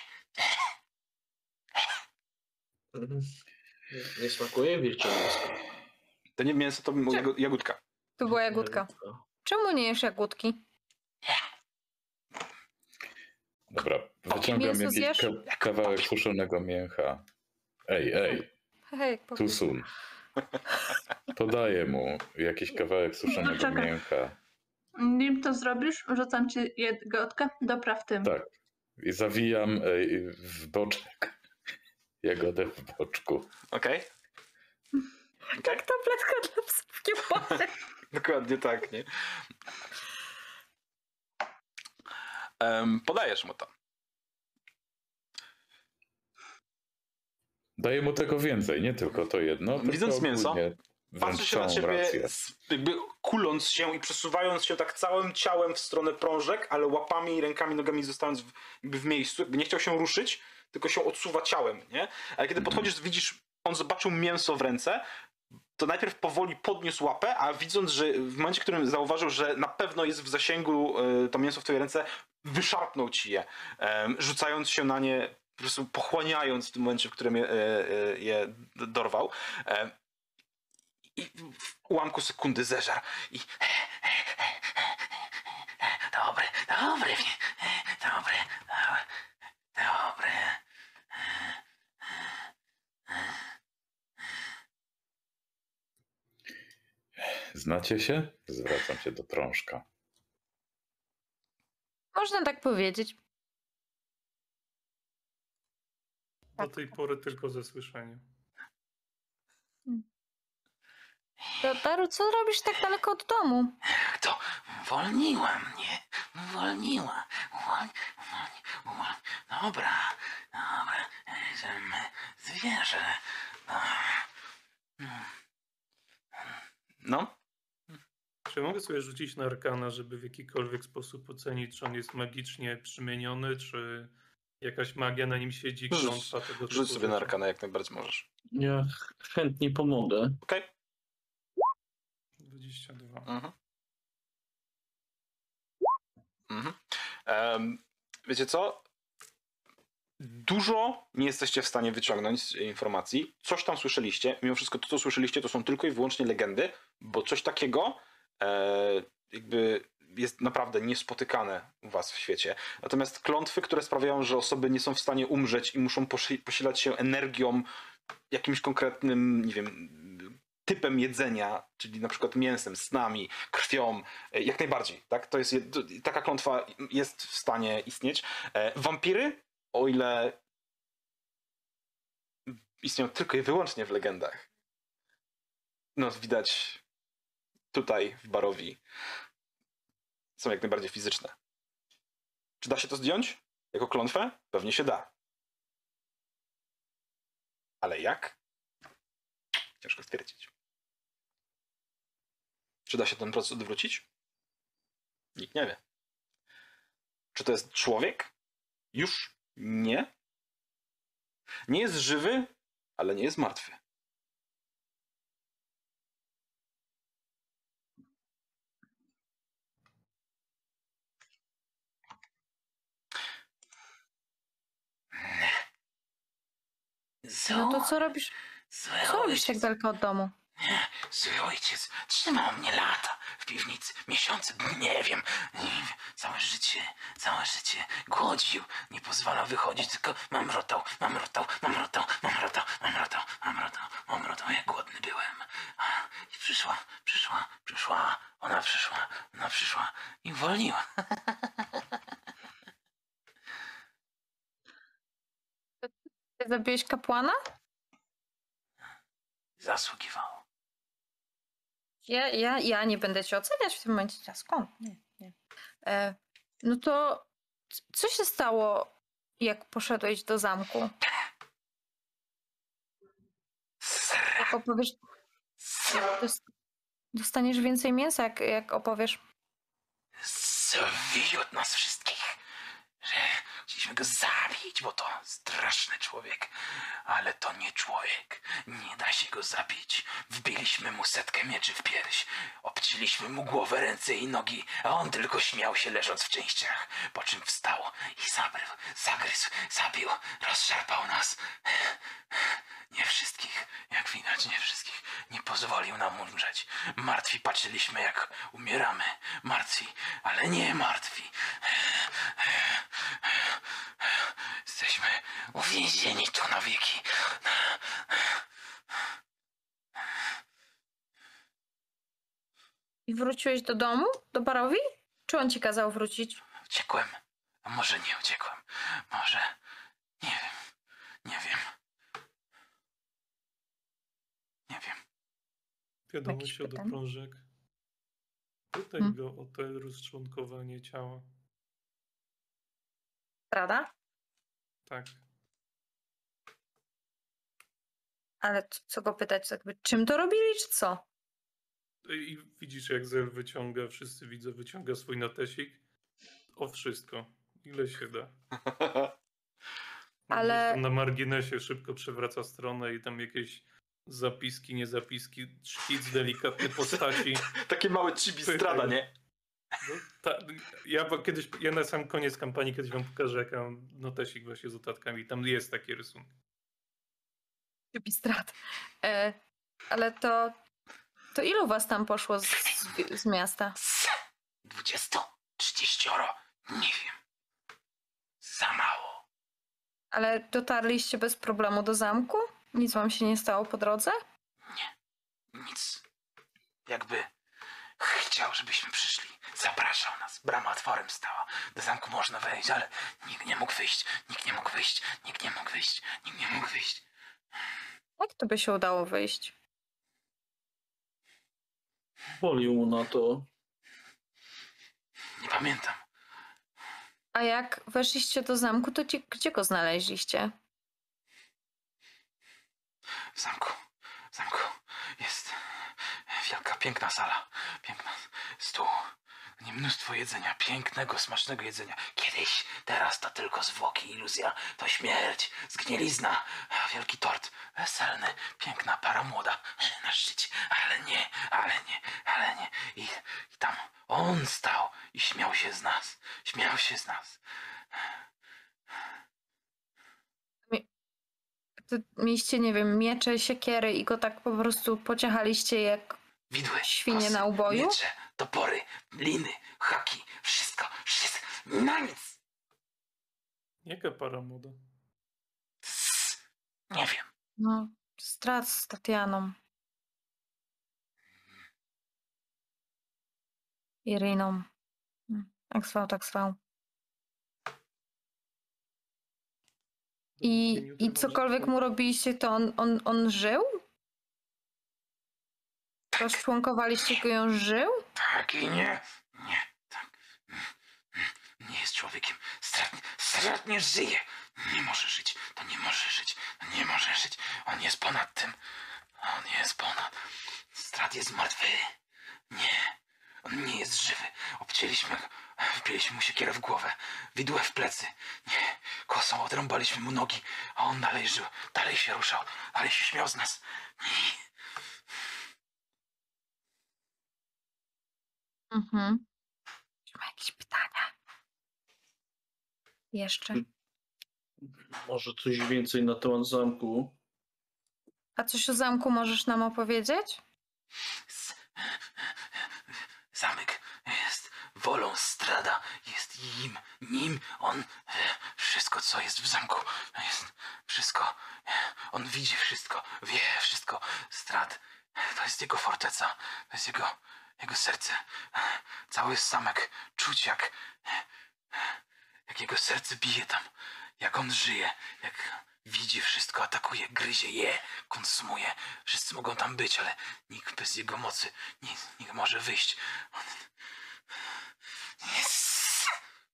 Mhm. Nie, nie smakuje wilcze mięsko. To nie mięso, to jago- jagódka. To była jagódka. Czemu nie jesz jagódki? Dobra, wyciągam mięso jakiś zjesz? ka- kawałek suszonego mięcha. Ej, ej, Hej, too powiedz. soon. Podaję mu jakiś kawałek suszonego No czekaj. mięcha. Nim to zrobisz, rzucam ci jagotkę, dopraw tym. Tak. I zawijam ej, w boczek. Jagodę w boczku. Okej? Jak tabletka dla psów nie płacę. Dokładnie tak, nie? Um, podajesz mu to. Daję mu tego więcej, nie tylko to jedno. Widząc tylko mięso, ogólnie wręcz Patrzy się na całą ciebie, rację. z- jakby kuląc się i przesuwając się tak całym ciałem w stronę prążek, ale łapami, rękami, nogami zostając w, jakby w miejscu, jakby nie chciał się ruszyć, tylko się odsuwa ciałem, nie? Ale kiedy podchodzisz, widzisz, on zobaczył mięso w ręce, to najpierw powoli podniósł łapę, a widząc, że w momencie, w którym zauważył, że na pewno jest w zasięgu y, to mięso w twojej ręce, wyszarpnął ci je, em, rzucając się na nie, po prostu pochłaniając w tym momencie, w którym je, e, e, je dorwał. Em, I w ułamku sekundy zeżar i dobry, dobry, dobry, dobry. Znacie się? Zwracam się do prążka. Można tak powiedzieć. Do tej pory tylko ze słyszenia. To, Taru, co robisz tak daleko od domu? To uwolniła mnie, uwolniła, uwolni, uwolni, uwolni. Dobra, dobra, jestem zwierzę. No? Czy mogę sobie rzucić na arkana, żeby w jakikolwiek sposób ocenić, czy on jest magicznie przemieniony, czy jakaś magia na nim siedzi, Rzuć- klątwa tego typu Rzuć sobie na rzeczy? arkana jak najbardziej możesz. Ja ch- chętnie pomogę. Okej? dwadzieścia dwa. Mhm. Mhm. Em, wiecie co? Dużo nie jesteście w stanie wyciągnąć z informacji. Coś tam słyszeliście. Mimo wszystko to, co słyszeliście, to są tylko i wyłącznie legendy, bo coś takiego e, jakby jest naprawdę niespotykane u was w świecie. Natomiast klątwy, które sprawiają, że osoby nie są w stanie umrzeć i muszą posi- posilać się energią, jakimś konkretnym, nie wiem, typem jedzenia, czyli na przykład mięsem, snami, krwią, e, jak najbardziej, tak? To jest, jed- to- taka klątwa jest w stanie istnieć. E, Wampiry, o ile istnieją tylko i wyłącznie w legendach, no widać tutaj w Barowi, są jak najbardziej fizyczne. Czy da się to zdjąć jako klątwę? Pewnie się da. Ale jak? Ciężko stwierdzić. Czy da się ten proces odwrócić? Nikt nie wie. Czy to jest człowiek? Już nie. Nie jest żywy, ale nie jest martwy. No to co robisz? Co robisz tak daleko od domu? Zły ojciec trzymał mnie lata w piwnicy, miesiące, nie wiem, nie wiem, całe życie, całe życie głodził, nie pozwalał wychodzić, tylko mamrotał, mamrotał, mamrotał, mamrotał, mamrotał, mamrotał, mamrotał, jak głodny byłem. I przyszła, przyszła, przyszła, ona przyszła, ona przyszła i uwolniła. Ty zabiłeś kapłana? Zasługiwał. Ja, ja, ja nie będę cię oceniać w tym momencie. Ja skąd? Nie, nie. E, no to c- co się stało, jak poszedłeś do zamku? Jak opowiesz, dos- dostaniesz więcej mięsa, jak, jak opowiesz. Zwiódł nas wszystkich, że chcieliśmy go zabić, bo to straszny człowiek. Ale to nie człowiek. Nie da się go zabić. Wbiliśmy mu setkę mieczy w pierś. Obcięliśmy mu głowę, ręce i nogi, a on tylko śmiał się leżąc w częściach. Po czym wstał i zabrył, zagryzł, zabił, rozszarpał nas. Nie wszystkich, jak widać, nie wszystkich. Nie pozwolił nam umrzeć. Martwi patrzyliśmy, jak umieramy. Martwi, ale nie martwi. Jesteśmy uwięzieni tu na wieki. I wróciłeś do domu? Do Barowi? Czy on ci kazał wrócić? Uciekłem. A może nie uciekłem. Może... Nie wiem. Nie wiem. Nie wiem. Wiadomość Jakieś od pytanie? okrążek. Pytaj Hmm. go o to rozczłonkowanie ciała. Prawda? Tak. Ale co, co go pytać? Jakby, czym to robili, czy co? I widzisz, jak Zel wyciąga, wszyscy widzą, wyciąga swój notesik. O wszystko. Ile się da. Ale- Gdzieś tam na marginesie szybko przewraca stronę i tam jakieś zapiski, niezapiski, szkic delikatny postaci. Takie małe chibi strada, nie? No, ta, ja wam kiedyś, ja na sam koniec kampanii kiedyś wam pokażę, jak mam notesik właśnie z notatkami. Tam jest taki rysunek. Typi strat. E, ale to... To ilu was tam poszło z, z, z miasta? Z dwudziestu, trzydzieścioro, nie wiem. Za mało. Ale dotarliście bez problemu do zamku? Nic wam się nie stało po drodze? Nic. Jakby chciał, żebyśmy przyszli. Zapraszał nas. Brama otworem stała. Do zamku można wejść, ale nikt nie mógł wyjść. Nikt nie mógł wyjść. Nikt nie mógł wyjść. Nikt nie mógł wyjść. Jak to by się udało wyjść? Polił mu na to. Nie pamiętam. A jak weszliście do zamku, to ci, gdzie go znaleźliście? W zamku. W zamku jest wielka, piękna sala. Piękna stół. Nie mnóstwo jedzenia. Pięknego, smacznego jedzenia. Kiedyś, teraz to tylko zwłoki, iluzja. To śmierć, zgnielizna. Wielki tort. Weselny, piękna para młoda na szczycie. Ale nie, ale nie, ale nie. I, I tam on stał i śmiał się z nas. Śmiał się z nas. To mieliście, nie wiem, miecze, siekiery i go tak po prostu pociechaliście jak Widły, świnie kosy, na uboju? miecze, topory, liny, haki. Wszystko, wszystko. Na nic. Jaka para moda? Tss, nie wiem. No, strat z Tatianą. Iriną. Hmm, Jak zwał, tak zwał. I, I cokolwiek mu robiliście, to on, on, on żył? Rozczłonkowaliście go i on żył? Tak i nie. Nie, tak. Nie jest człowiekiem. Strat, strat nie żyje. Nie może żyć. To nie może żyć. To nie może żyć. On jest ponad tym. On jest ponad. Strat jest martwy. Nie. On nie jest żywy. Obcięliśmy go. Wbiliśmy mu siekierę w głowę. Widłę w plecy. Nie. Kosą odrąbaliśmy mu nogi. A on dalej żył. Dalej się ruszał. Dalej się śmiał z nas. Nie. Mhm. Czy ma jakieś pytania? Jeszcze. Może coś więcej na temat zamku. A coś o zamku możesz nam opowiedzieć? Z- Zamek jest wolą Strada, jest im, nim, on, wszystko co jest w zamku, jest wszystko, on widzi wszystko, wie wszystko, Strad, to jest jego forteca, to jest jego, jego serce, cały zamek, czuć jak, jak jego serce bije tam, jak on żyje, jak widzi wszystko, atakuje, gryzie, je, konsumuje. Wszyscy mogą tam być, ale nikt bez jego mocy nie, nie może wyjść. On... Yes.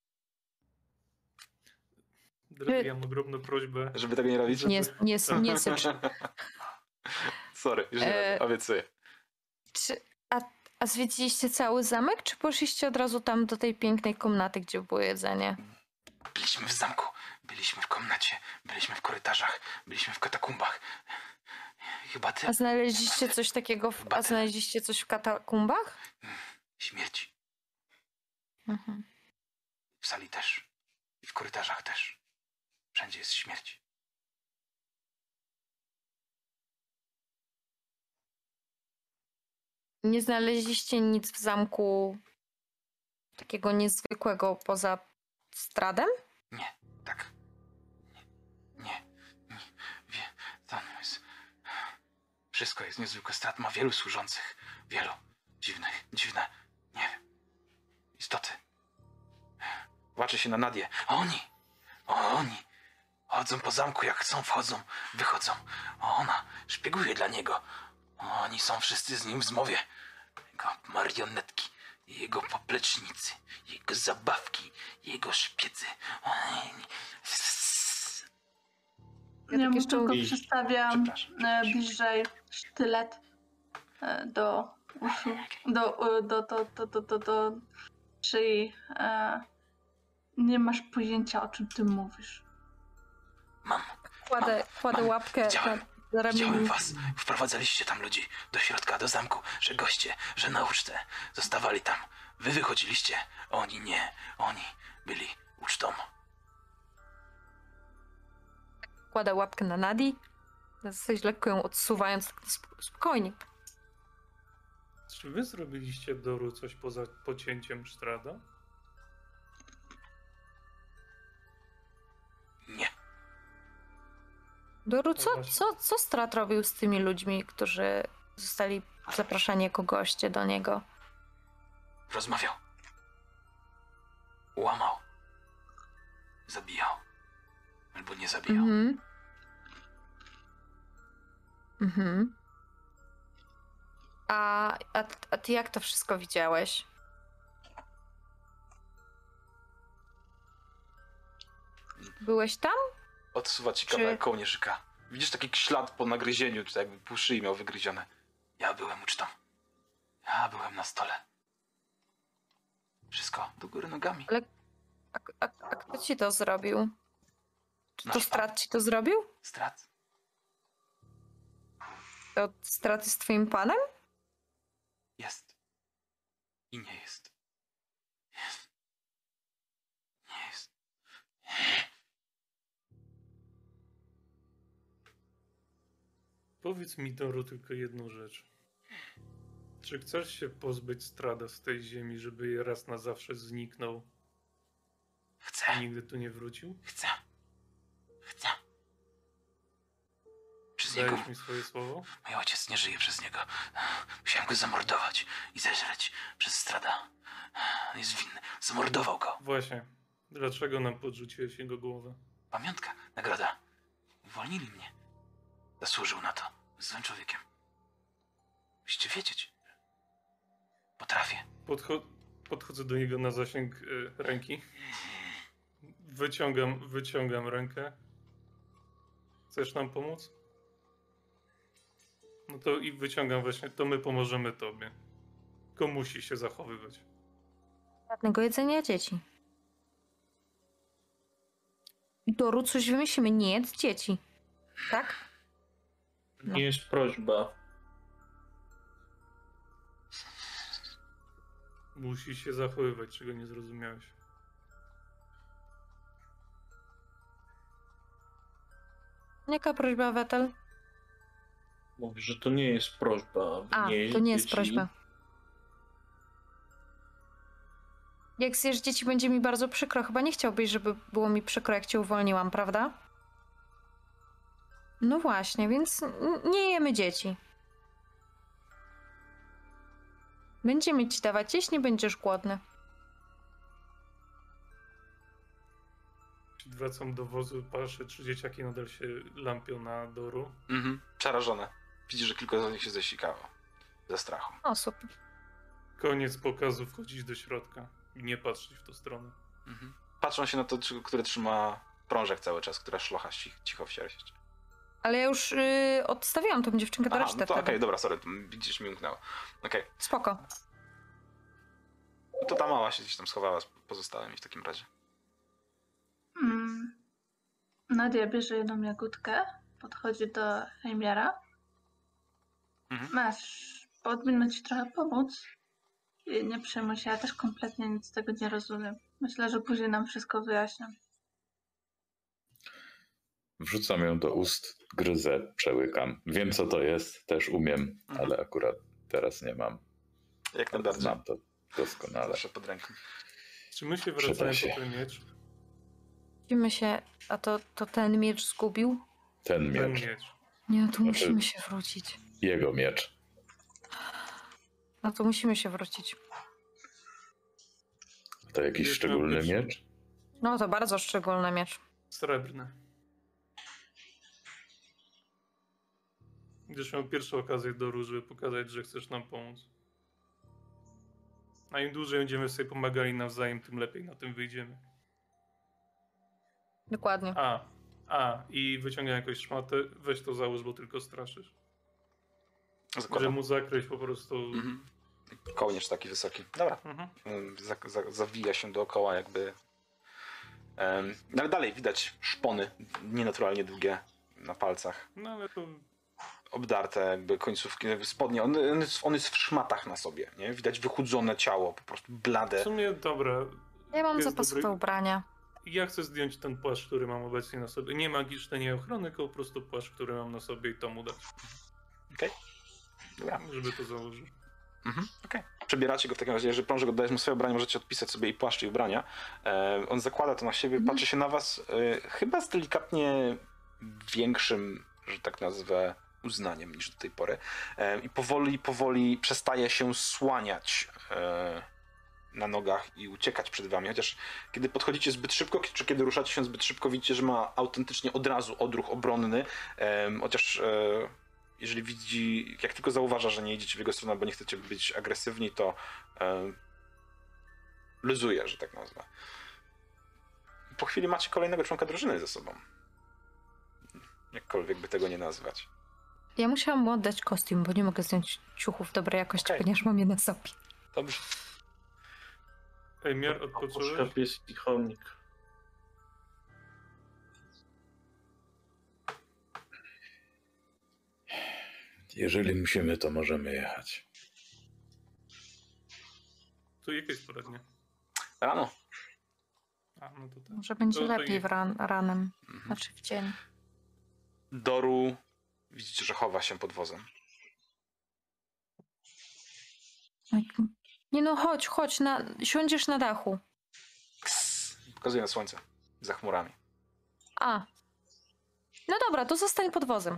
Drogi, ja mam ogromną prośbę. Żeby tego nie robić? Nie, nie, nie sypcz. Sorry, już nie E, robię, obiecuję. Czy, a, a zwiedziliście cały zamek, czy poszliście od razu tam do tej pięknej komnaty, gdzie było jedzenie? Byliśmy w zamku, byliśmy w komnacie, byliśmy w korytarzach, byliśmy w katakumbach. Chyba ty... A znaleźliście coś takiego, w, Chyba a ty. znaleźliście coś w katakumbach? Śmierci. Mhm. W sali też. I w korytarzach też. Wszędzie jest śmierć. Nie znaleźliście nic w zamku takiego niezwykłego poza Stradem? Nie, tak. Wszystko jest niezwykłe. Strat ma wielu służących. Wielu. Dziwnych, dziwne, nie wiem, istoty. Płacze się na Nadię. A oni, o, oni chodzą po zamku, jak chcą, wchodzą, wychodzą. A ona szpieguje dla niego. Oni są wszyscy z nim w zmowie. Jego marionetki, jego poplecznicy, jego zabawki, jego szpiedzy. Ja Ja tak mu jeszcze tylko mówię- przestawiam Przepraszam, e, przepraszam. bliżej sztylet e, do uszu, do, e, do, do, do, do, do, do szyi. E, nie masz pojęcia, o czym ty mówisz. Mam, kładę, kładę mam. łapkę Widziałem. na, na widziałem ramieniu. was. Wprowadzaliście tam ludzi do środka, do zamku, że goście, że na ucztę zostawali tam. Wy wychodziliście, a oni nie. Oni byli ucztą. Kładę łapkę na Nadi. Dosyć lekko ją odsuwając, tak sp- spokojnie. Czy wy zrobiliście Doru coś poza pocięciem Strada? Nie. Doru, co, właśnie. co, co Strat robił z tymi ludźmi, którzy zostali zapraszani jako goście do niego? Rozmawiał. Łamał. Zabijał. Albo nie zabijał. Mhm. Mhm. A, a, a ty jak to wszystko widziałeś? Byłeś tam? Odsuwa ci Czy- kawałek kołnierzyka. Widzisz taki ślad po nagryzieniu, tutaj jakby pół szyi miał wygryzione. Ja byłem ucztą. Ja byłem na stole. Wszystko do góry nogami. A, a, a kto ci to zrobił? Czy to Nasz Strat ci to zrobił? Strat. To Strat jest twoim panem? Jest. I nie jest. Jest. Nie jest. Powiedz mi, Doru, tylko jedną rzecz. Czy chcesz się pozbyć Strada z tej ziemi, żeby raz na zawsze zniknął i Chcę. nigdy tu nie wrócił? Chcę. Chcę. Przez niego... Dajesz mi swoje słowo? Mój ojciec nie żyje przez niego. Musiałem go zamordować i zeżreć przez Strada. On jest winny. Zamordował go. Właśnie. Dlaczego nam podrzuciłeś jego głowę? Pamiątka. Nagroda. Uwolnili mnie. Zasłużył na to. Jest złym człowiekiem. Musicie wiedzieć. Potrafię. Podcho- podchodzę do niego na zasięg y, ręki. Wyciągam, wyciągam rękę. Chcesz nam pomóc? No to i wyciągam właśnie, to my pomożemy tobie. Tylko musi się zachowywać. Żadnego jedzenia dzieci. Doru, coś wymyślimy. Nie jedz dzieci. Tak? No. Nie jest prośba. Musi się zachowywać, czego nie zrozumiałeś. Jaka prośba, Wetel? Mówi, że to nie jest prośba. A, jeść to nie jest dzieci. prośba. Jak zjesz dzieci, będzie mi bardzo przykro. Chyba nie chciałbyś, żeby było mi przykro, jak cię uwolniłam, prawda? No właśnie, więc n- nie jemy dzieci. Będziemy ci dawać jeść, nie będziesz głodny. Wracam do wozu, patrzę, czy dzieciaki nadal się lampią na Doru. Mhm. Przerażone. Widzisz, że kilka z nich się zesikało. Ze strachu. O, super. Koniec pokazu, wchodzić do środka i nie patrzeć w tą stronę. Mhm. Patrzą się na to, czy- które trzyma prążek cały czas, która szlocha ci- cicho w sierść. Ale ja już yy, odstawiłam tą dziewczynkę do Aha, reszty no to okej, wtedy. dobra, sorry, to widzisz, mi umknęło. Okej, Spoko. no to ta mała się gdzieś tam schowała z pozostałymi w takim razie. Mm. Nadia bierze jedną jagódkę, podchodzi do Heimiera. Mhm. Masz, powinno ci trochę pomóc. I nie przejmuj się, ja też kompletnie nic z tego nie rozumiem. Myślę, że później nam wszystko wyjaśnią. Wrzucam ją do ust, gryzę, przełykam. Wiem, co to jest, też umiem, Mhm. ale akurat teraz nie mam. Jak Ale najbardziej. znam to doskonale. Zawsze pod ręką. Czy my się Przyda wracamy się. po ten miecz? Widzimy się, a to, to ten miecz zgubił? Ten Ten miecz. miecz. Nie, tu Znaczy- musimy się wrócić. jego miecz. No to musimy się wrócić. To jakiś Jest szczególny miał miecz? No to bardzo szczególny miecz. Srebrny. Gdyż miał pierwszą okazję do róży pokazać, że chcesz nam pomóc. A im dłużej będziemy sobie pomagali nawzajem, tym lepiej na tym wyjdziemy. Dokładnie. A, a, i wyciągam jakąś szmatę, weź to załóż, bo tylko straszysz. Że Zakładam. mu zakryć po prostu... Mhm. Kołnierz taki wysoki. Dobra. Mhm. Um, za, za, zawija się dookoła jakby. Um, no ale dalej widać szpony nienaturalnie długie na palcach. No ale to... Obdarte jakby końcówki, jakby spodnie. On, on, jest, on jest w szmatach na sobie, nie? Widać wychudzone ciało, po prostu W blade. sumie, dobra. Ja mam jest zapasowe dobry- ubrania. Ja chcę zdjąć ten płaszcz, który mam obecnie na sobie. Nie magiczny, nie ochrony, tylko po prostu płaszcz, który mam na sobie i to mu dać. Okej. Dobra. Żeby to założyć. Mhm. Okej. Przebieracie go w takim razie, jeżeli prążek oddajesz mu swoje ubrania, możecie odpisać sobie i płaszcz i ubrania. E, on zakłada to na siebie, Mhm. patrzy się na was, e, chyba z delikatnie większym, że tak nazwę, uznaniem niż do tej pory. E, I powoli, powoli przestaje się słaniać e, na nogach i uciekać przed wami. Chociaż kiedy podchodzicie zbyt szybko, czy kiedy ruszacie się zbyt szybko, widzicie, że ma autentycznie od razu odruch obronny. E, chociaż e, jeżeli widzi, jak tylko zauważa, że nie idziecie w jego stronę, bo nie chcecie być agresywni, to e, luzuje, że tak nazwę. Po chwili macie kolejnego członka drużyny ze sobą. Jakkolwiek by tego nie nazwać. Ja musiałam mu oddać kostium, bo nie mogę zdjąć ciuchów dobrej jakości, Okej. ponieważ mam je na sobie. Dobrze. Ej, miar odpocząłeś? Puszka, pies i chomik. Jeżeli musimy, to możemy jechać. To jakieś poradnie. Rano. A, no to tak. Może będzie To- to lepiej je- w ran ranem, Mhm. znaczy w dzień. Doru widzicie, że chowa się pod wozem. Nie no, chodź, chodź, na, siądziesz na dachu. Ks. Pokazuje na słońce. Za chmurami. A. No dobra, to zostań pod wozem.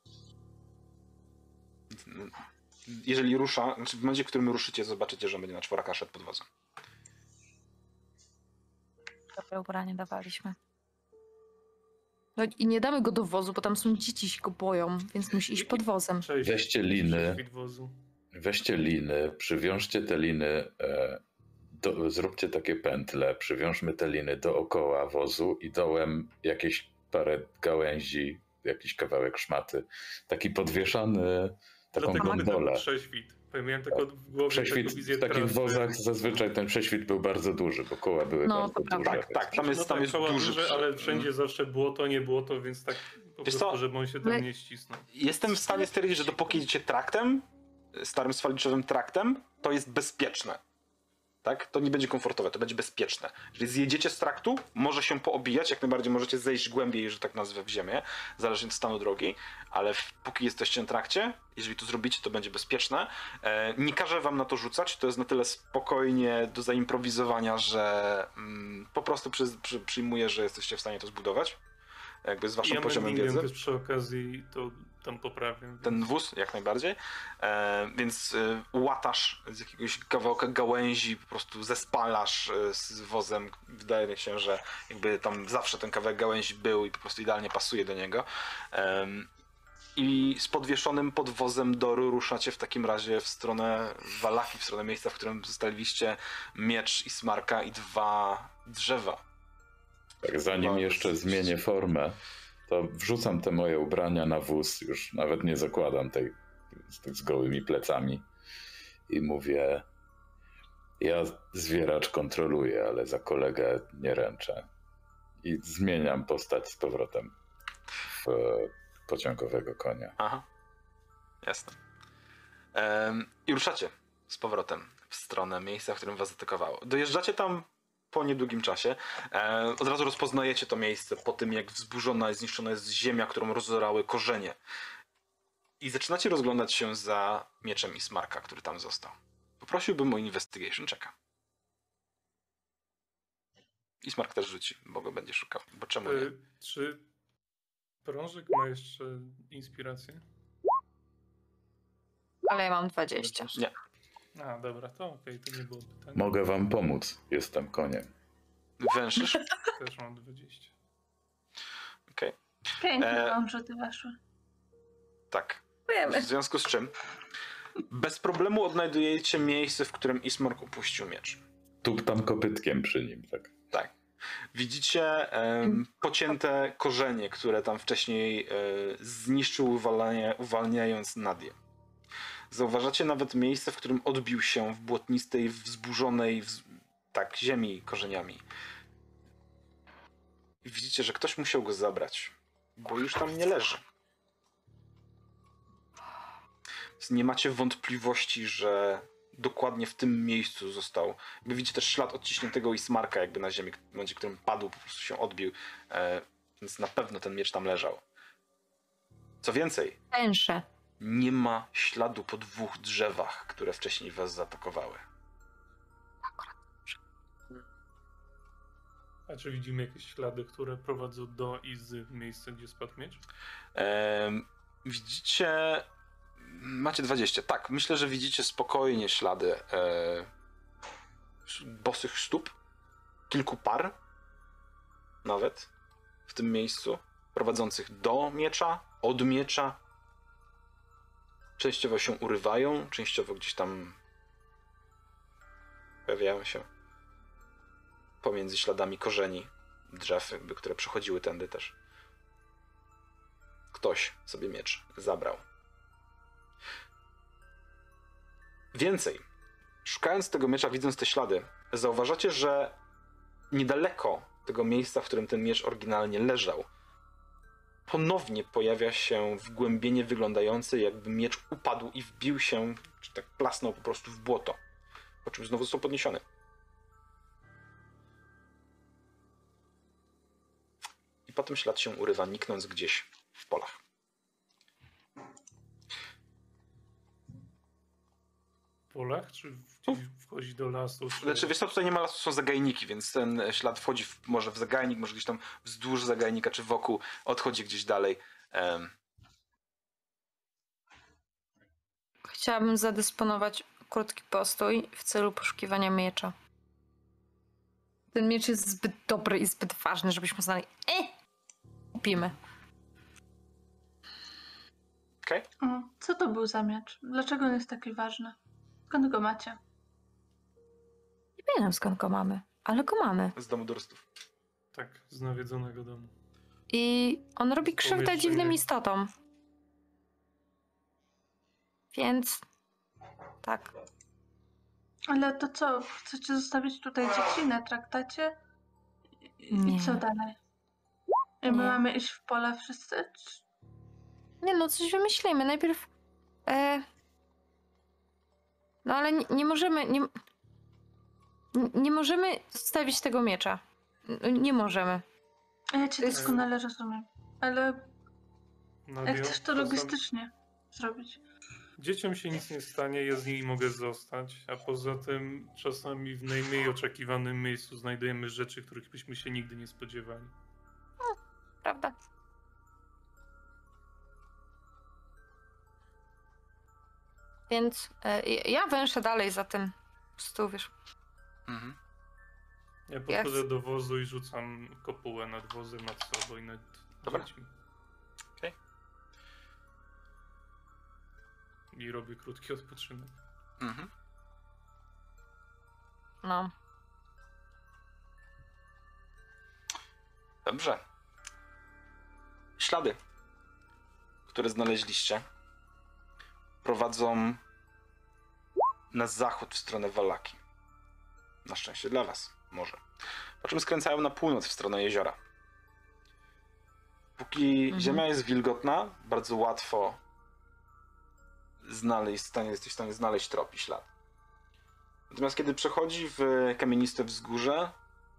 Jeżeli rusza, znaczy w momencie, w którym ruszycie, zobaczycie, że będzie na czworaka szedł pod wozem. Dobre ubranie dawaliśmy. No i nie damy go do wozu, bo tam są dzieci, się go boją, więc musi iść pod wozem. Cześć. Weźcie liny. Świt wozu. Weźcie liny, przywiążcie te liny, e, do, zróbcie takie pętle, przywiążmy te liny dookoła wozu i dołem jakieś parę gałęzi, jakiś kawałek szmaty. Taki podwieszany, taką Dlatego my gondolę. ten prześwit. Bo ja miałem taką w głowie Prześwit taką wizję w takich trasy. wozach zazwyczaj ten prześwit był bardzo duży, bo koła były No, bardzo to prawda. duże. Tak, tak, tam jest, No tam tak, jest koła duży. duże, prze- ale wszędzie zawsze błoto, nie błoto, więc tak po Wiesz prostu, co? żeby on się tam Ale- nie ścisnął. Jestem w stanie stwierdzić, że dopóki idziecie traktem, starym sfaliczowym traktem, to jest bezpieczne. Tak? To nie będzie komfortowe, to będzie bezpieczne. Jeżeli zjedziecie z traktu, może się poobijać, jak najbardziej możecie zejść głębiej, że tak nazwę, w ziemię, zależnie od stanu drogi, ale w- póki jesteście na trakcie, jeżeli to zrobicie, to będzie bezpieczne. E, nie każę wam na to rzucać, to jest na tyle spokojnie do zaimprowizowania, że mm, po prostu przy, przy, przyjmuję, że jesteście w stanie to zbudować. Jakby z waszym Ja poziomem mendingiem wiedzy. też przy okazji to tam poprawię. Ten wóz jak najbardziej, e, więc e, łatasz z jakiegoś kawałka gałęzi, po prostu zespalasz e, z wozem. Wydaje mi się, że jakby tam zawsze ten kawałek gałęzi był i po prostu idealnie pasuje do niego. Em, I z podwieszonym pod wozem Doru ruszacie w takim razie w stronę Walaki, w stronę miejsca, w którym zostawiliście miecz i smarka i dwa drzewa. Tak, zanim Chyba jeszcze dosyć- zmienię formę, to wrzucam te moje ubrania na wóz, już nawet nie zakładam tej z, tych z gołymi plecami i mówię, ja zwieracz kontroluję, ale za kolegę nie ręczę. I zmieniam postać z powrotem w e, pociągowego konia. Aha, jasne. Em, I ruszacie z powrotem w stronę miejsca, w którym was zaatakowało. Dojeżdżacie tam po niedługim czasie. E, od razu rozpoznajecie to miejsce po tym, jak wzburzona i zniszczona jest ziemia, którą rozżerały korzenie. I zaczynacie rozglądać się za mieczem Ismarka, który tam został. Poprosiłbym o investigation, czeka. Ismark też rzuci, bo go będzie szukał. Bo czemu nie? Y, Czy Prążek ma jeszcze inspirację? Ale ja mam dwadzieścia. Nie. A, dobra, to okej, to nie było pytanie. Mogę wam pomóc. Jestem koniem. Węszysz? Też mam dwadzieścia. Okej. Pięknie E, wam rzuty weszły. Tak. Wiemy. W związku z czym bez problemu odnajdujecie miejsce, w którym Ismorg upuścił miecz. Tup tam kopytkiem przy nim, tak. Tak. Widzicie em, pocięte korzenie, które tam wcześniej e, zniszczył uwalnia, uwalniając Nadię. Zauważacie nawet miejsce, w którym odbił się w błotnistej, wzburzonej wz... tak, ziemi korzeniami. I widzicie, że ktoś musiał go zabrać, bo już tam nie leży. Więc nie macie wątpliwości, że dokładnie w tym miejscu został. Jakby widzicie też ślad odciśniętego Ismarka jakby na ziemi, w momencie, w którym padł, po prostu się odbił. E, więc na pewno ten miecz tam leżał. Co więcej, Węsze. nie ma śladu po dwóch drzewach, które wcześniej was zaatakowały. A czy widzimy jakieś ślady, które prowadzą do i z miejsca, gdzie spadł miecz? Em, widzicie... Macie dwadzieścia. Tak, myślę, że widzicie spokojnie ślady e, bosych stóp. Kilku par nawet w tym miejscu, prowadzących do miecza, od miecza. Częściowo się urywają, częściowo gdzieś tam pojawiają się pomiędzy śladami korzeni drzew, jakby, które przechodziły tędy też. Ktoś sobie miecz zabrał. Więcej, szukając tego miecza, widząc te ślady, zauważacie, że niedaleko tego miejsca, w którym ten miecz oryginalnie leżał, ponownie pojawia się wgłębienie wyglądające, jakby miecz upadł i wbił się, czy tak plasnął po prostu w błoto, po czym znowu został podniesiony. I potem ślad się urywa, niknąc gdzieś w polach. W polach, czy gdzieś wchodzi do lasu? Czy... Znaczy, wiesz co, tutaj nie ma lasu, są zagajniki, więc ten ślad wchodzi w, może w zagajnik, może gdzieś tam wzdłuż zagajnika, czy wokół, odchodzi gdzieś dalej. Um. Chciałabym zadysponować krótki postój w celu poszukiwania miecza. Ten miecz jest zbyt dobry i zbyt ważny, żebyśmy znali. E! Kupimy. Okej? Okay. O, co to był za miecz? Dlaczego on jest taki ważny? Skąd go macie? Nie wiem, skąd go mamy, ale go mamy. Z domu turystów. Tak, z nawiedzonego domu. I on robi krzywdę Pomieszczenie. dziwnym istotom. Więc... tak. Ale to co? Chcecie zostawić tutaj dzieci na traktacie? I, Nie. i co dalej? I my Nie. mamy iść w pole wszyscy? Czy- Nie no, coś wymyślimy. Najpierw... E... No ale nie, nie możemy... Nie... nie możemy zostawić tego miecza. N- Nie możemy. Ja cię To jest- doskonale rozumiem. Ale Nadia, jak chcesz to czasem- logistycznie zrobić? Dzieciom się nic nie stanie, ja z nimi mogę zostać, a poza tym czasami w najmniej oczekiwanym miejscu znajdujemy rzeczy, których byśmy się nigdy nie spodziewali. Prawda? Więc e, ja węszę dalej za tym stół, wiesz. Mhm. Ja podchodzę Jak- do wozu i rzucam kopułę nad wozem, nad sobą i nad Dobra. dziećmi. Okej. I robię krótki odpoczynek. Mhm. No. Dobrze. Ślady, które znaleźliście, prowadzą na zachód w stronę Wallaki. Na szczęście dla was, może. Po czym skręcają na północ w stronę jeziora. Póki Mhm. ziemia jest wilgotna, bardzo łatwo znaleźć, stanie, jesteś w stanie znaleźć trop i ślad. Natomiast kiedy przechodzi w kamieniste wzgórze,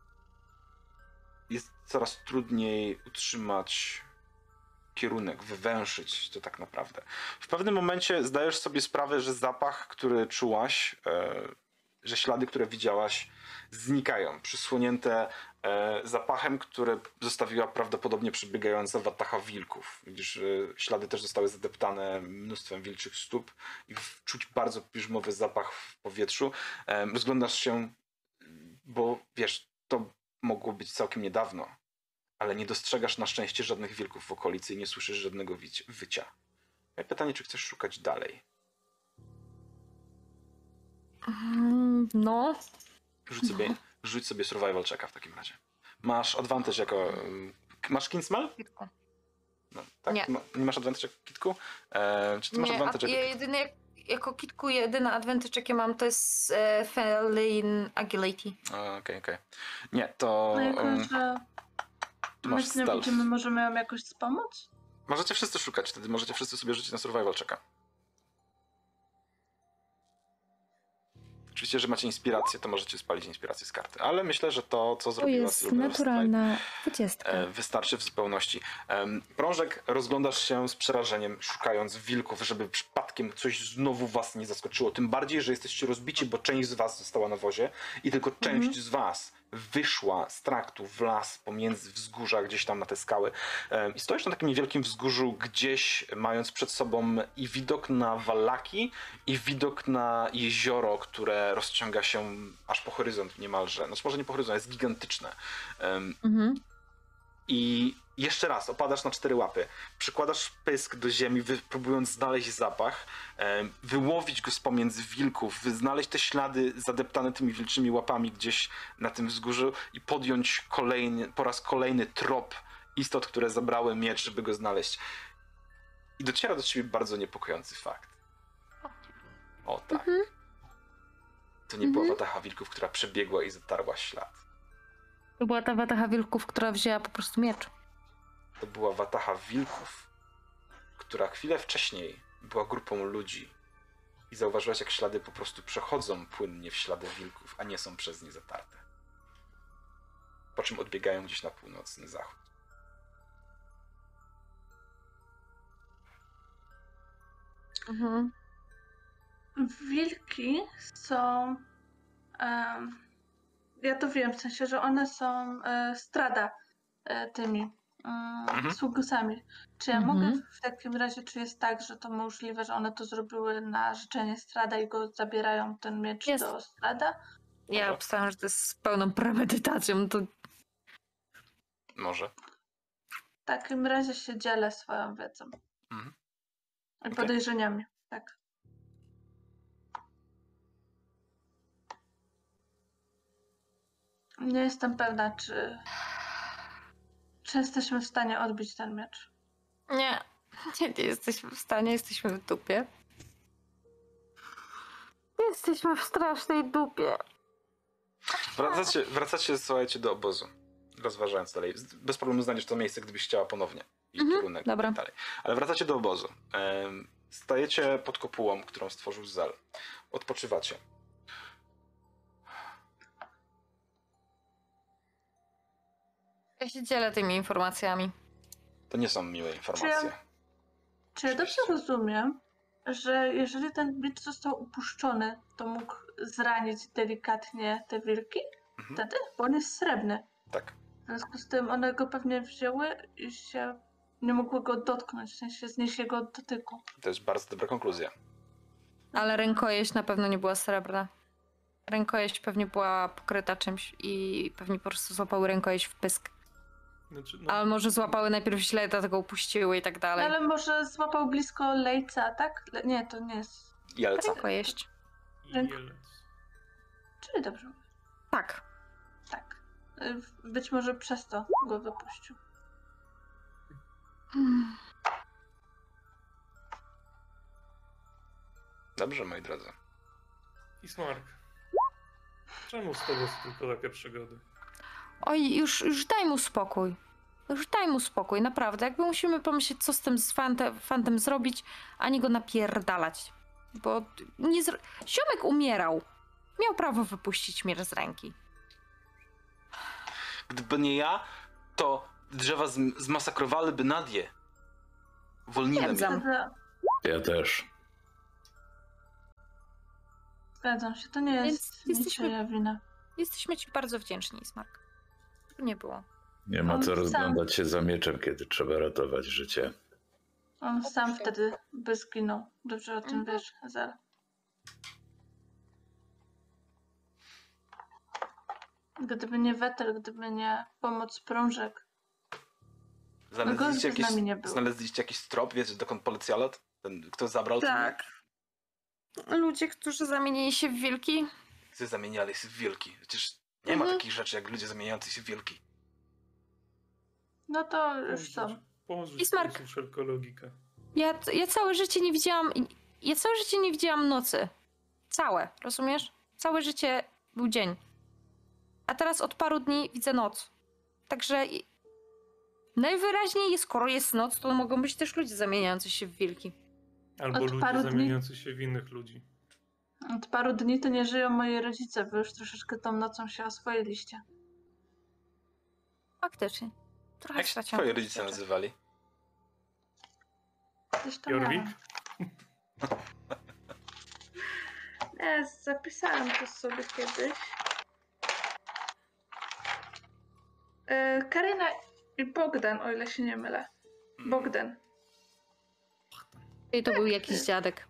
jest coraz trudniej utrzymać kierunek, wywęszyć to tak naprawdę. W pewnym momencie zdajesz sobie sprawę, że zapach, który czułaś, e, że ślady, które widziałaś, znikają, przysłonięte e, zapachem, który zostawiła prawdopodobnie przebiegająca wataha wilków. Widzisz, e, ślady też zostały zadeptane mnóstwem wilczych stóp i czuć bardzo piżmowy zapach w powietrzu. E, rozglądasz się, bo wiesz, to mogło być całkiem niedawno, ale nie dostrzegasz na szczęście żadnych wilków w okolicy i nie słyszysz żadnego wici- wycia. I pytanie, czy chcesz szukać dalej? Mm, No, Rzuć sobie, rzuć sobie survival checka w takim razie. Masz advantage jako... um, Masz kinsmell? kilku. No, tak? Nie. Ma, nie masz advantage jako kitku? E, czy ty masz Nie, advantage a, jako ja jedyny, jak, jako kitku jedyny advantage jakie mam to jest e, Feline Agility. A, Okej, okej. Nie, to... No jako, um, że tu my masz z nią stealth. idziemy, możemy ją jakoś wspomóc? Możecie wszyscy szukać, wtedy możecie wszyscy sobie rzucić na survival checka. Oczywiście, że macie inspirację, to możecie spalić inspirację z karty, ale myślę, że to, co To zrobiła jest Silver Strike, naturalna dwudziestka. e, wystarczy w zupełności. Em, Prążek, rozglądasz się z przerażeniem, szukając wilków, żeby przypadkiem coś znowu was nie zaskoczyło. Tym bardziej, że jesteście rozbici, bo część z was została na wozie i tylko część z was wyszła z traktu w las pomiędzy wzgórza, gdzieś tam na te skały. Em, I stoisz na takim niewielkim wzgórzu, gdzieś mając przed sobą i widok na Wallaki, i widok na jezioro, które rozciąga się aż po horyzont niemalże. Znaczy może nie po horyzont, jest gigantyczne. Em, Mhm. I jeszcze raz opadasz na cztery łapy. Przykładasz pysk do ziemi, wy, próbując znaleźć zapach, e, wyłowić go z pomiędzy wilków, wy, znaleźć te ślady zadeptane tymi wilczymi łapami gdzieś na tym wzgórzu i podjąć kolejny, po raz kolejny trop istot, które zabrały miecz, żeby go znaleźć. I dociera do ciebie bardzo niepokojący fakt. O tak. To nie była wataha wilków, która przebiegła i zatarła ślad. To była ta wataha wilków, która wzięła po prostu miecz. To była wataha wilków, która chwilę wcześniej była grupą ludzi i zauważyłaś, jak ślady po prostu przechodzą płynnie w ślady wilków, a nie są przez nie zatarte. Po czym odbiegają gdzieś na północny zachód. Mhm. Wilki są... em, ja to wiem, w sensie, że one są e, strada e, tymi mm, Mhm. sługusami. Czy ja Mhm. mogę w, w takim razie, czy jest tak, że to możliwe, że one to zrobiły na życzenie strada i go zabierają ten miecz Jest. do strada? Ja Może. obstawiam, że to jest z pełną premedytacją. To Może. W takim razie się dzielę swoją wiedzą. Mhm. I Okej. podejrzeniami, tak. Nie jestem pewna, czy... Czy jesteśmy w stanie odbić ten miecz. nie, nie, nie jesteśmy w stanie, jesteśmy w dupie. Jesteśmy w strasznej dupie. Wracacie, wracacie, słuchajcie, do obozu. Rozważając dalej. Bez problemu znajdziesz to miejsce, gdybyś chciała ponownie. I Mhm, kierunek dobra. i tak dalej. Ale wracacie do obozu. Em, Stajecie pod kopułą, którą stworzył Zal. Odpoczywacie. Ja się dzielę tymi informacjami. To nie są miłe informacje. Czy ja- Czy ja dobrze rozumiem, że jeżeli ten miecz został upuszczony, to mógł zranić delikatnie te wilki? Mhm. Wtedy? Bo on jest srebrny. Tak. W związku z tym one go pewnie wzięły i się nie mogły go dotknąć, w sensie znieść jego dotyku. To jest bardzo dobra konkluzja. Ale rękojeść na pewno nie była srebrna. Rękojeść pewnie była pokryta czymś i pewnie po prostu złapały rękojeść w pysk. Znaczy, no, Ale może złapały najpierw źle, dlatego upuściły i tak No, dalej. ale może złapał blisko lejca, tak? Le- nie, to nie jest. Jelca. Rękojeść. jelec. Czyli dobrze mówię. Tak. Tak. Y, Być może przez to go wypuścił. Dobrze, moi drodzy. Ismark. Czemu z tobą są tylko takie przygody? Oj, już, już daj mu spokój. Już daj mu spokój, naprawdę. Jakby musimy pomyśleć, co z tym z fantem, fantem zrobić, a nie go napierdalać. Bo nie zro... Ziomek umierał. Miał prawo wypuścić mnie z ręki. Gdyby nie ja, to drzewa zm- zmasakrowałyby Nadię. Wolninę Wiem, mnie. Zam. Wtedy Ja też. Zgadzam się, to nie Więc jest jesteśmy- niczyja wina. Jesteśmy ci bardzo wdzięczni, Smark. Żeby nie było. Nie ma On co sam- rozglądać się za mieczem, kiedy trzeba ratować życie. On sam Owszem. wtedy by zginął. Dobrze o tym Mhm. wiesz, Hazel. Gdyby nie Wetel, gdyby nie pomoc prążek. Znaleźliście gość by z jakiś, nami nie był. znaleźliście jakiś strop, wiecie dokąd poleciał lot? Ten, kto zabrał ten Tak. Ludzie, którzy zamienili się w wilki. Ty zamieniali się w wilki. Przecież nie ma Mhm. takich rzeczy jak ludzie zamieniający się w wilki. No to już są. Położyć Bismarck. po wszelką logikę. Ja, ja całe życie nie widziałam. Ja całe życie nie widziałam nocy. Całe, rozumiesz? Całe życie był dzień. A teraz od paru dni widzę noc. Także i- najwyraźniej, skoro jest noc, to mogą być też ludzie zamieniający się w wilki. Albo Od ludzie paru dni- zamieniający się w innych ludzi. Od paru dni to nie żyją moi rodzice, bo już troszeczkę tą nocą się oswoiliście. Faktycznie. Trochę Jak się straciłam. twoi rodzice nazywali? Gdzieś to Jorvik? miałam. Nie, zapisałam to sobie kiedyś. E, Karina i Bogdan, o ile się nie mylę. Bogdan. I to był jakiś dziadek.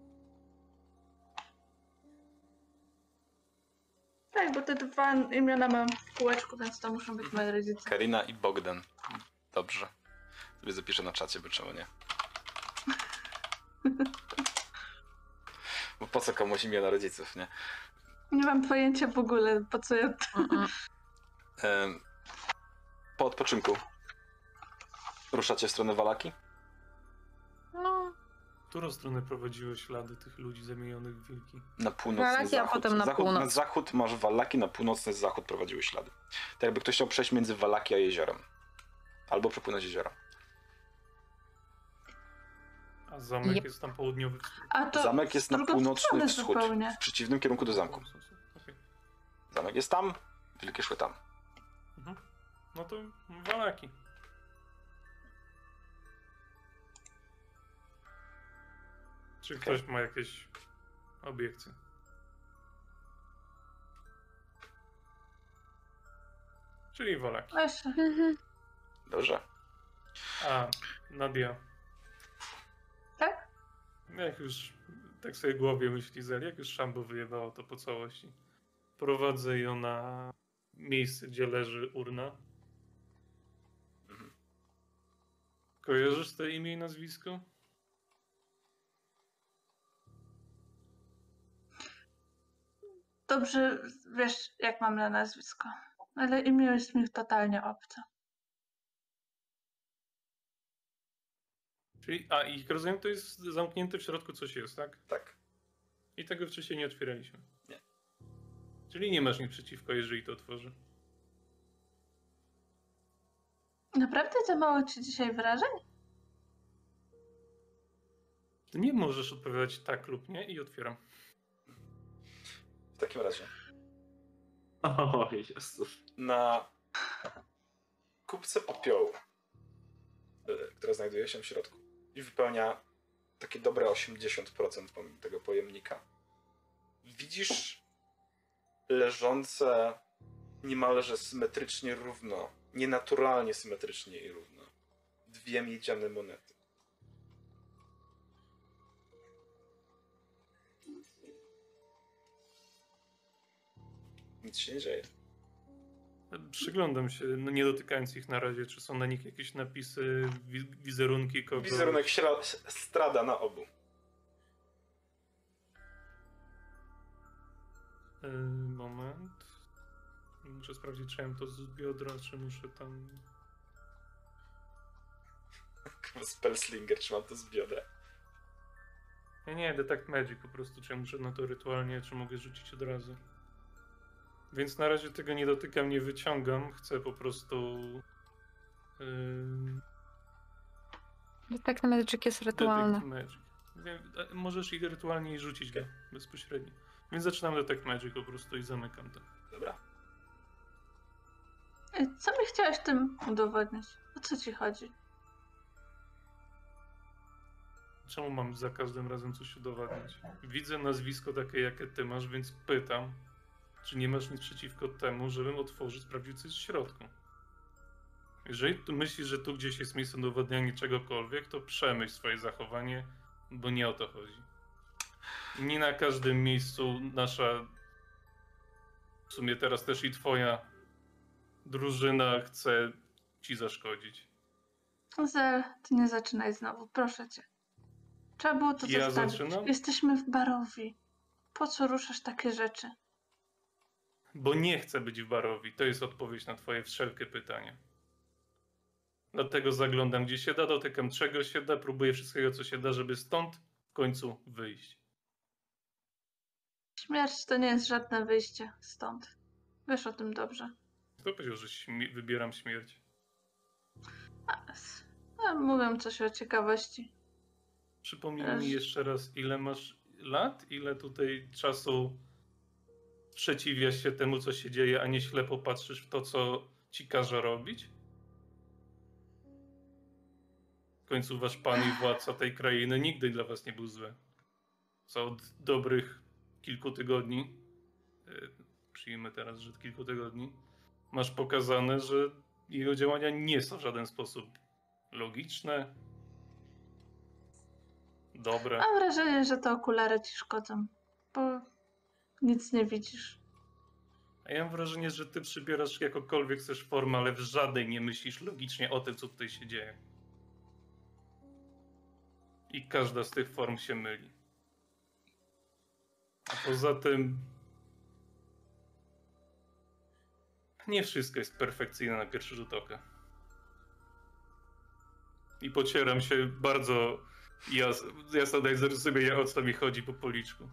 Tak, bo te dwa imiona mam w kółeczku, więc to muszą być moi rodzice. Karina i Bogdan. Dobrze. Sobie zapiszę na czacie, bo czemu nie? Bo po co komuś imiona rodziców, nie? Nie mam pojęcia w ogóle, po co ja... Mm-mm. Em, po odpoczynku ruszacie w stronę Walaki? No, W którą stronę prowadziły ślady tych ludzi zamienionych w wilki? Na północny Walaki, a zachód. potem na zachód, północ. Na zachód masz Wallaki, na północny zachód prowadziły ślady. Tak jakby ktoś chciał przejść między Wallaki a jeziorem. Albo przepłynąć jezioro. A zamek Jep. jest tam południowy wschód. A to Zamek jest w na drugą północny stronę wschód. zupełnie. W przeciwnym kierunku do zamku. Okej. Zamek jest tam, wilki szły tam. Mhm. No to Walaki. Czy ktoś ma jakieś obiekcje? Czyli Walaki. Właśnie. mhm. Dobrze. A, Nadia. Tak? Jak już tak sobie w głowie myśli Zeli, jak już Szambo wyjebało to po całości. Prowadzę ją na miejsce, gdzie leży urna. Mhm. Kojarzysz to imię i nazwisko? Dobrze, wiesz, jak mam na nazwisko. Ale imię jest mi totalnie obce. Czyli, a i jak rozumiem, to jest zamknięte w środku coś jest, tak? Tak. I tego wcześniej nie otwieraliśmy. Nie. Czyli nie masz nic przeciwko, jeżeli to otworzy. Naprawdę za mało ci dzisiaj wyrażeń? Ty nie możesz odpowiadać tak lub nie i otwieram. W takim razie O, Jezus. na kubce popiołu, y, która znajduje się w środku i wypełnia takie dobre osiemdziesiąt procent pom- tego pojemnika, widzisz leżące niemalże symetrycznie równo, nienaturalnie symetrycznie i równo, dwie miedziane monety. Nic się nie dzieje. Przyglądam się, no nie dotykając ich na razie, czy są na nich jakieś napisy, wi- wizerunki kogoś. Wizerunek śra- strada na obu. Yy, moment. Muszę sprawdzić, czy mam to z biodra, czy muszę tam... Spellslinger, czy mam to z biodra. Nie, nie, Detect Magic po prostu, czy ja muszę na to rytualnie, czy mogę rzucić od razu. Więc na razie tego nie dotykam, nie wyciągam, chcę po prostu... Yy, Tak, na Magic jest rytualny. Detect Magic. Wiem, a możesz i rytualnie rzucić go bezpośrednio. Więc zaczynam Detect Magic po prostu i zamykam to. Dobra. Ej, co mi chciałeś tym udowodnić? O co ci chodzi? Czemu mam za każdym razem coś udowadniać? Widzę nazwisko takie, jakie ty masz, więc pytam, czy nie masz nic przeciwko temu, żebym otworzył, sprawdził, co jest w środku. Jeżeli tu myślisz, że tu gdzieś jest miejsce do udowadniania czegokolwiek, to przemyśl swoje zachowanie, bo nie o to chodzi. Nie na każdym miejscu nasza, w sumie teraz też i twoja drużyna chce ci zaszkodzić. Zel, ty nie zaczynaj znowu, proszę cię. Trzeba było to Ja zostawić. zaczynam? Jesteśmy w Barowi. Po co ruszasz takie rzeczy? Bo nie chcę być w Barowi. To jest odpowiedź na twoje wszelkie pytania. Dlatego zaglądam gdzie się da, dotykam czego się da, próbuję wszystkiego co się da, żeby stąd w końcu wyjść. Śmierć to nie jest żadne wyjście stąd. Wiesz o tym dobrze. Kto powiedział, że śmi- wybieram śmierć? A, s- a, mówię coś o ciekawości. Przypomnij mi jeszcze raz, ile masz lat? Ile tutaj czasu sprzeciwiasz się temu, co się dzieje, a nie ślepo patrzysz w to, co ci każe robić? W końcu wasz pan i władca tej krainy nigdy dla was nie był zły. Co od dobrych kilku tygodni, yy, przyjmę teraz, że kilku tygodni, masz pokazane, że jego działania nie są w żaden sposób logiczne, dobre. Mam wrażenie, że te okulary ci szkodzą, bo nic nie widzisz. A ja mam wrażenie, że ty przybierasz jakąkolwiek chcesz formę, ale w żadnej nie myślisz logicznie o tym, co tutaj się dzieje. I każda z tych form się myli. A poza tym... nie wszystko jest perfekcyjne na pierwszy rzut oka. I pocieram się bardzo jas jasno daj zrozumienia, o co mi chodzi po policzku.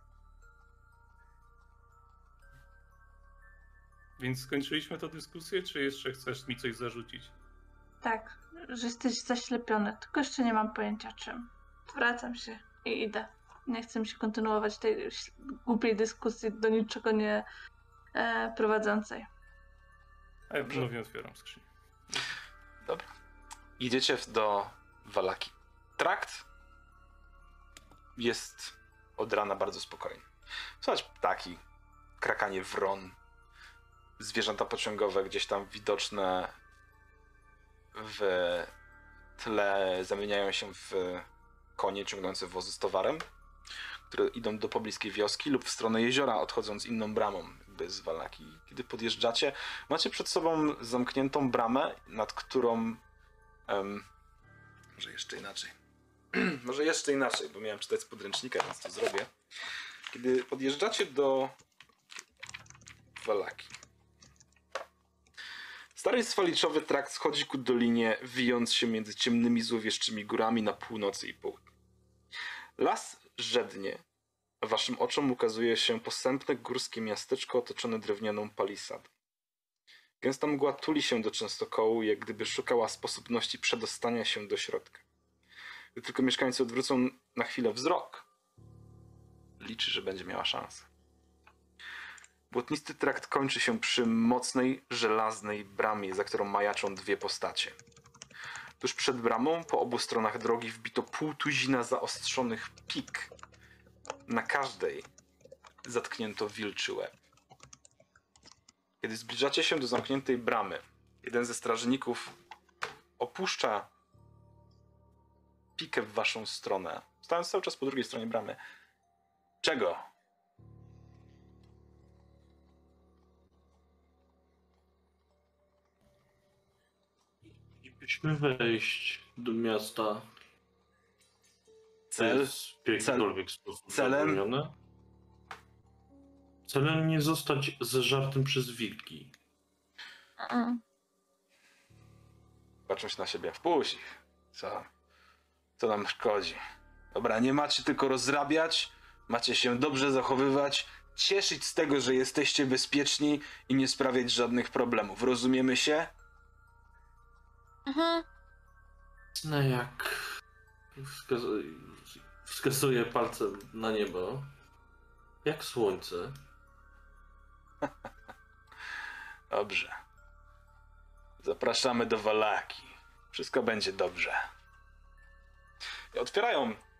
Więc skończyliśmy tę dyskusję, czy jeszcze chcesz mi coś zarzucić? Tak, że jesteś zaślepiony, tylko jeszcze nie mam pojęcia czym. Wracam się i idę. Nie chcę mi się kontynuować tej ś- głupiej dyskusji do niczego nie e, prowadzącej. A ja ponownie otwieram skrzynię. Dobra. Idziecie w- do Vallaki. Trakt jest od rana bardzo spokojny. Słychać ptaki, krakanie wron, zwierzęta pociągowe gdzieś tam widoczne w tle zamieniają się w konie ciągnące wozy z towarem, które idą do pobliskiej wioski lub w stronę jeziora, odchodząc inną bramą jakby z Vallaki. Kiedy podjeżdżacie, macie przed sobą zamkniętą bramę, nad którą um, może jeszcze inaczej. Może jeszcze inaczej, bo miałem czytać z podręcznika, więc to zrobię. Kiedy podjeżdżacie do Vallaki, stary swaliczowy trakt schodzi ku dolinie, wijąc się między ciemnymi złowieszczymi górami na północy i południu. Las żednie, a waszym oczom ukazuje się posępne górskie miasteczko otoczone drewnianą palisadą. Gęsta mgła tuli się do częstochołu, jak gdyby szukała sposobności przedostania się do środka. Gdy tylko mieszkańcy odwrócą na chwilę wzrok, liczy, że będzie miała szansę. Błotnisty trakt kończy się przy mocnej, żelaznej bramie, za którą majaczą dwie postacie. Tuż przed bramą, po obu stronach drogi, wbito pół tuzina zaostrzonych pik. Na każdej zatknięto wilczy łeb. Kiedy zbliżacie się do zamkniętej bramy, jeden ze strażników opuszcza pikę w waszą stronę, stając cały czas po drugiej stronie bramy. Czego? Mielibyśmy wejść do miasta. Cel? W jakikolwiek sposób celem? zabronione. Celem nie zostać zeżartym przez wilki. Mm. Patrzą się na siebie. Wpuść ich. Co? Co nam szkodzi? Dobra, nie macie tylko rozrabiać, macie się dobrze zachowywać, cieszyć z tego, że jesteście bezpieczni i nie sprawiać żadnych problemów. Rozumiemy się? Mhm. No jak wskazuję, wskazuję palcem na niebo. Jak słońce. Dobrze. Zapraszamy do Vallaki. Wszystko będzie dobrze. I otwierają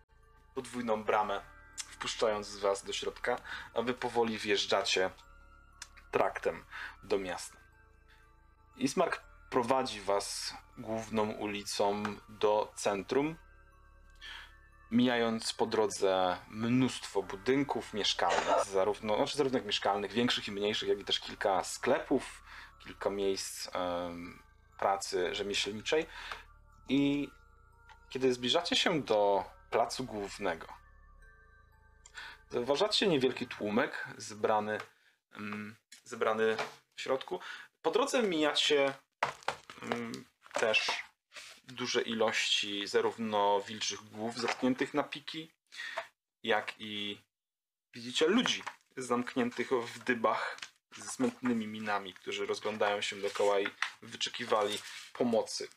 podwójną bramę, wpuszczając was do środka, a wy powoli wjeżdżacie traktem do miasta. Ismark prowadzi was główną ulicą do centrum, mijając po drodze mnóstwo budynków mieszkalnych, zarówno, znaczy zarówno jak mieszkalnych, większych i mniejszych, jak i też kilka sklepów, kilka miejsc um, pracy rzemieślniczej. I kiedy zbliżacie się do placu głównego, zauważacie niewielki tłumek zebrany, um, zebrany w środku. Po drodze mijacie um, też duże ilości zarówno wilczych głów zatkniętych na piki, jak i widzicie ludzi zamkniętych w dybach ze smętnymi minami, którzy rozglądają się dookoła i wyczekiwali pomocy.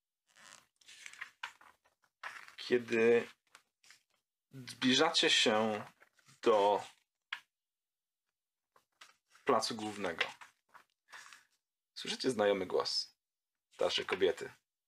Kiedy zbliżacie się do placu głównego, słyszycie znajomy głos starszej kobiety.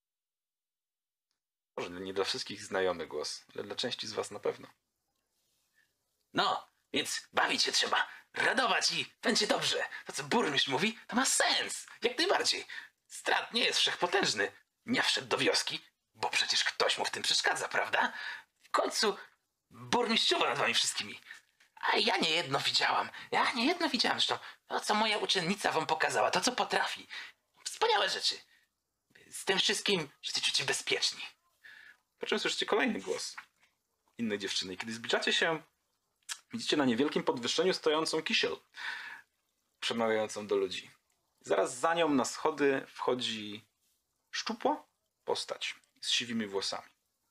Może nie dla wszystkich znajomy głos, ale dla części z was na pewno. No, więc bawić się trzeba, radować i będzie dobrze. To, co burmistrz mówi, to ma sens. Jak najbardziej. Strat nie jest wszechpotężny. Nie wszedł do wioski, bo przecież ktoś mu w tym przeszkadza, prawda? W końcu burmistrz czuwa nad wami wszystkimi. A ja niejedno widziałam. Ja niejedno widziałam. Zresztą to, co moja uczennica wam pokazała, to, co potrafi. Wspaniałe rzeczy. Z tym wszystkim życie się bezpieczni. Po czym słyszycie kolejny głos innej dziewczyny. I kiedy zbliżacie się, widzicie na niewielkim podwyższeniu stojącą Kisiel, przemawiającą do ludzi. Zaraz za nią na schody wchodzi szczupła postać z siwymi włosami.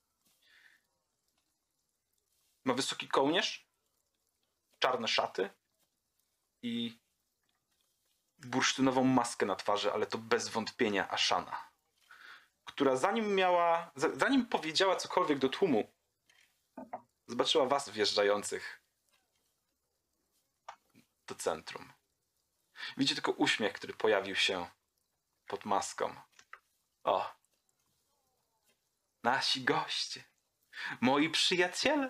Ma wysoki kołnierz, czarne szaty i bursztynową maskę na twarzy, ale to bez wątpienia Ashana, która zanim miała, zanim powiedziała cokolwiek do tłumu, zobaczyła was wjeżdżających do centrum. Widzicie tylko uśmiech, który pojawił się pod maską. O! Nasi goście, moi przyjaciele.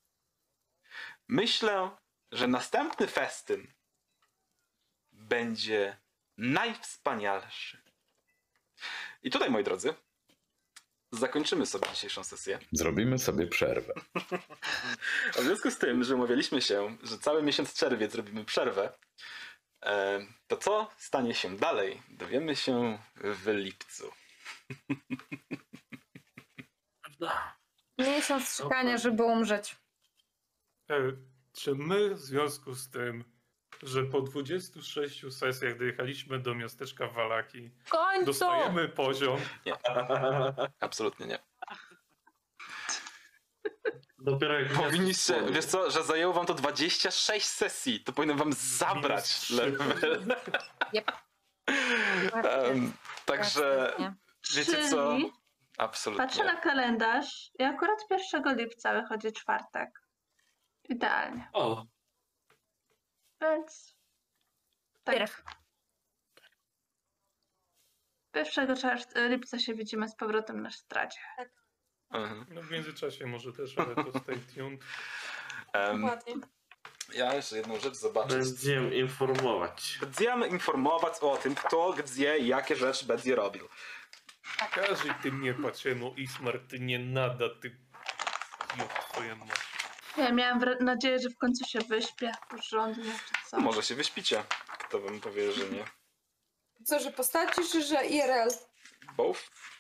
Myślę, że następny festyn będzie najwspanialszy. I tutaj, moi drodzy, zakończymy sobie dzisiejszą sesję. Zrobimy sobie przerwę. A w związku z tym, że umawialiśmy się, że cały miesiąc czerwiec zrobimy przerwę, to co stanie się dalej, dowiemy się w lipcu. Miesiąc czekania, żeby umrzeć. E, czy my w związku z tym, że po dwudziestu sześciu sesjach dojechaliśmy do miasteczka Walaki, W końcu! dostajemy poziom? Nie. Absolutnie nie. Dopiero jak Powinniście, wiesz co, że zajęło wam to dwadzieścia sześć sesji, to powinno wam zabrać level. Yep. Um, także, wiecie co? Czyli Absolutnie. patrzę na kalendarz i akurat pierwszego lipca wychodzi czwartek. Idealnie. O, Więc tak, Pierw. pierwszego czerw- lipca się widzimy z powrotem na stracie. Mhm. No w międzyczasie może też, ale to stay tuned. Um, Dokładnie. ja jeszcze jedną rzecz zobaczyć. będziemy informować. Będziemy informować o tym, kto gdzie i jakie rzeczy będzie robił. Każdy ty mnie patrzemu Ismar, ty nie nada, ty... Jop, twoja mać. Ja miałam wra- nadzieję, że w końcu się wyśpię porządnie, czy co. Może się wyśpicie. Kto wam powie, że nie. Co, że postaci, czy że I R L? Both?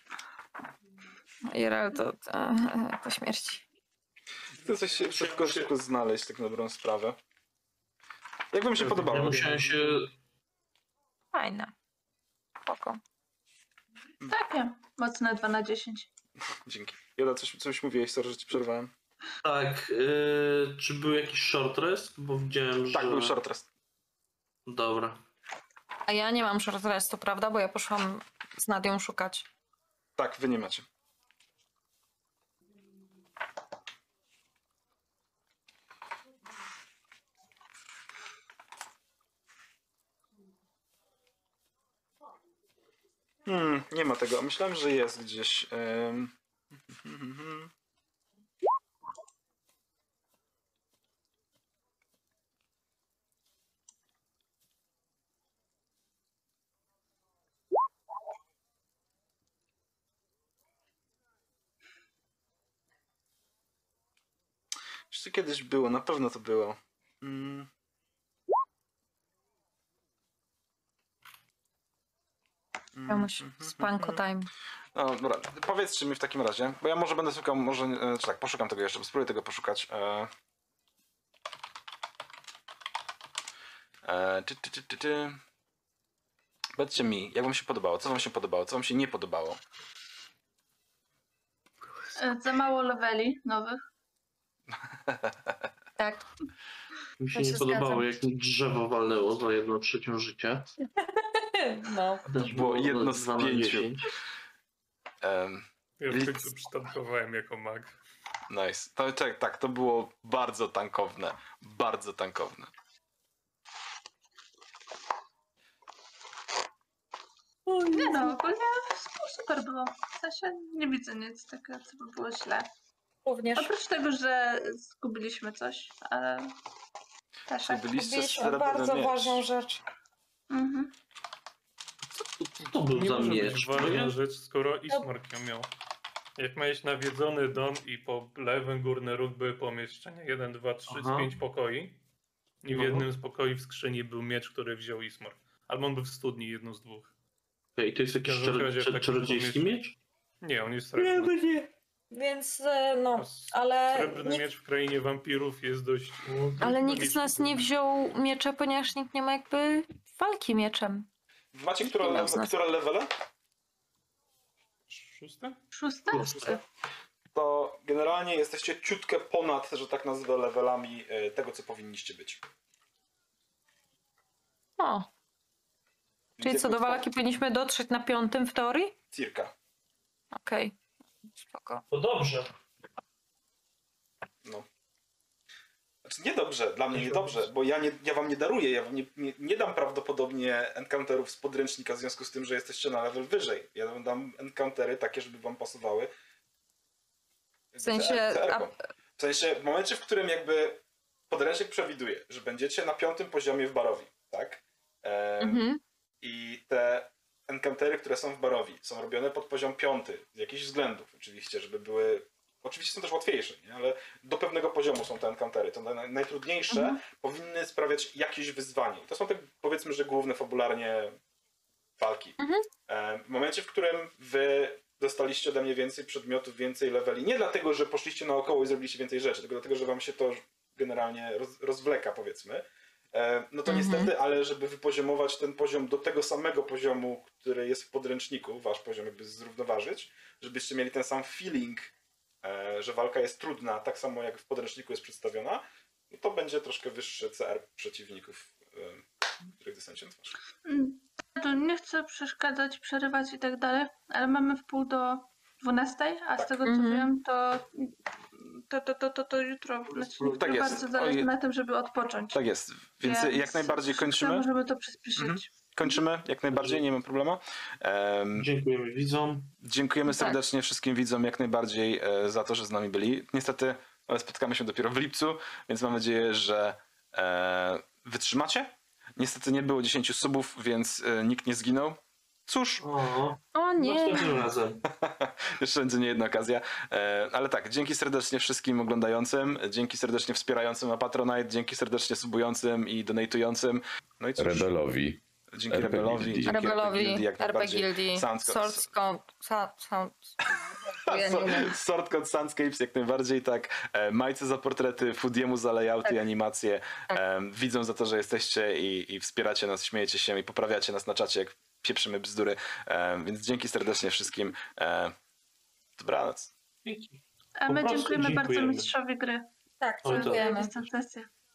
I R L to, to po śmierci. Chcę coś się szybko, szybko znaleźć, tak na dobrą sprawę. Jak wam się Ja podobało? musiałem się... Fajne. Spoko. Takie, mocne dwa na dziesięć. Dzięki. Joda, coś, coś mówiłeś, sorry, że ci przerwałem. Tak, yy, czy był jakiś short rest? Bo widziałem, Tak, że... był short rest. Dobra. A ja nie mam short restu, prawda? Bo ja poszłam z Nadią szukać. Tak, wy nie macie. Hmm, nie ma tego. Myślałem, że jest gdzieś. Um... Czy kiedyś było? Na pewno to było. Mm. Komuś spanko time. No dobra, powiedzcie mi w takim razie, bo ja może będę szukał, może, e, czy tak, poszukam tego jeszcze, spróbuję tego poszukać. E, e, ty, ty, ty, ty, ty. Powiedzcie mi, jak wam się podobało, co wam się podobało, co wam się nie podobało. E, Za mało leveli nowych. Tak. Mi się To nie się podobało, zgadzam. jak mi drzewo walnęło za jedną trzecią życia. No. Też było jedno z dwa na pięciu. dziesięć. Em, Ja w Lic- końcu przytankowałem jako mag. nice. To, tak, tak, to było bardzo tankowne. Bardzo tankowne. Nie no, ogólnie super było. W sensie nie widzę nic takiego, co by było źle. Również. Oprócz tego, że zgubiliśmy coś, ale też tak. Zgubiliście Zgubiliśmy srebrny bardzo miecz. ważną rzecz. Mhm. Co to był Nie za może być miecz? ważna rzecz, skoro Ismark ją miał. Jak miałeś nawiedzony dom i po lewym górny róg były pomieszczenia jeden, dwa, trzy Aha. z pięć pokoi i w No. jednym z pokoi w skrzyni był miecz, który wziął Ismark. Albo on był w studni, jedno z dwóch. Ej, to jest jakiś Ja w każdym czar- razie czar- tak czarodziejski pomyśl- miecz? Nie, on jest Nie, srebrny. nie. Więc e, no, A s- ale Srebrny nikt, miecz w krainie wampirów jest dość... ale nikt z nas nie wziął miecza, ponieważ nikt nie ma jakby walki mieczem. Macie Nikt które, nie miał lewe, z nas. które levele? Szóste? Szóste? Szóste. To generalnie jesteście ciutkę ponad, że tak nazwę, levelami e, tego, co powinniście być. O, czyli Więc co, do jakby walki powinniśmy dotrzeć na piątym w teorii? Cirka. Okej, spoko. To dobrze. No. Znaczy niedobrze, dla mnie niedobrze, bo ja, nie, ja wam nie daruję, ja wam nie, nie, nie dam prawdopodobnie encounterów z podręcznika w związku z tym, że jesteście na level wyżej. Ja wam dam encountery takie, żeby wam pasowały. W sensie, C R kom. a- W sensie, w momencie, w którym jakby podręcznik przewiduje, że będziecie na piątym poziomie w Barowi, tak? Em, Mhm. I te encountery, które są w Barowi, są robione pod poziom piąty, z jakichś względów oczywiście, żeby były... Oczywiście są też łatwiejsze, nie? Ale do pewnego poziomu są te encountery. To naj, najtrudniejsze Mhm. powinny sprawiać jakieś wyzwanie. I to są te, powiedzmy, że główne fabularnie walki. Mhm. E, w momencie, w którym wy dostaliście ode mnie więcej przedmiotów, więcej leveli, nie dlatego, że poszliście naokoło i zrobiliście więcej rzeczy, tylko dlatego, że wam się to generalnie roz, rozwleka, powiedzmy, e, no to Mhm. niestety, ale żeby wypoziomować ten poziom do tego samego poziomu, który jest w podręczniku, wasz poziom jakby zrównoważyć, żebyście mieli ten sam feeling, e, że walka jest trudna, tak samo jak w podręczniku jest przedstawiona, no to będzie troszkę wyższy C R przeciwników, e, których dostaniecie na twarz. Mm, to nie chcę przeszkadzać, przerywać i tak dalej, ale mamy w pół do dwunastej, a Tak. z tego co Mhm. wiem, to to, to, to, to, to jutro, znaczy jutro Tak jest. bardzo zależy Oj. na tym, żeby odpocząć. Tak jest, więc jak najbardziej szybko kończymy. Możemy to przyspieszyć. Mhm. Kończymy, jak najbardziej, nie ma problemu. Em, Dziękujemy widzom. dziękujemy Tak. serdecznie wszystkim widzom jak najbardziej e, za to, że z nami byli. Niestety ale spotkamy się dopiero w lipcu, więc mam nadzieję, że e, wytrzymacie. Niestety nie było dziesięciu subów, więc e, nikt nie zginął. Cóż, O, O nie. następnym razem. jeszcze będzie nie jedna okazja. E, ale tak, dzięki serdecznie wszystkim oglądającym, dzięki serdecznie wspierającym na Patronite, dzięki serdecznie subującym i donatującym. No i cóż, Rebelowi. dzięki R P Rebelowi, Gildii. dzięki Rebelowi, R P Gildii, jak R P najbardziej. Gildii, Sounds- Source Count, Sound, ja nie umiem. Sword Code Soundscapes jak najbardziej, tak. E, Majce za portrety, Foodiemu za layouty i animacje. Tak. E, widzą za to, że jesteście i, i wspieracie nas, śmiejecie się i poprawiacie nas na czacie, jak pieprzymy bzdury. E, więc dzięki serdecznie wszystkim. E, dobranoc. Dzięki. A Po my prostu dziękujemy bardzo dziękujemy. mistrzowi gry Tak, Oj, to- dziękujemy. za tę sesję.